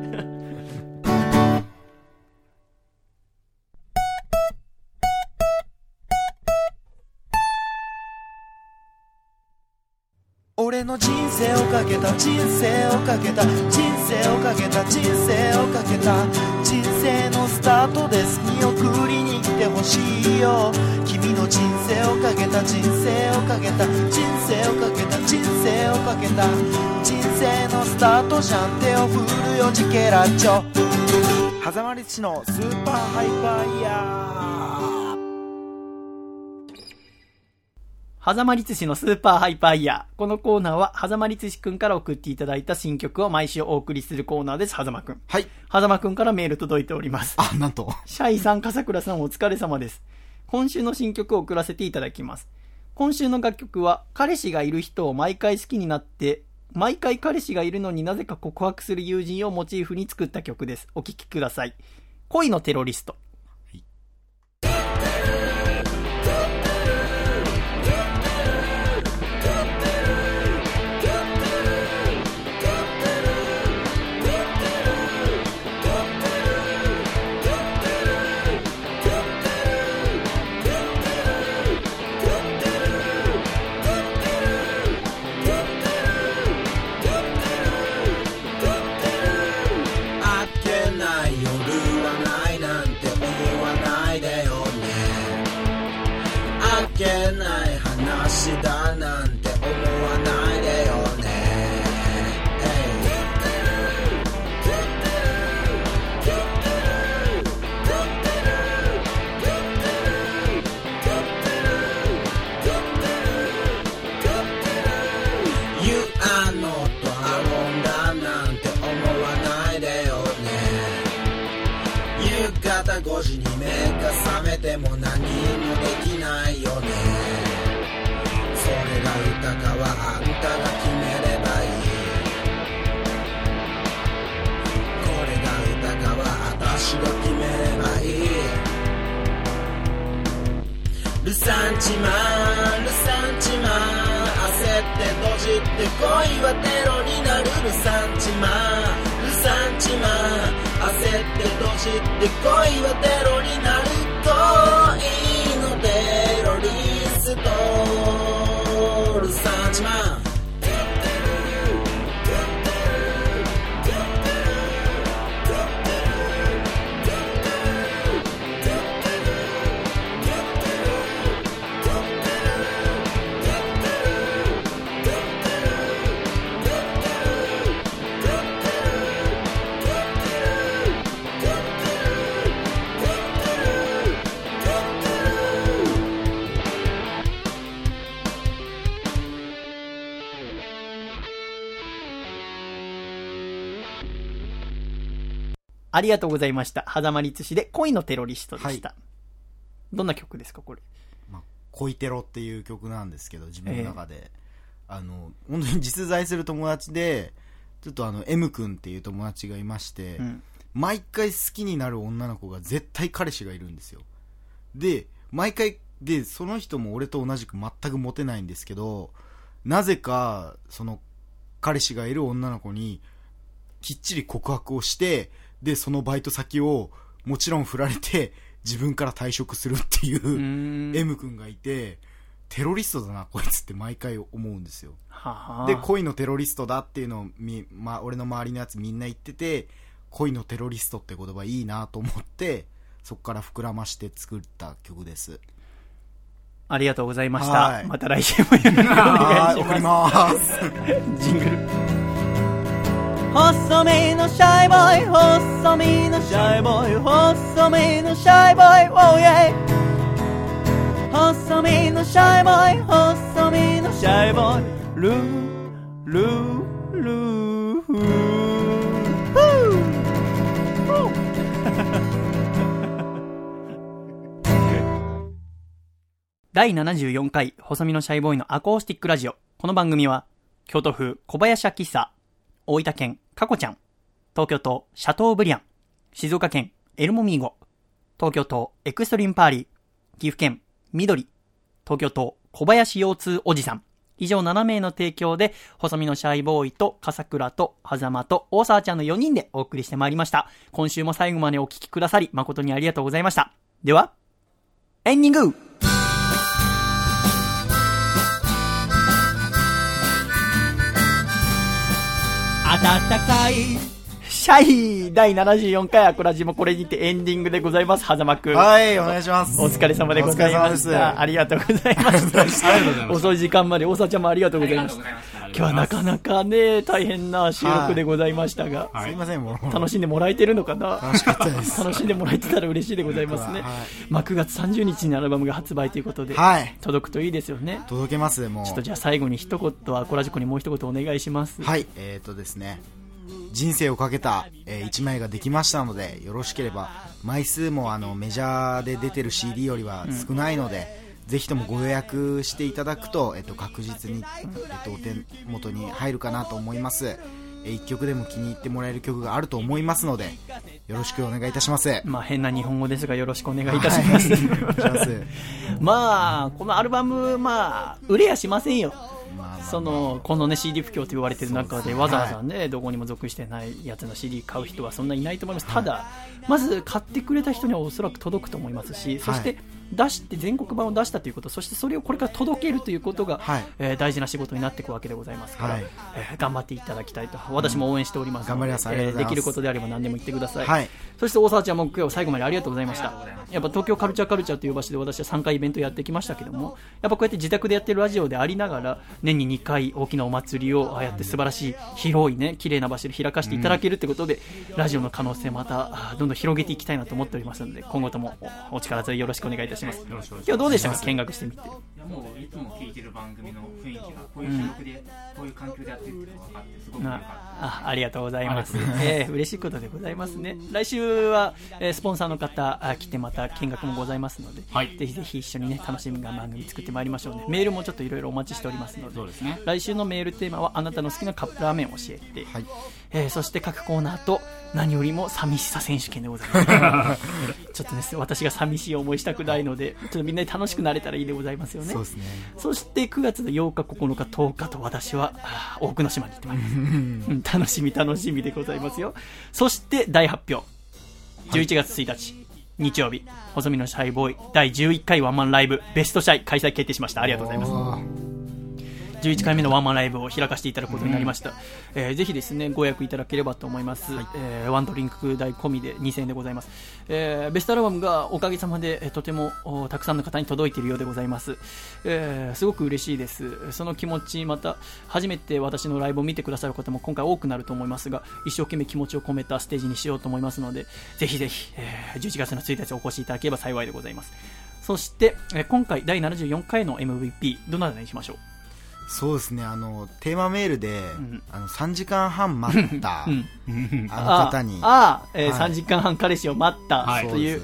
俺の人生をかけた人生をかけた人生をかけた人生をかけた人生のスタートです見送りに来てほしいよ。君の人生をかけた人生をかけた人生をかけた人生をかけた人生のスタートじゃん。手を振るよジケラッチョ。狭間律師のスーパーハイパーイヤー。 狭間律師のスーパーハイパーイヤー。このコーナーは狭間律師くんから送っていただいた新曲を毎週お送りするコーナーです。狭間くん。 はい。 狭間くんからメール届いております。 なんと。 シャイさん、笠倉さんお疲れ様です。今週の新曲を送らせていただきます。 今週の楽曲は彼氏がいる人を毎回好きになって毎回彼氏がいるのになぜか告白する友人をモチーフに作った曲です。お聴きください。恋のテロリスト。 だなんて思わないでよね。You are not aloneだなんて思わないでよね。夕方5時に目が覚めても何もできないよね。それが歌かはあんたが決めればいい。これが歌かは私が決めればいい。ルサンチマンルサンチマン焦って閉じって恋はテロになる。ルサンチマンルサンチマン焦って閉じって恋はテロになる。恋のテロリストルサンチマン。 ありがとうございました。狭間律師で恋のテロリストでした。はい、どんな曲ですかこれ。 恋テロっていう曲なんですけど、自分の中で、本当に実在する友達でちょっとM 君っていう友達がいまして、毎回好きになる女の子が絶対彼氏がいるんですよ。で毎回でその人も俺と同じく全くモテないんですけど、なぜかその彼氏がいる女の子にきっちり告白をして、でそのバイト先をもちろん振られて自分から退職するっていう M 君がいて、テロリストだなこいつって毎回思うんですよ。で恋のテロリストだっていうのを俺の周りのやつみんな言ってて、恋のテロリストって言葉いいなと思って、そこから膨らまして作った曲です。 ありがとうございました。また来週もよろしくお願いします。 送りますジングル。細身のシャイボーイ、細身のシャイボーイ、細身のシャイボーイ、oh yeah。細身のシャイボーイ、細身のシャイボーイ、ルールールーフー第74回細身のシャイボーイのアコースティックラジオ。この番組は京都府小林屋喫茶、大分県かこちゃん、東京都シャトーブリアン、静岡県エルモミーゴ、東京都エクストリームパーリー、岐阜県緑、東京都小林腰痛おじさん、以上7名の提供で細身のシャイボーイと笠倉と狭間と大沢ちゃんの4人でお送りしてまいりました。今週も最後までお聞きくださり誠にありがとうございました。ではエンディング。暖かいシャイ第74回アコラジもこれにてエンディングでございます。狭間くん、 はい、お願いします。 お疲れ様でございました。ありがとうございました遅い時間まで大沢ちゃんもありがとうございました。今日はなかなかね大変な収録でございましたが、 すいません、もう楽しんでもらえてるのかな。 楽しかったです。 楽しんでもらえてたら嬉しいでございますね。9月30日にアルバムが発売ということで、届くといいですよね。 届けますもう。 ちょっとじゃあ最後に一言アコラジコにもう一言お願いします。 はい、ですね、人生をかけた、1枚ができましたので、よろしければ枚数もメジャーで出てる CD よりは少ないので、 ぜひともご予約していただくと、確実に、お手元に入るかなと思います。一曲でも気に入ってもらえる曲があると思いますので、よろしくお願いいたします。 まあ変な日本語ですがよろしくお願いいたします。まあこのアルバム、まあ売れやしませんよ。このね CD 不況と言われてる中でわざわざね、どこにも属してないやつの CD 買う人はそんないないと思います。ただまず買ってくれた人にはおそらく届くと思いますし、そして出して全国版を出したということ、そしてそれをこれから届けるということが、大事な仕事になっていくわけでございますから、頑張っていただきたいと私も応援しておりますので、できることであれば何でも言ってください。そして大沢ちゃんも今日最後までありがとうございました。やっぱ東京カルチャーという場所で私は3回イベントやってきましたけども、やっぱこうやって自宅でやってるラジオでありながら年に2回大きなお祭りをああやって素晴らしい広いね綺麗な場所で開かせていただけるってことで、ラジオの可能性またどんどん広げていきたいなと思っておりますので、今後ともお力添えよろしくお願いいたします。今日どうでしたか、見学してみて。 いやもういつも聞いてる番組の雰囲気がこういう収録で、こういう環境でやってるっていうのが分かってすごく良かった。 ありがとうございます。嬉しいことでございますね。来週は、スポンサーの方来てまた見学もございますので、ぜひぜひ一緒にね楽しみな番組作ってまいりましょうね。メールもちょっといろいろお待ちしておりますので、来週のメールテーマはあなたの好きなカップラーメンを教えて、そして各コーナーと何よりも寂しさ選手権でございますちょっとね私が寂しい思いしたくないので、ちょっとみんなで楽しくなれたらいいでございますよね。 そうですね。 そして9月の8日9日10日と私は大久野島に行ってまいります楽しみでございますよ。そして大発表、11月1日、日曜日、細身のシャイボーイ第11回ワンマンライブベストシャイ開催決定しました。ありがとうございます。11回目のワンマンライブを開かせていただくことになりました。ぜひですねご予約いただければと思います。ワンドリンク代込みで2000円でございます。ベストアルバムがおかげさまでとてもたくさんの方に届いているようでございます。すごく嬉しいです。その気持ち、また初めて私のライブを見てくださる方も今回多くなると思いますが、一生懸命気持ちを込めたステージにしようと思いますので、ぜひぜひ11月の1日お越しいただければ幸いでございます。そして今回第74回の MVP どなたにしましょう。 そうですね、テーマメールで、3時間半待ったあの方に 3時間半彼氏を待ったという、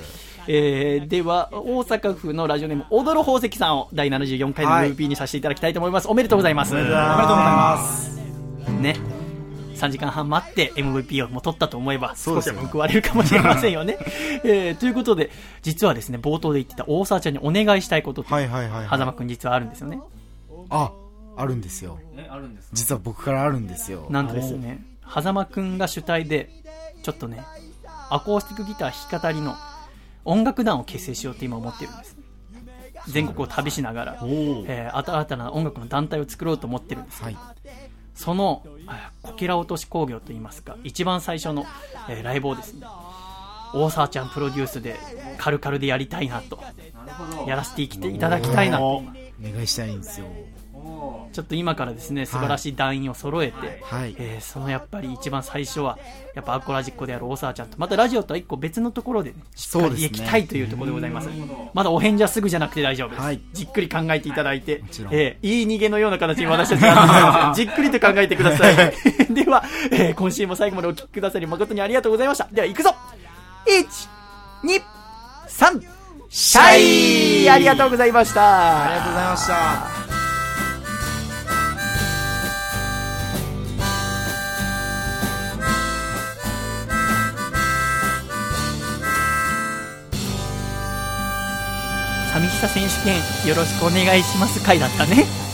では大阪府のラジオネーム踊る宝石さんを第74回の MVP にさせていただきたいと思います。おめでとうございます。おめでとうございますね。3時間半待って MVP をもう取ったと思えば少しは報われるかもしれませんよね。ということで実はですね、冒頭で言ってた大沢ちゃんにお願いしたいことって狭間くん実はあるんですよね。 あるんですよ。 あるんですか？ 実は僕からあるんですよ。 なんとですね、狭間くんが主体でちょっとねアコースティックギター弾き語りの音楽団を結成しようって今思ってるんです。全国を旅しながら、新たな音楽の団体を作ろうと思ってるんです。そのこけら落とし工業といいますか、一番最初の、ライブをですね大沢ちゃんプロデュースでカルカルでやりたいなと、やらせていただきたいなとお願いしたいんですよ。 ちょっと今からですね素晴らしい団員を揃えて、そのやっぱり一番最初はやっぱアコラジッコである大沢ちゃんとまたラジオとは一個別のところで、ね、しっかりいきたいというところでございます。まだお返事はすぐじゃなくて大丈夫です、じっくり考えていただいて、いい逃げのような形に私たちはじっくりと考えてくださいでは、今週も最後までお聞きくださり誠にありがとうございました。では行くぞ、1、2、3、シャイ。ありがとうございました。 ありがとうございました。 寂しさ選手権よろしくお願いします回だったね。